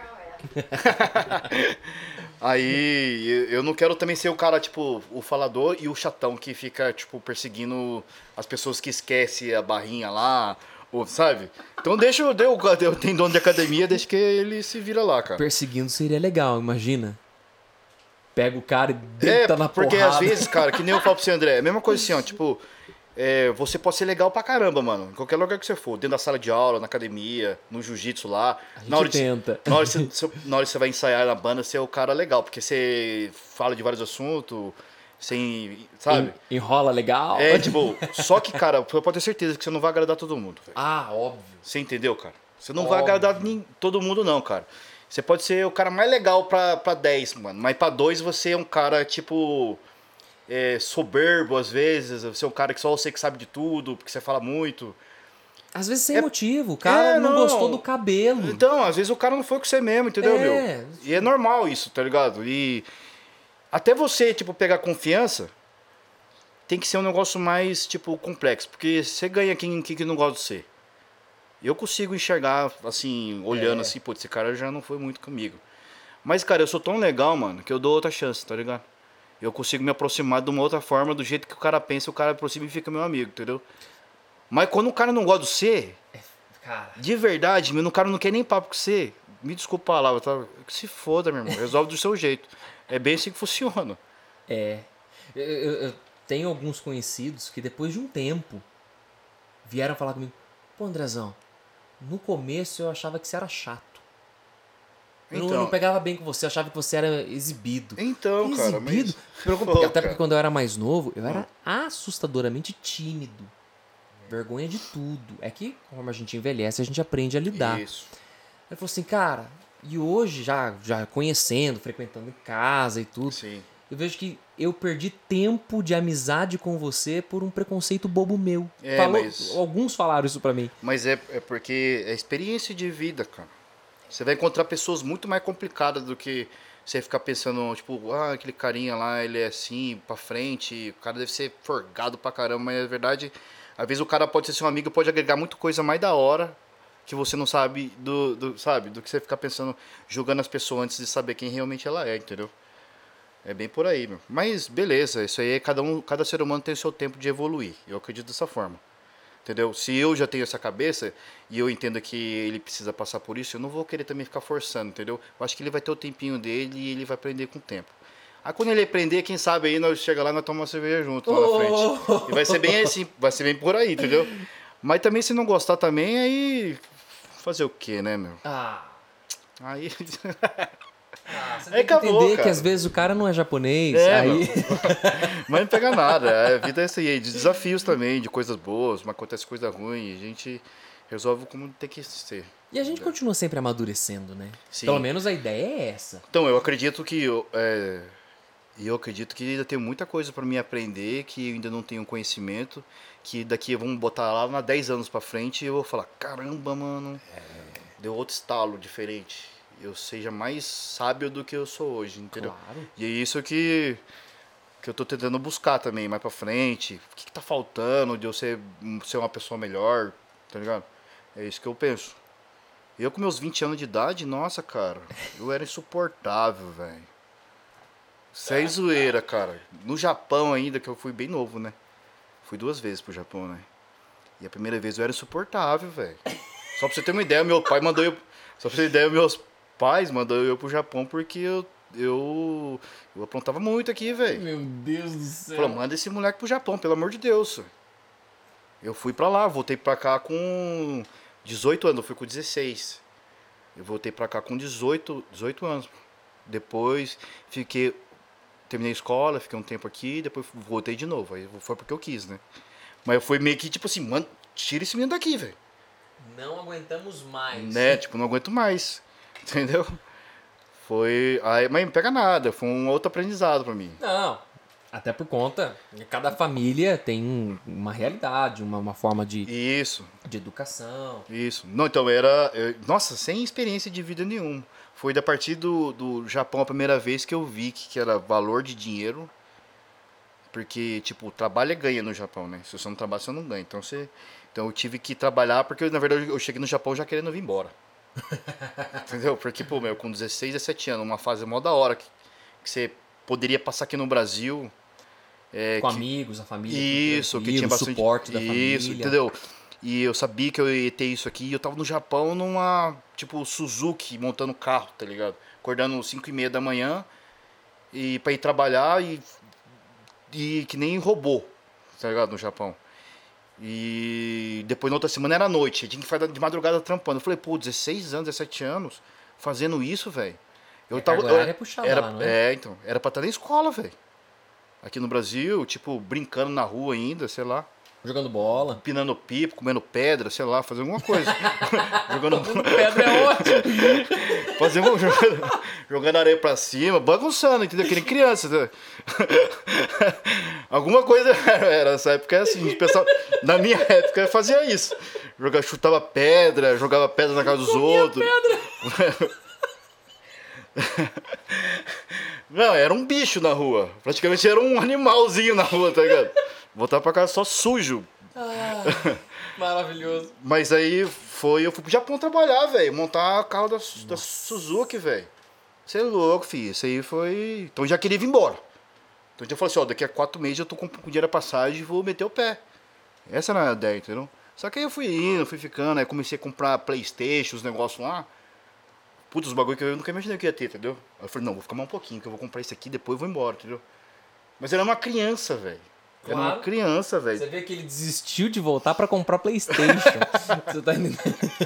Aí eu- eu não quero também ser o cara, tipo, o falador e o chatão que fica, tipo, perseguindo as pessoas que esquecem a barrinha lá, ou, sabe? Então deixa eu, eu, eu tenho dono de academia, deixa que ele se vira lá, cara. Perseguindo seria legal, imagina. Pega o cara e É, deita na porque porrada. às vezes, cara, que nem eu falo pro você, André, é a mesma coisa assim, ó, tipo, é, você pode ser legal pra caramba, mano, em qualquer lugar que você for, dentro da sala de aula, na academia, no jiu-jitsu lá. A gente na hora de- tenta. Na hora, que você, você- na hora que você vai ensaiar na banda, você é o cara legal, porque você fala de vários assuntos, sem, sabe? En- Enrola legal. É, tipo, só que, cara, você pode ter certeza que você não vai agradar todo mundo, velho. Ah, óbvio. Você entendeu, cara? Você não vai Óbvio. agradar nem, todo mundo, não, cara. Você pode ser o cara mais legal pra, pra dez, mano. Mas pra dois você é um cara, tipo... É, soberbo, às vezes. Você é um cara que só você que sabe de tudo, porque você fala muito. Às vezes sem É- motivo. O cara É, não, não. gostou do cabelo. Então, às vezes o cara não foi com você mesmo, entendeu, É. meu? E é normal isso, tá ligado? E até você, tipo, pegar confiança, tem que ser um negócio mais, tipo, complexo. Porque você ganha quem, quem que não gosta de você. Eu consigo enxergar, assim, olhando É. assim, pô, esse cara já não foi muito comigo. Mas, cara, eu sou tão legal, mano, que eu dou outra chance, tá ligado? Eu consigo me aproximar de uma outra forma, do jeito que o cara pensa, o cara aproxima e fica meu amigo, entendeu? Mas quando o cara não gosta de você, Cara. de verdade, meu, o cara não quer nem papo com você, me desculpa a palavra, tá? Que se foda, meu irmão, resolve do seu jeito. É bem assim que funciona. É. Eu, eu- eu tenho alguns conhecidos que depois de um tempo vieram falar comigo: Pô, Andrezão, no começo eu achava que você era chato. Eu, não, eu não Então, pegava bem com você, eu achava que você era exibido. então, cara, Exibido? mas... Preocupa- Pô, Até porque cara. quando eu era mais novo, eu era assustadoramente tímido. Vergonha de tudo. É que, conforme a gente envelhece, a gente aprende a lidar. Isso. Ele falou assim, cara, e hoje, já, já conhecendo, frequentando em casa e tudo, Sim. eu vejo que eu perdi tempo de amizade com você por um preconceito bobo meu. É, Falou- mas- Alguns falaram isso pra mim. Mas é, é porque é experiência de vida, cara. Você vai encontrar pessoas muito mais complicadas do que você ficar pensando, tipo, ah, aquele carinha lá, ele é assim, pra frente, o cara deve ser forgado pra caramba, mas na verdade, às vezes o cara pode ser seu amigo, pode agregar muita coisa mais da hora que você não sabe do, do sabe, do que você ficar pensando, julgando as pessoas antes de saber quem realmente ela é, entendeu? É bem por aí, meu. Mas beleza, isso aí é cada um, cada ser humano tem o seu tempo de evoluir. Eu acredito dessa forma. Entendeu? Se eu já tenho essa cabeça e eu entendo que ele precisa passar por isso, eu não vou querer também ficar forçando, entendeu? Eu acho que ele vai ter o tempinho dele e ele vai aprender com o tempo. Aí quando ele aprender, quem sabe aí nós chega lá e nós tomamos uma cerveja junto lá na frente. E vai ser bem assim, vai ser bem por aí, entendeu? Mas também se não gostar também, aí fazer o quê, né, meu? Ah, Aí ah você Aí tem que acabou, entender cara. que às vezes o cara não é japonês. É, aí... mas não pega nada. A vida é essa aí, de desafios também, de coisas boas, mas acontece coisa ruim, a gente resolve como tem que ser. E a gente continua sempre amadurecendo, né? Sim. Pelo menos a ideia é essa. Então, eu acredito que eu, é, e eu acredito que ainda tem muita coisa para mim aprender, que eu ainda não tenho conhecimento, que daqui vamos botar lá na dez anos para frente e eu vou falar, caramba, mano, deu outro estalo diferente. Eu seja mais sábio do que eu sou hoje, entendeu? Claro. E é isso que que eu tô tentando buscar também mais para frente. O que, que tá faltando de eu ser, ser uma pessoa melhor, tá ligado? É isso que eu penso. Eu com meus vinte anos de idade, nossa, cara, eu era insuportável, velho. Sem zoeira, cara. No Japão ainda, que eu fui bem novo, né? Fui duas vezes pro Japão, né? E a primeira vez eu era insuportável, velho. Só pra você ter uma ideia, meu pai mandou eu... Só pra você ter ideia, meus pais mandou eu pro Japão porque eu... Eu, eu aprontava muito aqui, velho. Meu Deus do céu. Falou, manda esse moleque pro Japão, pelo amor de Deus. Eu fui pra lá, voltei pra cá com dezoito anos, eu fui com dezesseis. Eu voltei pra cá com dezoito, dezoito anos. Depois fiquei, terminei a escola, fiquei um tempo aqui, depois voltei de novo. Aí foi porque eu quis, né? Mas eu fui meio que tipo assim, mano, tira esse menino daqui, velho. Não aguentamos mais. Né? Tipo, não aguento mais. Entendeu? Foi. Aí, mas não pega nada, foi um outro aprendizado pra mim. Não. Até por conta, cada família tem um- uma realidade, uma, uma forma de, Isso. de educação. Isso. Não, então era. eu- nossa, sem experiência de vida nenhuma. Foi da partir do, do Japão a primeira vez que eu vi que, que era valor de dinheiro. Porque, tipo, o trabalho é ganha no Japão, né? Se você não trabalha, você não ganha. Então, você, então eu tive que trabalhar porque, na verdade, eu cheguei no Japão já querendo vir embora. Entendeu? Porque, pô, meu, com dezesseis, dezessete anos, uma fase mó da hora que, que você poderia passar aqui no Brasil. É, Com que- amigos, a família. Isso, que tranquilo, tinha bastante suporte da isso, família. entendeu? E eu sabia que eu ia ter isso aqui. E eu tava no Japão numa, tipo, Suzuki, montando carro, tá ligado? Acordando às cinco e meia da manhã e pra ir trabalhar e, e que nem robô, tá ligado? No Japão. E depois na outra semana era noite, eu tinha que fazer de madrugada trampando. Eu falei, pô, dezesseis anos, dezessete anos, fazendo isso, velho. Eu É, tava. carga horária é puxada era, lá, não é? é, então. Era pra estar na escola, velho. Aqui no Brasil, tipo, brincando na rua ainda, sei lá. Jogando bola. Empinando pipo, comendo pedra, sei lá, fazer alguma coisa. jogando Pedra é ótimo. Fazendo, jogando, jogando areia pra cima, bagunçando, entendeu? Que nem criança. Entendeu? Alguma coisa era, nessa época era assim, a gente pensava, na minha época eu fazia isso. Jogava, chutava pedra, jogava pedra na casa dos outros. Pedra. Não, era um bicho na rua. Praticamente era um animalzinho na rua, tá ligado? Voltava pra casa só sujo. Ah, maravilhoso. Mas aí foi, eu fui pro Japão trabalhar, velho. Montar carro da, da Suzuki, velho. Você é louco, filho. Isso aí foi. Então eu já queria vir embora. Então eu já falei assim, ó, daqui a quatro meses eu tô com com dinheiro a passagem e vou meter o pé. Essa era a ideia, entendeu? Só que aí eu fui indo, fui ficando, aí comecei a comprar Playstation, os negócios lá. Putz, os bagulho que eu nunca imaginei que ia ter, entendeu? Aí eu falei, não, vou ficar mais um pouquinho, que eu vou comprar isso aqui, depois eu vou embora, entendeu? Mas eu era uma criança, velho. Era Claro. uma criança, velho. Você vê que ele desistiu de voltar pra comprar Playstation. Você tá entendendo?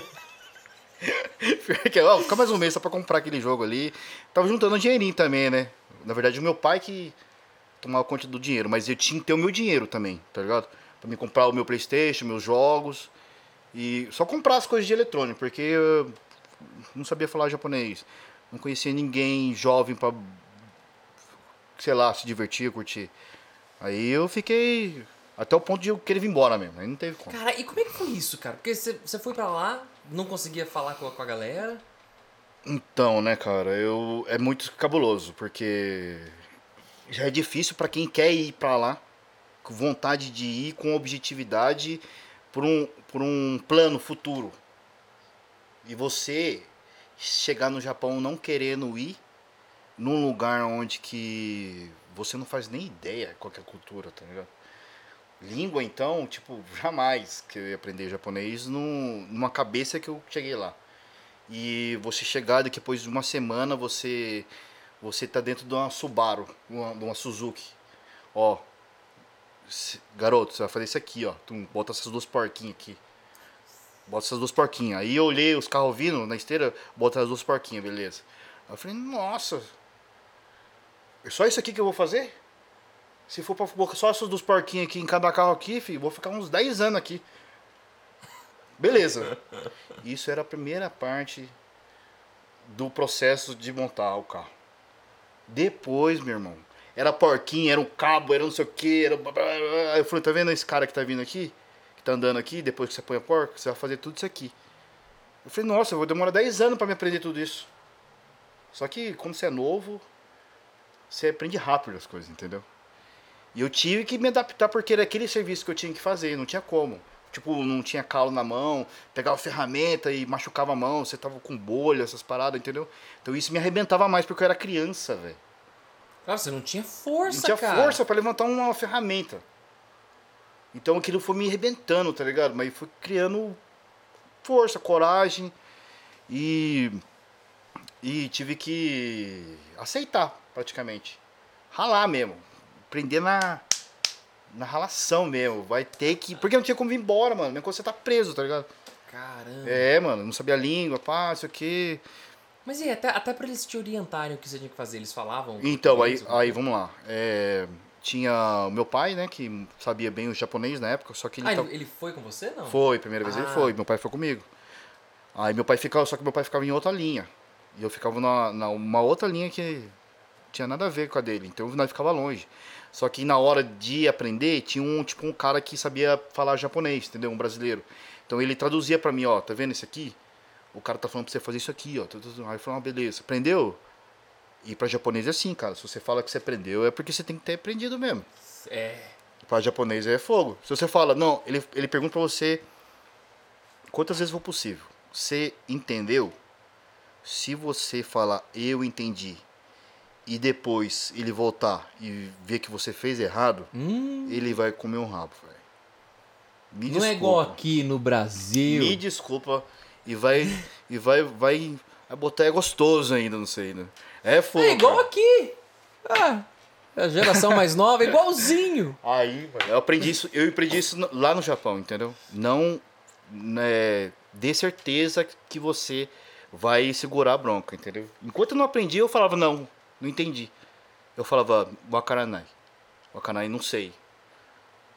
Que, ó, vou ficar mais um mês só pra comprar aquele jogo ali. Tava juntando um dinheirinho também, né? Na verdade, o meu pai que tomava conta do dinheiro, mas eu tinha que ter o meu dinheiro também, tá ligado? Pra me comprar o meu Playstation, meus jogos. E só comprar as coisas de eletrônico, porque eu não sabia falar japonês. Não conhecia ninguém jovem pra, sei lá, se divertir, curtir. Aí eu fiquei até o ponto de eu querer vir embora mesmo. Aí não teve como. Cara, e como é que foi isso, cara? Porque você você foi pra lá, não conseguia falar com a, com a galera. Então, né, cara, eu é muito cabuloso, porque já é difícil pra quem quer ir pra lá, com vontade de ir, com objetividade, por um, por um plano futuro. E você chegar no Japão não querendo ir num lugar onde que você não faz nem ideia qual que é a cultura, tá ligado? Língua, então, tipo, jamais que eu ia aprender japonês num, numa cabeça que eu cheguei lá. E você chegar daqui depois de uma semana, você você tá dentro de uma Subaru, uma, de uma Suzuki. Ó, se- garoto, você vai fazer isso aqui, ó. Tu bota essas duas porquinhas aqui. Bota essas duas porquinhas. Aí eu olhei os carros vindo na esteira, bota as duas porquinhas, beleza. Aí eu falei, nossa, é só isso aqui que eu vou fazer? Se for pra colocar só essas duas porquinhas aqui em cada carro aqui, filho, vou ficar uns dez anos aqui. Beleza. Isso era a primeira parte do processo de montar o carro. Depois, meu irmão, era porquinha, era um cabo, era não sei o que, era... Eu falei, tá vendo esse cara que tá vindo aqui? Que tá andando aqui, depois que você põe a porca, você vai fazer tudo isso aqui. Eu falei, nossa, eu vou demorar dez anos pra me aprender tudo isso. Só que quando você é novo, você aprende rápido as coisas, entendeu? E eu tive que me adaptar porque era aquele serviço que eu tinha que fazer, não tinha como. Tipo, não tinha calo na mão, pegava ferramenta e machucava a mão, você tava com bolha, essas paradas, entendeu? Então isso me arrebentava mais porque eu era criança, velho. Cara, você não tinha força, Não tinha cara. força pra levantar uma ferramenta. Então aquilo foi me arrebentando, tá ligado? Mas foi criando força, coragem e e tive que aceitar praticamente. Ralar mesmo. Aprender na na ralação mesmo. Vai ter que, porque não tinha como vir embora, mano. Mesmo quando você tá preso, tá ligado? Caramba. É, mano, não sabia a língua, pá, isso aqui. Mas e até, até pra eles te orientarem o que você tinha que fazer, eles falavam? Então, aí, português, aí vamos lá. É, tinha o meu pai, né, que sabia bem o japonês na época, só que ele Ah, tava... ele, ele foi com você, não? Foi, primeira vez ele Ah. foi, meu pai foi comigo. Aí meu pai ficava, só que meu pai ficava em outra linha. E eu ficava na, na uma outra linha que tinha nada a ver com a dele, então nós ficava longe. Só que na hora de aprender, tinha um tipo um cara que sabia falar japonês, entendeu? Um brasileiro. Então ele traduzia pra mim, ó, tá vendo esse aqui? O cara tá falando pra você fazer isso aqui, ó. Aí eu falei, ah, beleza, aprendeu? E pra japonês é assim, cara. Se você fala que você aprendeu, é porque você tem que ter aprendido mesmo. É. Pra japonês é fogo. Se você fala, não, ele, ele pergunta pra você quantas vezes for possível. Você entendeu? Se você falar, eu entendi, e depois ele voltar e ver que você fez errado, Hum, ele vai comer um rabo, velho. Me não é igual aqui no Brasil. Me desculpa. E vai. E vai. Vai. Vai botar é gostoso ainda, não sei, né? É fogo. É igual cara. aqui. Ah, a geração mais nova é igualzinho. Aí, velho, eu aprendi isso, eu aprendi isso no- lá no Japão, entendeu? Não, né, dê certeza que você vai segurar a bronca, entendeu? Enquanto eu não aprendi, eu falava, não, não entendi. Eu falava, wakaranai. Wakaranai, não sei.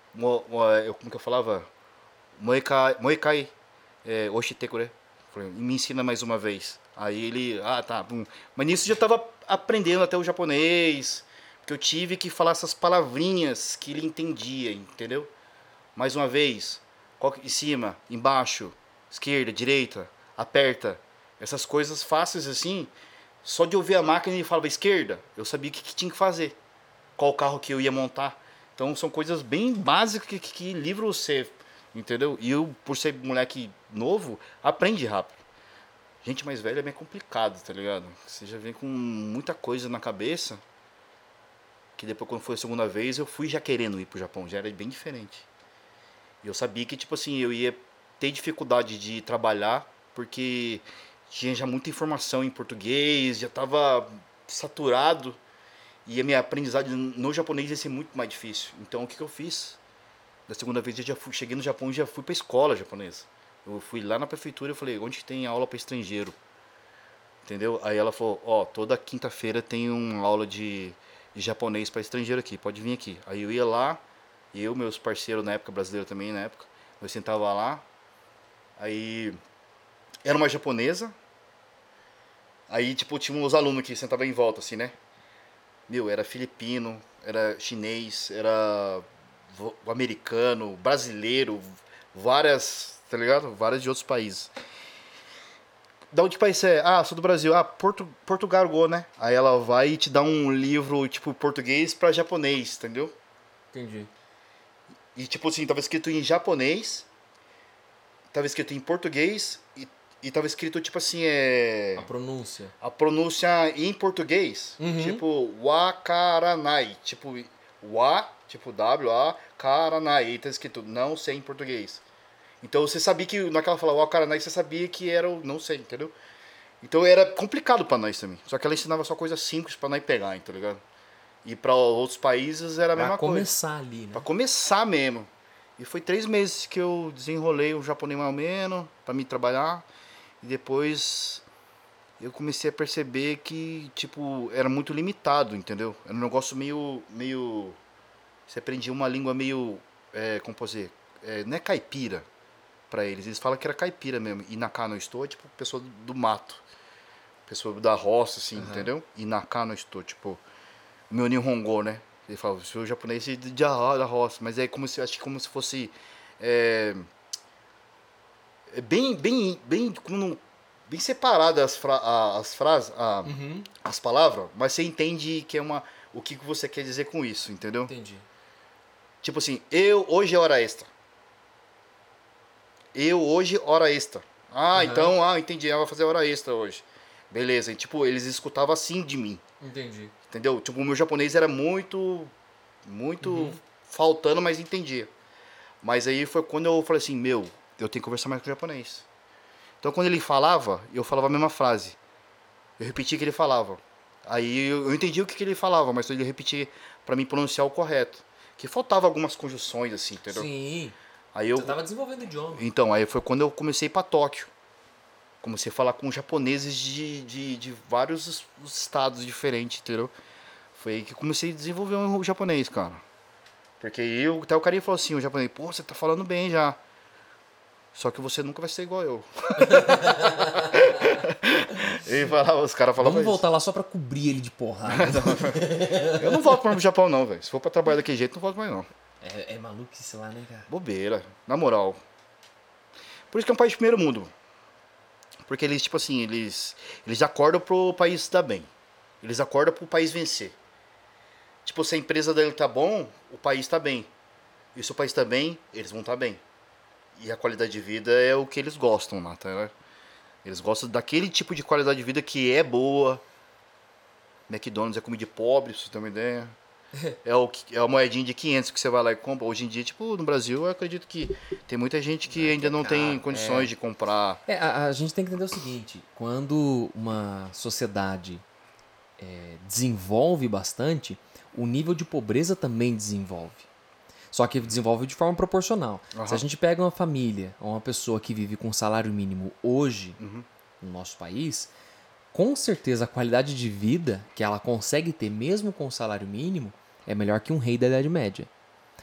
mo, mo, eu, como que eu falava? Moekai, moekai é, oshitekure. Falei, me ensina mais uma vez. Aí ele, ah, tá. Bum. Mas nisso eu já tava aprendendo até o japonês, porque eu tive que falar essas palavrinhas que ele entendia, entendeu? Mais uma vez, qual, em cima, embaixo, esquerda, direita, aperta. Essas coisas fáceis assim, só de ouvir a máquina e falava esquerda, eu sabia o que, que tinha que fazer. Qual carro que eu ia montar. Então são coisas bem básicas que, que, que livro você, entendeu? E eu, por ser moleque novo, aprende rápido. Gente mais velha é bem complicado, tá ligado? Você já vem com muita coisa na cabeça, que depois quando foi a segunda vez eu fui já querendo ir pro Japão, já era bem diferente. E eu sabia que, tipo assim, eu ia ter dificuldade de trabalhar, porque tinha já muita informação em português, já tava saturado, e a minha aprendizagem no japonês ia ser muito mais difícil. Então o que, que eu fiz? Da segunda vez eu já fui, cheguei no Japão e já fui pra escola japonesa. Eu fui lá na prefeitura e falei, onde que tem aula para estrangeiro? Entendeu? Aí ela falou, ó, toda quinta-feira tem uma aula de, de japonês para estrangeiro aqui, pode vir aqui. Aí eu ia lá, eu, meus parceiros na época, brasileiro também na época, eu sentava lá, aí era uma japonesa, aí tipo tinha uns alunos que sentavam em volta assim, né? Meu, era filipino, era chinês, era americano, brasileiro, várias, tá ligado? Várias de outros países. Da onde país você é? Ah, sou do Brasil. Ah, Porto, Portugal, né? Aí ela vai e te dá um livro, tipo, português pra japonês, entendeu? Entendi. E, tipo assim, tava escrito em japonês, tava escrito em português e, e tava escrito, tipo assim, é... A pronúncia. A pronúncia em português, Uhum. tipo, wakaranai. Tipo, wa, tipo, W, A, karanai. E tá escrito não sei em português. Então você sabia que, naquela fala wakaranai, você sabia que era o não sei, entendeu? Então era complicado pra nós também. Só que ela ensinava só coisas simples pra nós pegar, tá ligado? E pra outros países era a Pra mesma coisa. começar ali, né? Pra começar mesmo. E foi três meses que eu desenrolei o japonês mais ou menos, pra mim trabalhar. E depois eu comecei a perceber que, tipo, era muito limitado, entendeu? Era um negócio meio... meio você aprendia uma língua meio... É, como posso dizer? É, não é caipira pra eles. Eles falam que era caipira mesmo. Inaka no estou, tipo, pessoa do, do mato. Pessoa da roça, assim, Uhum. entendeu? Inaka no estou, tipo... O meu Nihongo, né? Ele fala, o seu japonês é de, de, da roça. Mas é como se, acho que como se fosse... É, é bem, bem, bem... Como não, bem separadas as, fra as frases, a, Uhum. as palavras, mas você entende que é uma, o que você quer dizer com isso, entendeu? Entendi. Tipo assim, eu hoje é hora extra. Eu hoje hora extra. Ah, Uhum. então, ah, entendi, ela vai fazer hora extra hoje. Beleza, e, tipo, eles escutavam assim de mim, Entendi. entendeu? Tipo, o meu japonês era muito, muito Uhum. faltando, mas entendia. Mas aí foi quando eu falei assim, meu, eu tenho que conversar mais com o japonês. Então quando ele falava, eu falava a mesma frase. Eu repetia o que ele falava. Aí eu, eu entendi o que, que ele falava, mas ele repetia pra mim pronunciar o correto. Que faltava algumas conjunções assim, entendeu? Sim. Aí eu, Você tava desenvolvendo o idioma. então, aí foi quando eu comecei pra Tóquio. Comecei a falar com japoneses de, de, de vários estados diferentes, entendeu? Foi aí que eu comecei a desenvolver o japonês, cara. Porque eu, até o carinha falou assim, o japonês, pô, você tá falando bem já. Só que você nunca vai ser igual eu. Ele falava, os caras falavam Vamos isso. voltar lá só pra cobrir ele de porrada. Eu não volto mais pro Japão não, velho. Se for pra trabalhar daquele jeito, não volto mais não. é, é maluquice lá, né, cara? Bobeira, na moral. Por isso que é um país de primeiro mundo. Porque eles, tipo assim, eles, eles acordam pro país se dar bem. Eles acordam pro país vencer. Tipo, se a empresa dele tá bom, o país tá bem. E se o país tá bem, eles vão tá bem. E a qualidade de vida é o que eles gostam lá, tá, né? Eles gostam daquele tipo de qualidade de vida que é boa. McDonald's é comida de pobre, pra você ter uma ideia. É, o, que- é a moedinha de quinhentos que você vai lá e compra. Hoje em dia, tipo, no Brasil, eu acredito que tem muita gente que ainda não tem caro, condições é. de comprar. É, a, a gente tem que entender o seguinte: quando uma sociedade é, desenvolve bastante, o nível de pobreza também desenvolve. Só que desenvolve de forma proporcional. Aham. Se a gente pega uma família, ou uma pessoa que vive com salário mínimo hoje, Uhum. no nosso país, com certeza a qualidade de vida que ela consegue ter mesmo com o salário mínimo é melhor que um rei da Idade Média.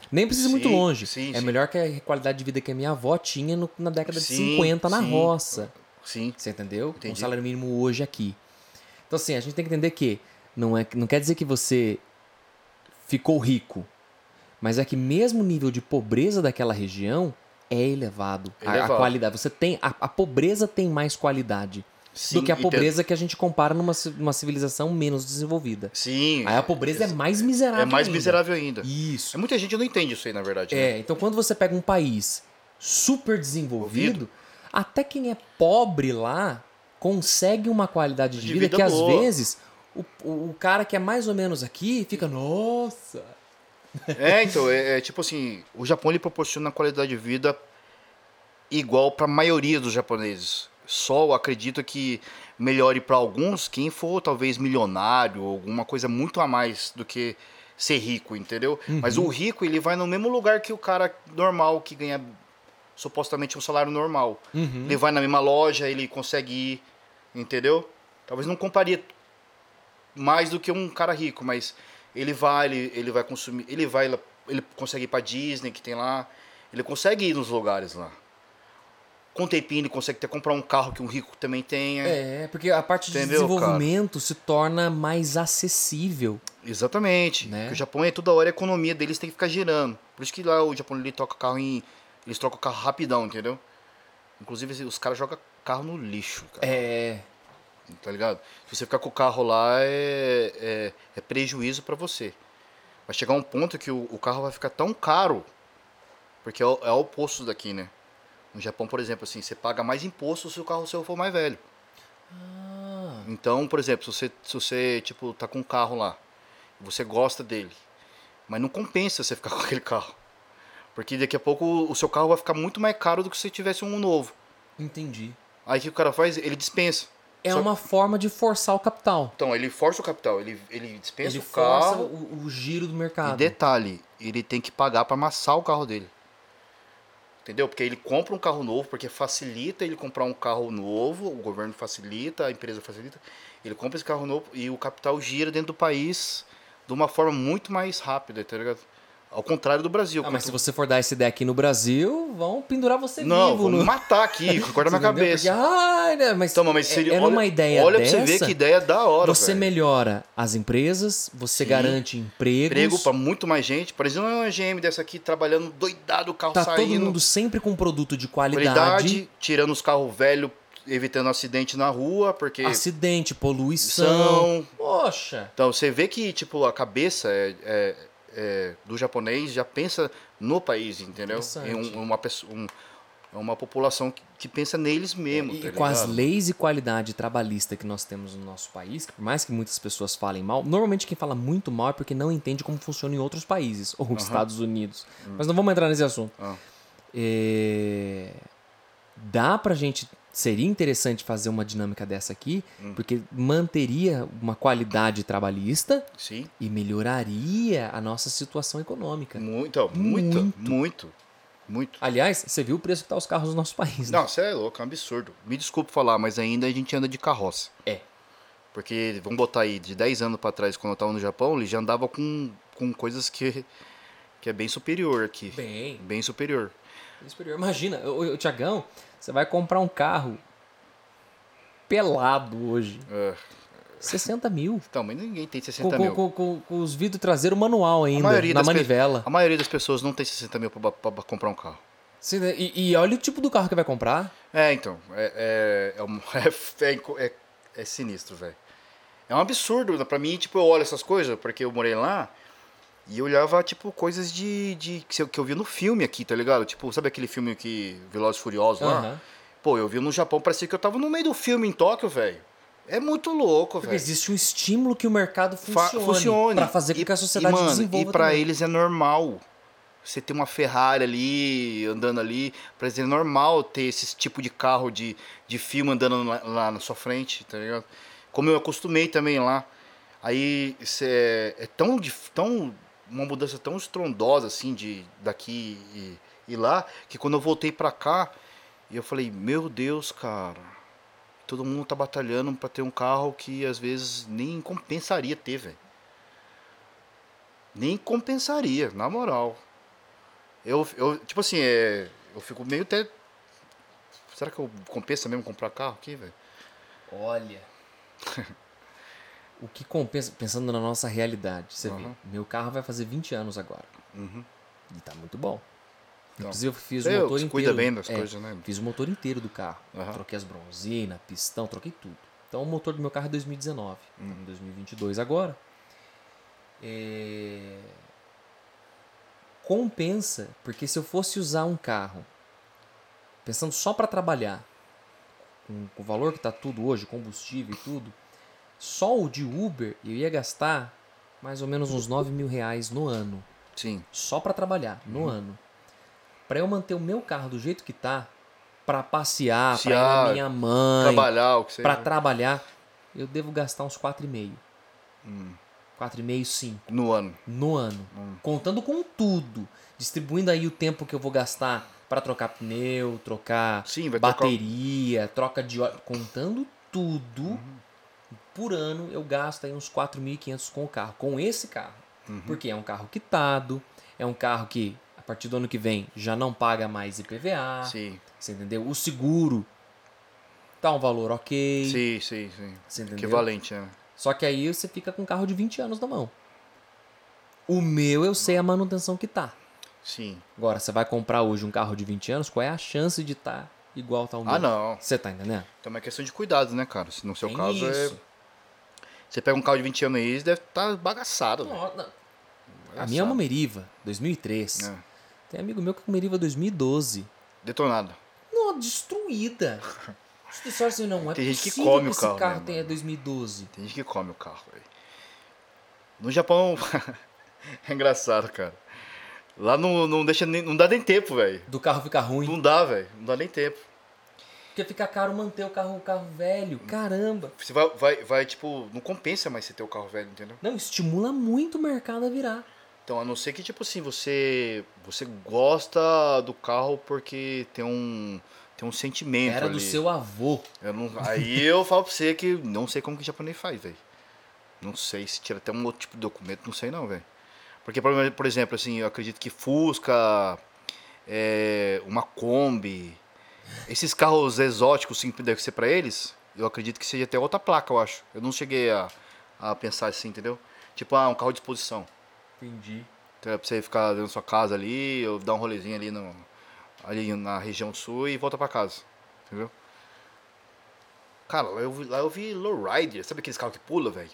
Nem precisa ir muito Sim, longe. sim, é sim. melhor que a qualidade de vida que a minha avó tinha no- na década de Sim, cinquenta na sim. roça. Sim. Você entendeu? Com Entendi. o salário mínimo hoje aqui. Então, assim, a gente tem que entender que não, é, não quer dizer que você ficou rico, mas é que mesmo o nível de pobreza daquela região é elevado. A- A, Elevado. qualidade. Você tem. A, a pobreza tem mais qualidade Sim, do que a entendo. pobreza que a gente compara numa, ci- numa civilização menos desenvolvida. Sim. Aí a pobreza é mais miserável É mais ainda. miserável ainda. Isso. É, muita gente não entende isso aí, na verdade. né? É, então quando você pega um país super desenvolvido, até quem é pobre lá consegue uma qualidade de, De vida, vida que às boa. vezes o, o, o cara que é mais ou menos aqui fica, nossa. É, então, é, é tipo assim, o Japão ele proporciona uma qualidade de vida igual para a maioria dos japoneses. Só eu acredito que melhore para alguns quem for talvez milionário ou alguma coisa muito a mais do que ser rico, entendeu? Mas o rico ele vai no mesmo lugar que o cara normal que ganha supostamente um salário normal. Ele vai na mesma loja, ele consegue ir, entendeu? Talvez não comparia mais do que um cara rico, mas ele vai, ele, ele vai consumir, ele vai, lá- ele consegue ir pra Disney que tem lá, ele consegue ir nos lugares lá. Com o tempinho ele consegue até comprar um carro que um rico também tenha. É, porque a parte de Entendeu, desenvolvimento se torna mais acessível. Exatamente. Né? Porque o Japão é toda hora a economia deles tem que ficar girando. Por isso que lá o Japão ele toca carro em, eles trocam carro rapidão, entendeu? Inclusive os caras jogam carro no lixo, cara. É, Tá ligado? Se você ficar com o carro lá, é, é, é prejuízo pra você. Vai chegar um ponto que o, o carro vai ficar tão caro, porque é o, é o oposto daqui, né? No Japão, por exemplo, assim, você paga mais imposto se o carro seu for mais velho. Ah, Então, por exemplo, se você, se você tipo, tá com um carro lá, você gosta dele, mas não compensa você ficar com aquele carro. Porque daqui a pouco o seu carro vai ficar muito mais caro do que se você tivesse um novo. entendi. Aí o que o cara faz? Ele dispensa. É Só- uma forma de forçar o capital. Então, ele força o capital, ele, ele dispensa Ele o força carro. o, o giro do E mercado. detalhe, ele tem que pagar para amassar o carro dele. Entendeu? Porque ele compra um carro novo, porque facilita ele comprar um carro novo, o governo facilita, a empresa facilita. Ele compra esse carro novo e o capital gira dentro do país de uma forma muito mais rápida, tá ligado? Ao contrário do Brasil. Ah, mas se Quanto- você for dar essa ideia aqui no Brasil, vão pendurar você Não, vivo. vou no... me matar aqui, corta minha Você entendeu? cabeça. Porque, ai, né, mas Então, mas seria, é, é olha, numa ideia olha dessa, pra você ver que ideia da hora, você velho. melhora as empresas, você Sim. garante empregos, Emprego pra muito mais gente. Por exemplo, uma G M dessa aqui trabalhando doidado, o carro tá saindo. todo mundo sempre com um produto de qualidade, qualidade, tirando os carros velhos, evitando acidente na rua, porque acidente, poluição. são... Poxa, Então, você vê que, tipo, a cabeça é, é- é do japonês já pensa no país, entendeu? Em Interessante. um- uma, pessoa- um- é uma população que, que pensa neles mesmo, e tá com as ligado? leis e qualidade trabalhista que nós temos no nosso país, que por mais que muitas pessoas falem mal, normalmente quem fala muito mal é porque não entende como funciona em outros países, ou Estados Unidos. Mas não vamos entrar nesse assunto. Ah. É, Dá pra gente. Seria interessante fazer uma dinâmica dessa aqui, Hum. porque manteria uma qualidade trabalhista Sim, e melhoraria a nossa situação econômica. muito, então, muito, Muito. muito, muito. Aliás, você viu o preço que tá os carros no nosso país, né? Não, você é louco, é um absurdo. Me desculpe falar, mas ainda a gente anda de carroça. É. Porque, vamos botar aí, de dez anos pra trás, quando eu tava no Japão, ele já andava com, com coisas que, que é bem superior aqui. Bem, Bem superior. superior. Imagina, o, Tiagão, você vai comprar um carro pelado hoje. É. sessenta mil. Então, mas ninguém tem Com, sessenta com, mil. com, com- com os vidros traseiros manual A ainda, maioria, na das pe- manivela. a maioria das pessoas não tem sessenta mil pra, pra- pra comprar um carro. Sim, né? E, e olha o tipo do carro que vai comprar. É, então. É, é, é, um- é, é- é sinistro, velho. É um absurdo. Pra mim, tipo, eu olho essas coisas, porque eu morei lá. E eu olhava, tipo, coisas de, de que, eu, que eu vi no filme aqui, tá ligado? Tipo, sabe aquele filme que Velozes e Furiosos lá? Aham. Pô, eu vi no Japão, parecia que eu tava no meio do filme em Tóquio, velho. É muito louco, Porque velho. existe um estímulo que o mercado Fa- funcione, funcione. para fazer com E- que a sociedade e, mano, desenvolva E pra também. eles é normal. Você ter uma Ferrari ali, andando ali. Pra eles é normal ter esse tipo de carro de, de filme andando lá, lá na sua frente, tá ligado? Como eu acostumei também lá. Aí cê é, é tão, dif- tão. Uma mudança tão estrondosa assim de daqui e, e lá, que quando eu voltei pra cá, eu falei, meu Deus, cara. Todo mundo tá batalhando pra ter um carro que às vezes nem compensaria ter, velho. Nem compensaria, na moral. Eu, eu tipo assim, é, eu fico meio até... Será que eu compensa mesmo comprar carro aqui, velho? Olha. O que compensa, pensando na nossa realidade, você Uhum. vê, meu carro vai fazer vinte anos agora. Uhum. E tá muito bom. Então, Inclusive eu fiz você o motor se inteiro. cuida bem das é, coisas, né? Fiz o motor inteiro do carro. Aham. Troquei as bronzinas, pistão, troquei tudo. Então o motor do meu carro é dois mil e dezenove. Hum. Estamos em dois mil e vinte e dois agora. É... Compensa, porque se eu fosse usar um carro, pensando só para trabalhar, com, com o valor que tá tudo hoje, combustível e tudo, só o de Uber eu ia gastar mais ou menos uns nove mil reais no ano. Sim. Só para trabalhar, no Uhum. ano. Para eu manter o meu carro do jeito que tá, para passear, para ir Passear, na minha mãe, Trabalhar, o que seja. para trabalhar, eu devo gastar uns quatro e meio. Hum. quatro e meio, cinco No ano. no ano. Hum. Contando com tudo, distribuindo aí o tempo que eu vou gastar para trocar pneu, trocar Sim, vai trocar- bateria, troca de óleo, contando tudo, Uhum. por ano eu gasto aí uns quatro mil e quinhentos com o carro, com esse carro. Uhum. Porque é um carro quitado, é um carro que a partir do ano que vem já não paga mais I P V A, Sim. você entendeu? O seguro tá um valor ok, Sim, sim, sim. você entendeu? Equivalente, né? Só que aí você fica com um carro de vinte anos na mão. O meu eu sei a manutenção que tá. Sim. Agora, você vai comprar hoje um carro de vinte anos, qual é a chance de estar igual tá o meu? Ah, não. Você tá entendendo? Então é uma questão de cuidados, né, cara? Se no seu Tem caso isso. é. Você pega um carro de vinte anos aí, deve estar bagaçado, velho. Não, não. A Bagaçado. minha é uma Meriva, dois mil e três. É. Tem amigo meu que com Meriva dois mil e doze. Detonado. Não, destruída. Você assim, não é Tem gente que possível come o esse carro, carro né, tenha mano? dois mil e doze. Tem gente que come o carro, velho. No Japão. É engraçado, cara. Lá não, não deixa nem. Não dá nem tempo, velho. Do carro ficar ruim. Não dá, velho. Não dá nem tempo. Porque fica caro manter o carro, o carro velho. Caramba. Você vai, vai, vai, tipo, não compensa mais você ter o carro velho, entendeu? Não, estimula muito o mercado a virar. Então, a não ser que, tipo assim, você. Você gosta do carro porque tem um. Tem um sentimento Era ali. do seu avô. Eu não, aí eu falo pra você que não sei como que o japonês faz, velho. Não sei se tira até um outro tipo de documento, não sei não, velho. Porque, por por exemplo, assim, eu acredito que Fusca, é, uma Kombi, esses carros exóticos, sim, deve ser pra eles, eu acredito que seja até outra placa, eu acho. Eu não cheguei a, a pensar assim, entendeu? Tipo, ah, um carro de exposição. Entendi. Então, é pra você ficar dentro da sua casa ali, ou dar um rolezinho ali, no, ali na região sul e volta pra casa, entendeu? Cara, lá eu vi, lá eu vi lowrider, sabe aqueles carros que pula, velho?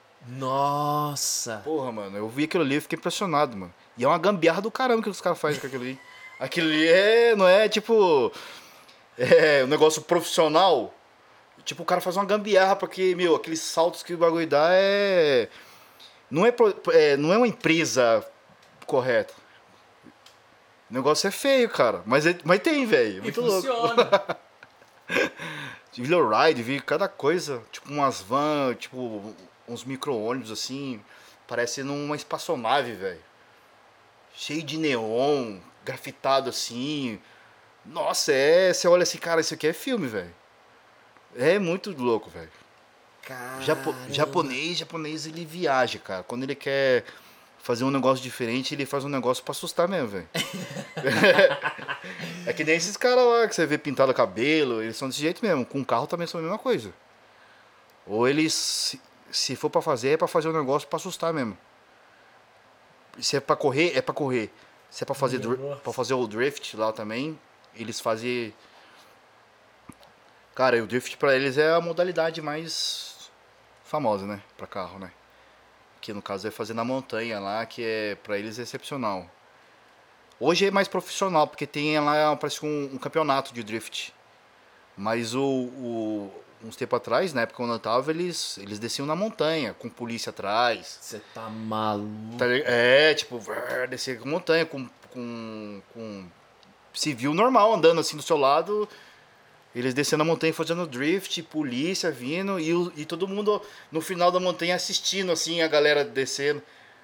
Nossa. Porra, mano, eu vi aquilo ali e fiquei impressionado, mano. E é uma gambiarra do caramba que os caras fazem com aquilo ali. Aquilo ali é, não é tipo, é um negócio profissional. Tipo, o cara faz uma gambiarra porque, meu, aqueles saltos que o bagulho dá é... Não é, pro- é, não é uma empresa correta. O negócio é feio, cara. Mas, é, mas tem, velho. E Muito louco. funciona. Vi lowride, vi cada coisa. Tipo umas van, tipo uns micro-ônibus assim. Parece numa espaçonave, velho. Cheio de neon, grafitado assim. Nossa, é. Você olha assim, cara, isso aqui é filme, velho. É muito louco, velho. Japo, Caramba. japonês, japonês, ele viaja, cara. Quando ele quer fazer um negócio diferente, ele faz um negócio pra assustar mesmo, velho. É que nem esses caras lá que você vê pintado o cabelo, eles são desse jeito mesmo. Com o carro também são a mesma coisa. Ou eles, se, se for pra fazer, é pra fazer um negócio pra assustar mesmo. Se é pra correr, é pra correr. Se é pra fazer, dri- Nossa. pra fazer o drift lá também, eles fazem... Cara, e o drift pra eles é a modalidade mais famosa, né? Pra carro, né? Que no caso é fazer na montanha lá, que é pra eles é excepcional. Hoje é mais profissional, porque tem lá, parece que um, um campeonato de drift. Mas o, o- uns tempos atrás, na época quando eu tava, eles, eles desciam na montanha, com polícia atrás. Você tá maluco. Tá li- É, tipo, vrr, descer com montanha, com, com, com civil normal andando assim do seu lado. Eles descendo a montanha fazendo drift, polícia vindo e, o- e todo mundo no final da montanha assistindo assim a galera descendo.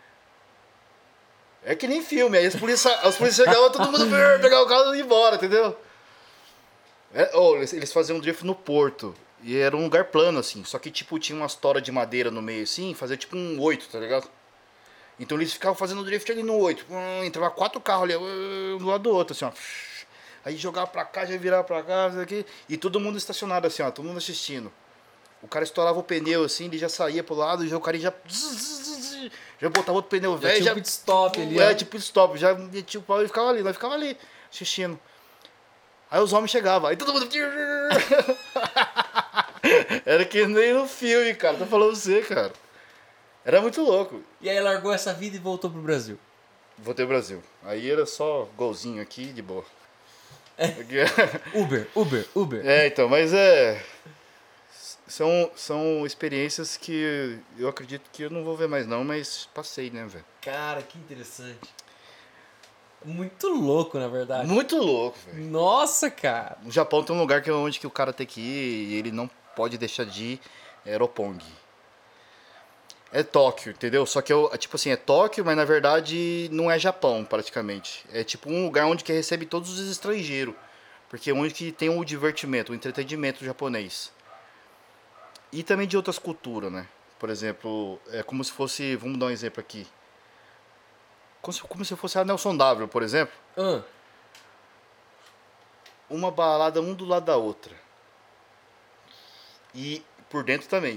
É que nem filme, aí as polícias, as polícias chegavam, todo mundo vrr, pegar o carro e ir embora, entendeu? É, oh, eles, eles faziam drift no porto. E era um lugar plano, assim. Só que, tipo, tinha umas toras de madeira no meio, assim, fazia tipo um oito, tá ligado? Então eles ficavam fazendo drift ali no oito. Hum, entrava quatro carros ali, um do lado do outro, assim, ó. Aí jogava pra cá, já virava pra cá, isso aqui. E todo mundo estacionado assim, ó, todo mundo assistindo. O cara estourava o pneu assim, ele já saía pro lado, já o cara já. Já botava outro pneu velho. Já tinha um pit stop ali, É, ó. tipo pit stop. Já metia o pau e ficava ali, nós ficava ali, assistindo. Aí os homens chegavam, aí todo mundo. Era que nem no filme, cara. Tô falando pra você, cara. Era muito louco. E aí largou essa vida e voltou pro Brasil. Voltei ao Brasil. Aí era só golzinho aqui, de boa. Uber, Uber, Uber. É, então, mas é. São, são experiências que eu acredito que eu não vou ver mais não, mas passei, né, velho? Cara, que interessante. Muito louco, na verdade. Muito louco, velho. Nossa, cara. No Japão tem um lugar que é onde que o cara tem que ir e ele não pode deixar de ir, é Aeropong. É Tóquio, entendeu? Só que é, é tipo assim, é Tóquio, mas na verdade não é Japão, praticamente. É tipo um lugar onde que recebe todos os estrangeiros. Porque é onde que tem o divertimento, o entretenimento japonês. E também de outras culturas, né? Por exemplo, é como se fosse, vamos dar um exemplo aqui. Como se, como se fosse a Nelson W, por exemplo. Ah, Uma balada um do lado da outra. E por dentro também.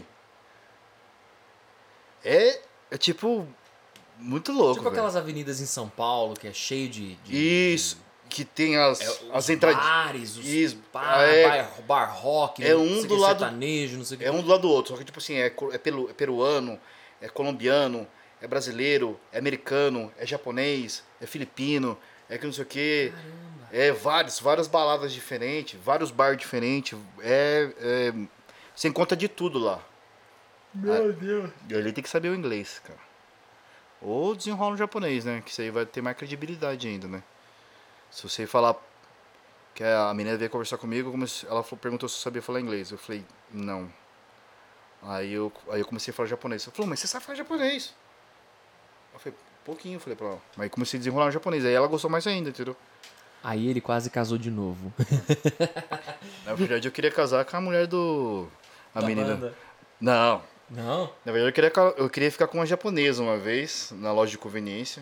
É, é tipo, muito louco, tipo velho. aquelas avenidas em São Paulo que é cheio de... de Isso, que tem as, de, é, as os entradas. bares, os Isso, bar, é- bar, bar rock, é não um sei o do que, lado- sertanejo, não sei o que. É um do lado do outro, só que tipo assim, é, co- é, pelu- é peruano, é colombiano, é brasileiro, é americano, é japonês, é filipino, é que não sei o que. Caramba. É vários, várias baladas diferentes, vários bares diferentes. É, é, você encontra de tudo lá. Meu Deus. E ali tem que saber o inglês, cara. Ou desenrola no japonês, né? Que isso aí vai ter mais credibilidade ainda, né? Se você falar que a menina veio conversar comigo, como se- ela falou- perguntou se eu sabia falar inglês. Eu falei, não. Aí eu, aí eu comecei a falar japonês. Ela falou, mas você sabe falar japonês? Eu falei, pouquinho, eu falei pra ela. Mas aí comecei a desenrolar no japonês. Aí ela gostou mais ainda, entendeu? Aí ele quase casou de novo. Na verdade eu queria casar com a mulher do... A Da menina... banda. Não. Não? Na verdade eu queria, ca- eu queria ficar com uma japonesa uma vez, na loja de conveniência.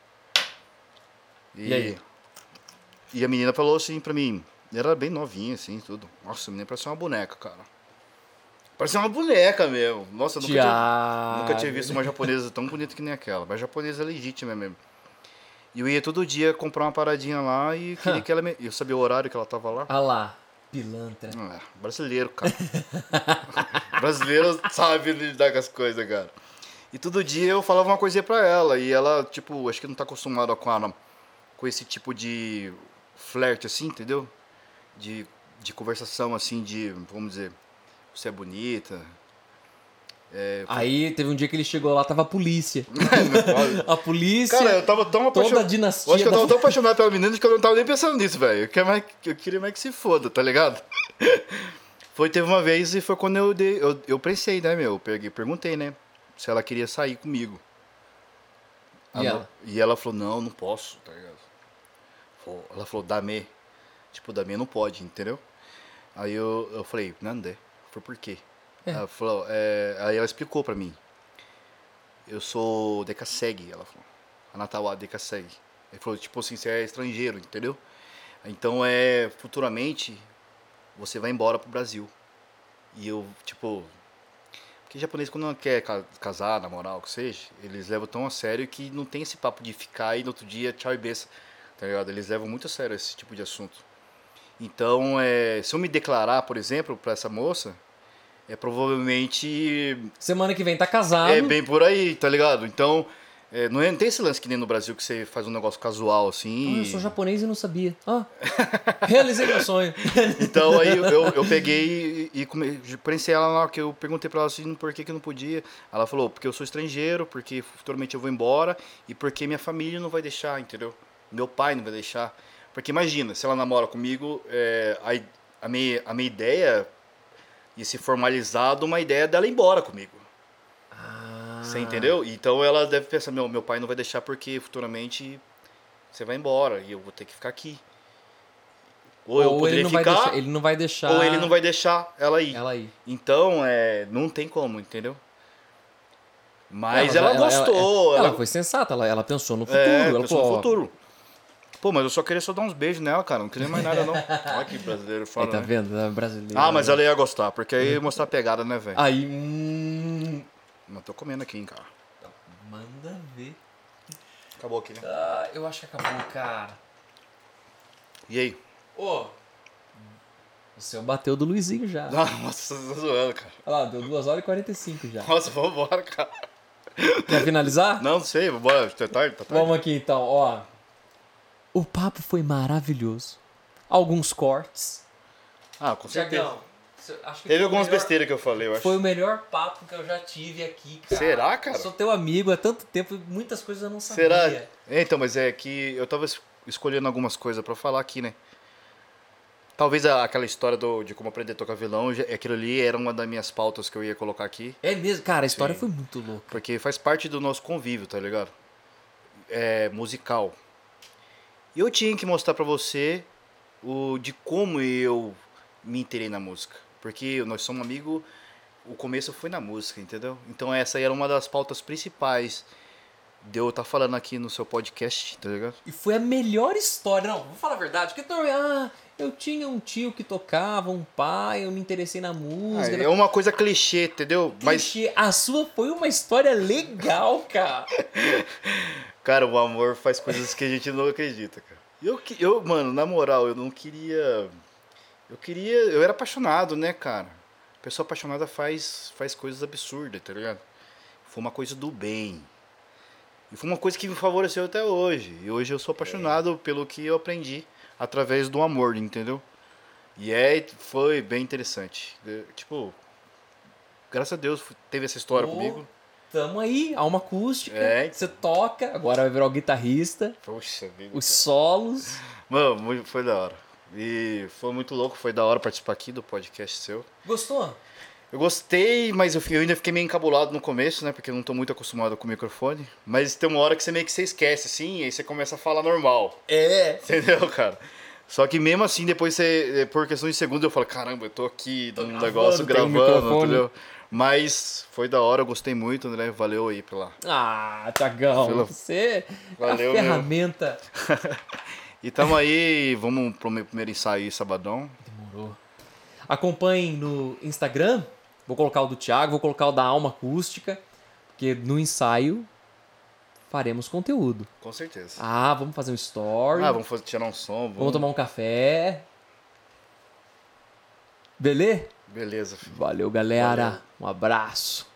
E aí? E a menina falou assim pra mim, era bem novinha assim, tudo. Nossa, a menina parecia uma boneca, cara. Parecia uma boneca mesmo. Nossa, eu nunca tinha, Tiago. nunca tinha visto uma japonesa tão bonita que nem aquela. Mas japonesa legítima mesmo. E eu ia todo dia comprar uma paradinha lá e queria Hã. que ela me... Eu sabia o horário que ela tava lá. Ah lá, pilantra. Ah, brasileiro, cara. Brasileiro sabe lidar com as coisas, cara. E todo dia eu falava uma coisinha pra ela. E ela, tipo, acho que não tá acostumada com, a, com esse tipo de flerte, assim, entendeu? De, de conversação, assim, de, vamos dizer, você é bonita. É, Aí teve um dia que ele chegou lá, tava a polícia. A polícia, cara, eu tava tão toda a apaixonado. dinastia. Eu acho que eu da- tava tão apaixonado pela menina que eu não tava nem pensando nisso, velho. Eu, queria mais- eu queria mais que se foda, tá ligado? Foi, teve uma vez e foi quando eu dei, eu, eu pensei, né, meu? Eu peguei, perguntei, né? Se ela queria sair comigo. E ela? E ela falou, não, não posso, tá ligado? Falou- Ela falou, dame. Tipo, dame não pode, entendeu? Aí eu, eu falei, nande. Foi por quê? É. Ela falou, é, aí ela explicou pra mim. Eu sou Dekaseg, ela falou. Anatawa Dekaseg. Ele falou, tipo assim, você é estrangeiro, entendeu? Então é, futuramente, você vai embora pro Brasil. E eu, tipo... Porque japonês, quando não quer ca- casar, namorar, o que seja, eles levam tão a sério que não tem esse papo de ficar e no outro dia, tchau e beça, tá ligado? Eles levam muito a sério esse tipo de assunto. Então, é, se eu me declarar, por exemplo, pra essa moça, é provavelmente Semana que vem tá casado. é bem por aí, tá ligado? Então, é, não, é- não tem esse lance que nem no Brasil que você faz um negócio casual assim. Ah, eu sou japonês e não sabia. Ah, realizei meu sonho. Então aí eu, eu, eu peguei e, e come, prensei ela lá, que eu perguntei pra ela assim, por que que não podia. Ela falou, porque eu sou estrangeiro, porque futuramente eu vou embora e porque minha família não vai deixar, entendeu? Meu pai não vai deixar. Porque imagina, se ela namora comigo, é, a, i- a, minha, a minha ideia ia se formalizar uma ideia dela ir embora comigo. Ah. Você entendeu? Então ela deve pensar, meu, meu pai não vai deixar porque futuramente você vai embora e eu vou ter que ficar aqui. Ou, eu Ou poderia ele não vai ficar, deixar, ele não vai deixar ou ele não vai deixar ela ir. ela ir. Então, é, não tem como, entendeu? Mas Não, ela, gostou. Ela, Ela, foi sensata, ela, ela pensou no futuro. é, ela pensou falou, no ó, futuro. Pô, mas eu só queria só dar uns beijos nela, cara. Não queria mais nada, não. Olha que brasileiro Aí fala, tá né? vendo? É brasileiro. Ah, mas né? ela ia gostar, porque aí ia mostrar a pegada, né, velho? Aí, hum... Não tô comendo aqui, hein, cara. Manda ver. Acabou aqui, né? Ah, eu acho que acabou, cara. E aí? Ô, o seu bateu do Luizinho já. Nossa, você tá zoando, cara. Olha lá, deu duas horas e quarenta e cinco já. Nossa, vamos embora, cara. Quer finalizar? Não, não sei, vambora. Tá tarde, tá tarde. Vamos aqui então, ó. O papo foi maravilhoso. Alguns cortes. Ah, com certeza. Tiagão, acho que Teve foi o algumas melhor- besteiras que eu falei, eu acho. Foi o melhor papo que eu já tive aqui, cara. Será, cara? Eu sou teu amigo há tanto tempo, muitas coisas eu não sabia. Será? É, então, mas é que eu tava es- escolhendo algumas coisas pra falar aqui, né? Talvez a- aquela história do, de como aprender a tocar violão, já- aquilo ali era uma das minhas pautas que eu ia colocar aqui. É mesmo, cara, a história Sim. foi muito louca. Porque faz parte do nosso convívio, tá ligado? É musical. E eu tinha que mostrar pra você o de como eu me inteirei na música. Porque nós somos amigos, o começo foi na música, entendeu? Então essa aí era uma das pautas principais de eu estar falando aqui no seu podcast, tá ligado? E foi a melhor história. Não, vou falar a verdade. Porque ah, eu tinha um tio que tocava, um pai, eu me interessei na Ah, música. é uma coisa clichê, entendeu? Mas, Clichê. A sua foi uma história legal, cara. cara, o amor faz coisas que a gente não acredita, cara. Eu, que- eu, mano, na moral, eu não queria. Eu queria. Eu era apaixonado, né, cara? Pessoa apaixonada faz, faz coisas absurdas, tá ligado? Foi uma coisa do bem. E foi uma coisa que me favoreceu até hoje. E hoje eu sou apaixonado pelo que eu aprendi através do amor, entendeu? E é, foi bem interessante. É, Tipo, graças a Deus teve essa história Ô, comigo. Tamo aí, alma acústica. É. Você toca, agora vai virar o guitarrista. Poxa vida. Os solos. Mano, muito- foi da hora. E foi muito louco, foi da hora participar aqui do podcast seu. Gostou? Eu gostei, mas eu, fi- eu ainda fiquei meio encabulado no começo, né? Porque eu não tô muito acostumado com o microfone. Mas tem uma hora que você meio que você esquece, assim, e aí você começa a falar normal. É. Entendeu, cara? Só que mesmo assim, depois você, por questão de segundos, eu falo, caramba, eu tô aqui num gravando, negócio tem um gravando, microfone. entendeu? Mas foi da hora, eu gostei muito, André. Valeu aí pela. Ah, Tiagão, Pelo- você Valeu, é a ferramenta. E tamo aí, vamos pro meu primeiro ensaio aí, sabadão. Demorou. Acompanhem no Instagram. Vou colocar o do Thiago, vou colocar o da Alma Acústica. Porque no ensaio faremos conteúdo. Com certeza. Ah, vamos fazer um story. Ah, vamos fazer, tirar um som. Vamos, Vamos tomar um café. Beleza? Beleza, filho. Valeu, galera. Valeu. Um abraço.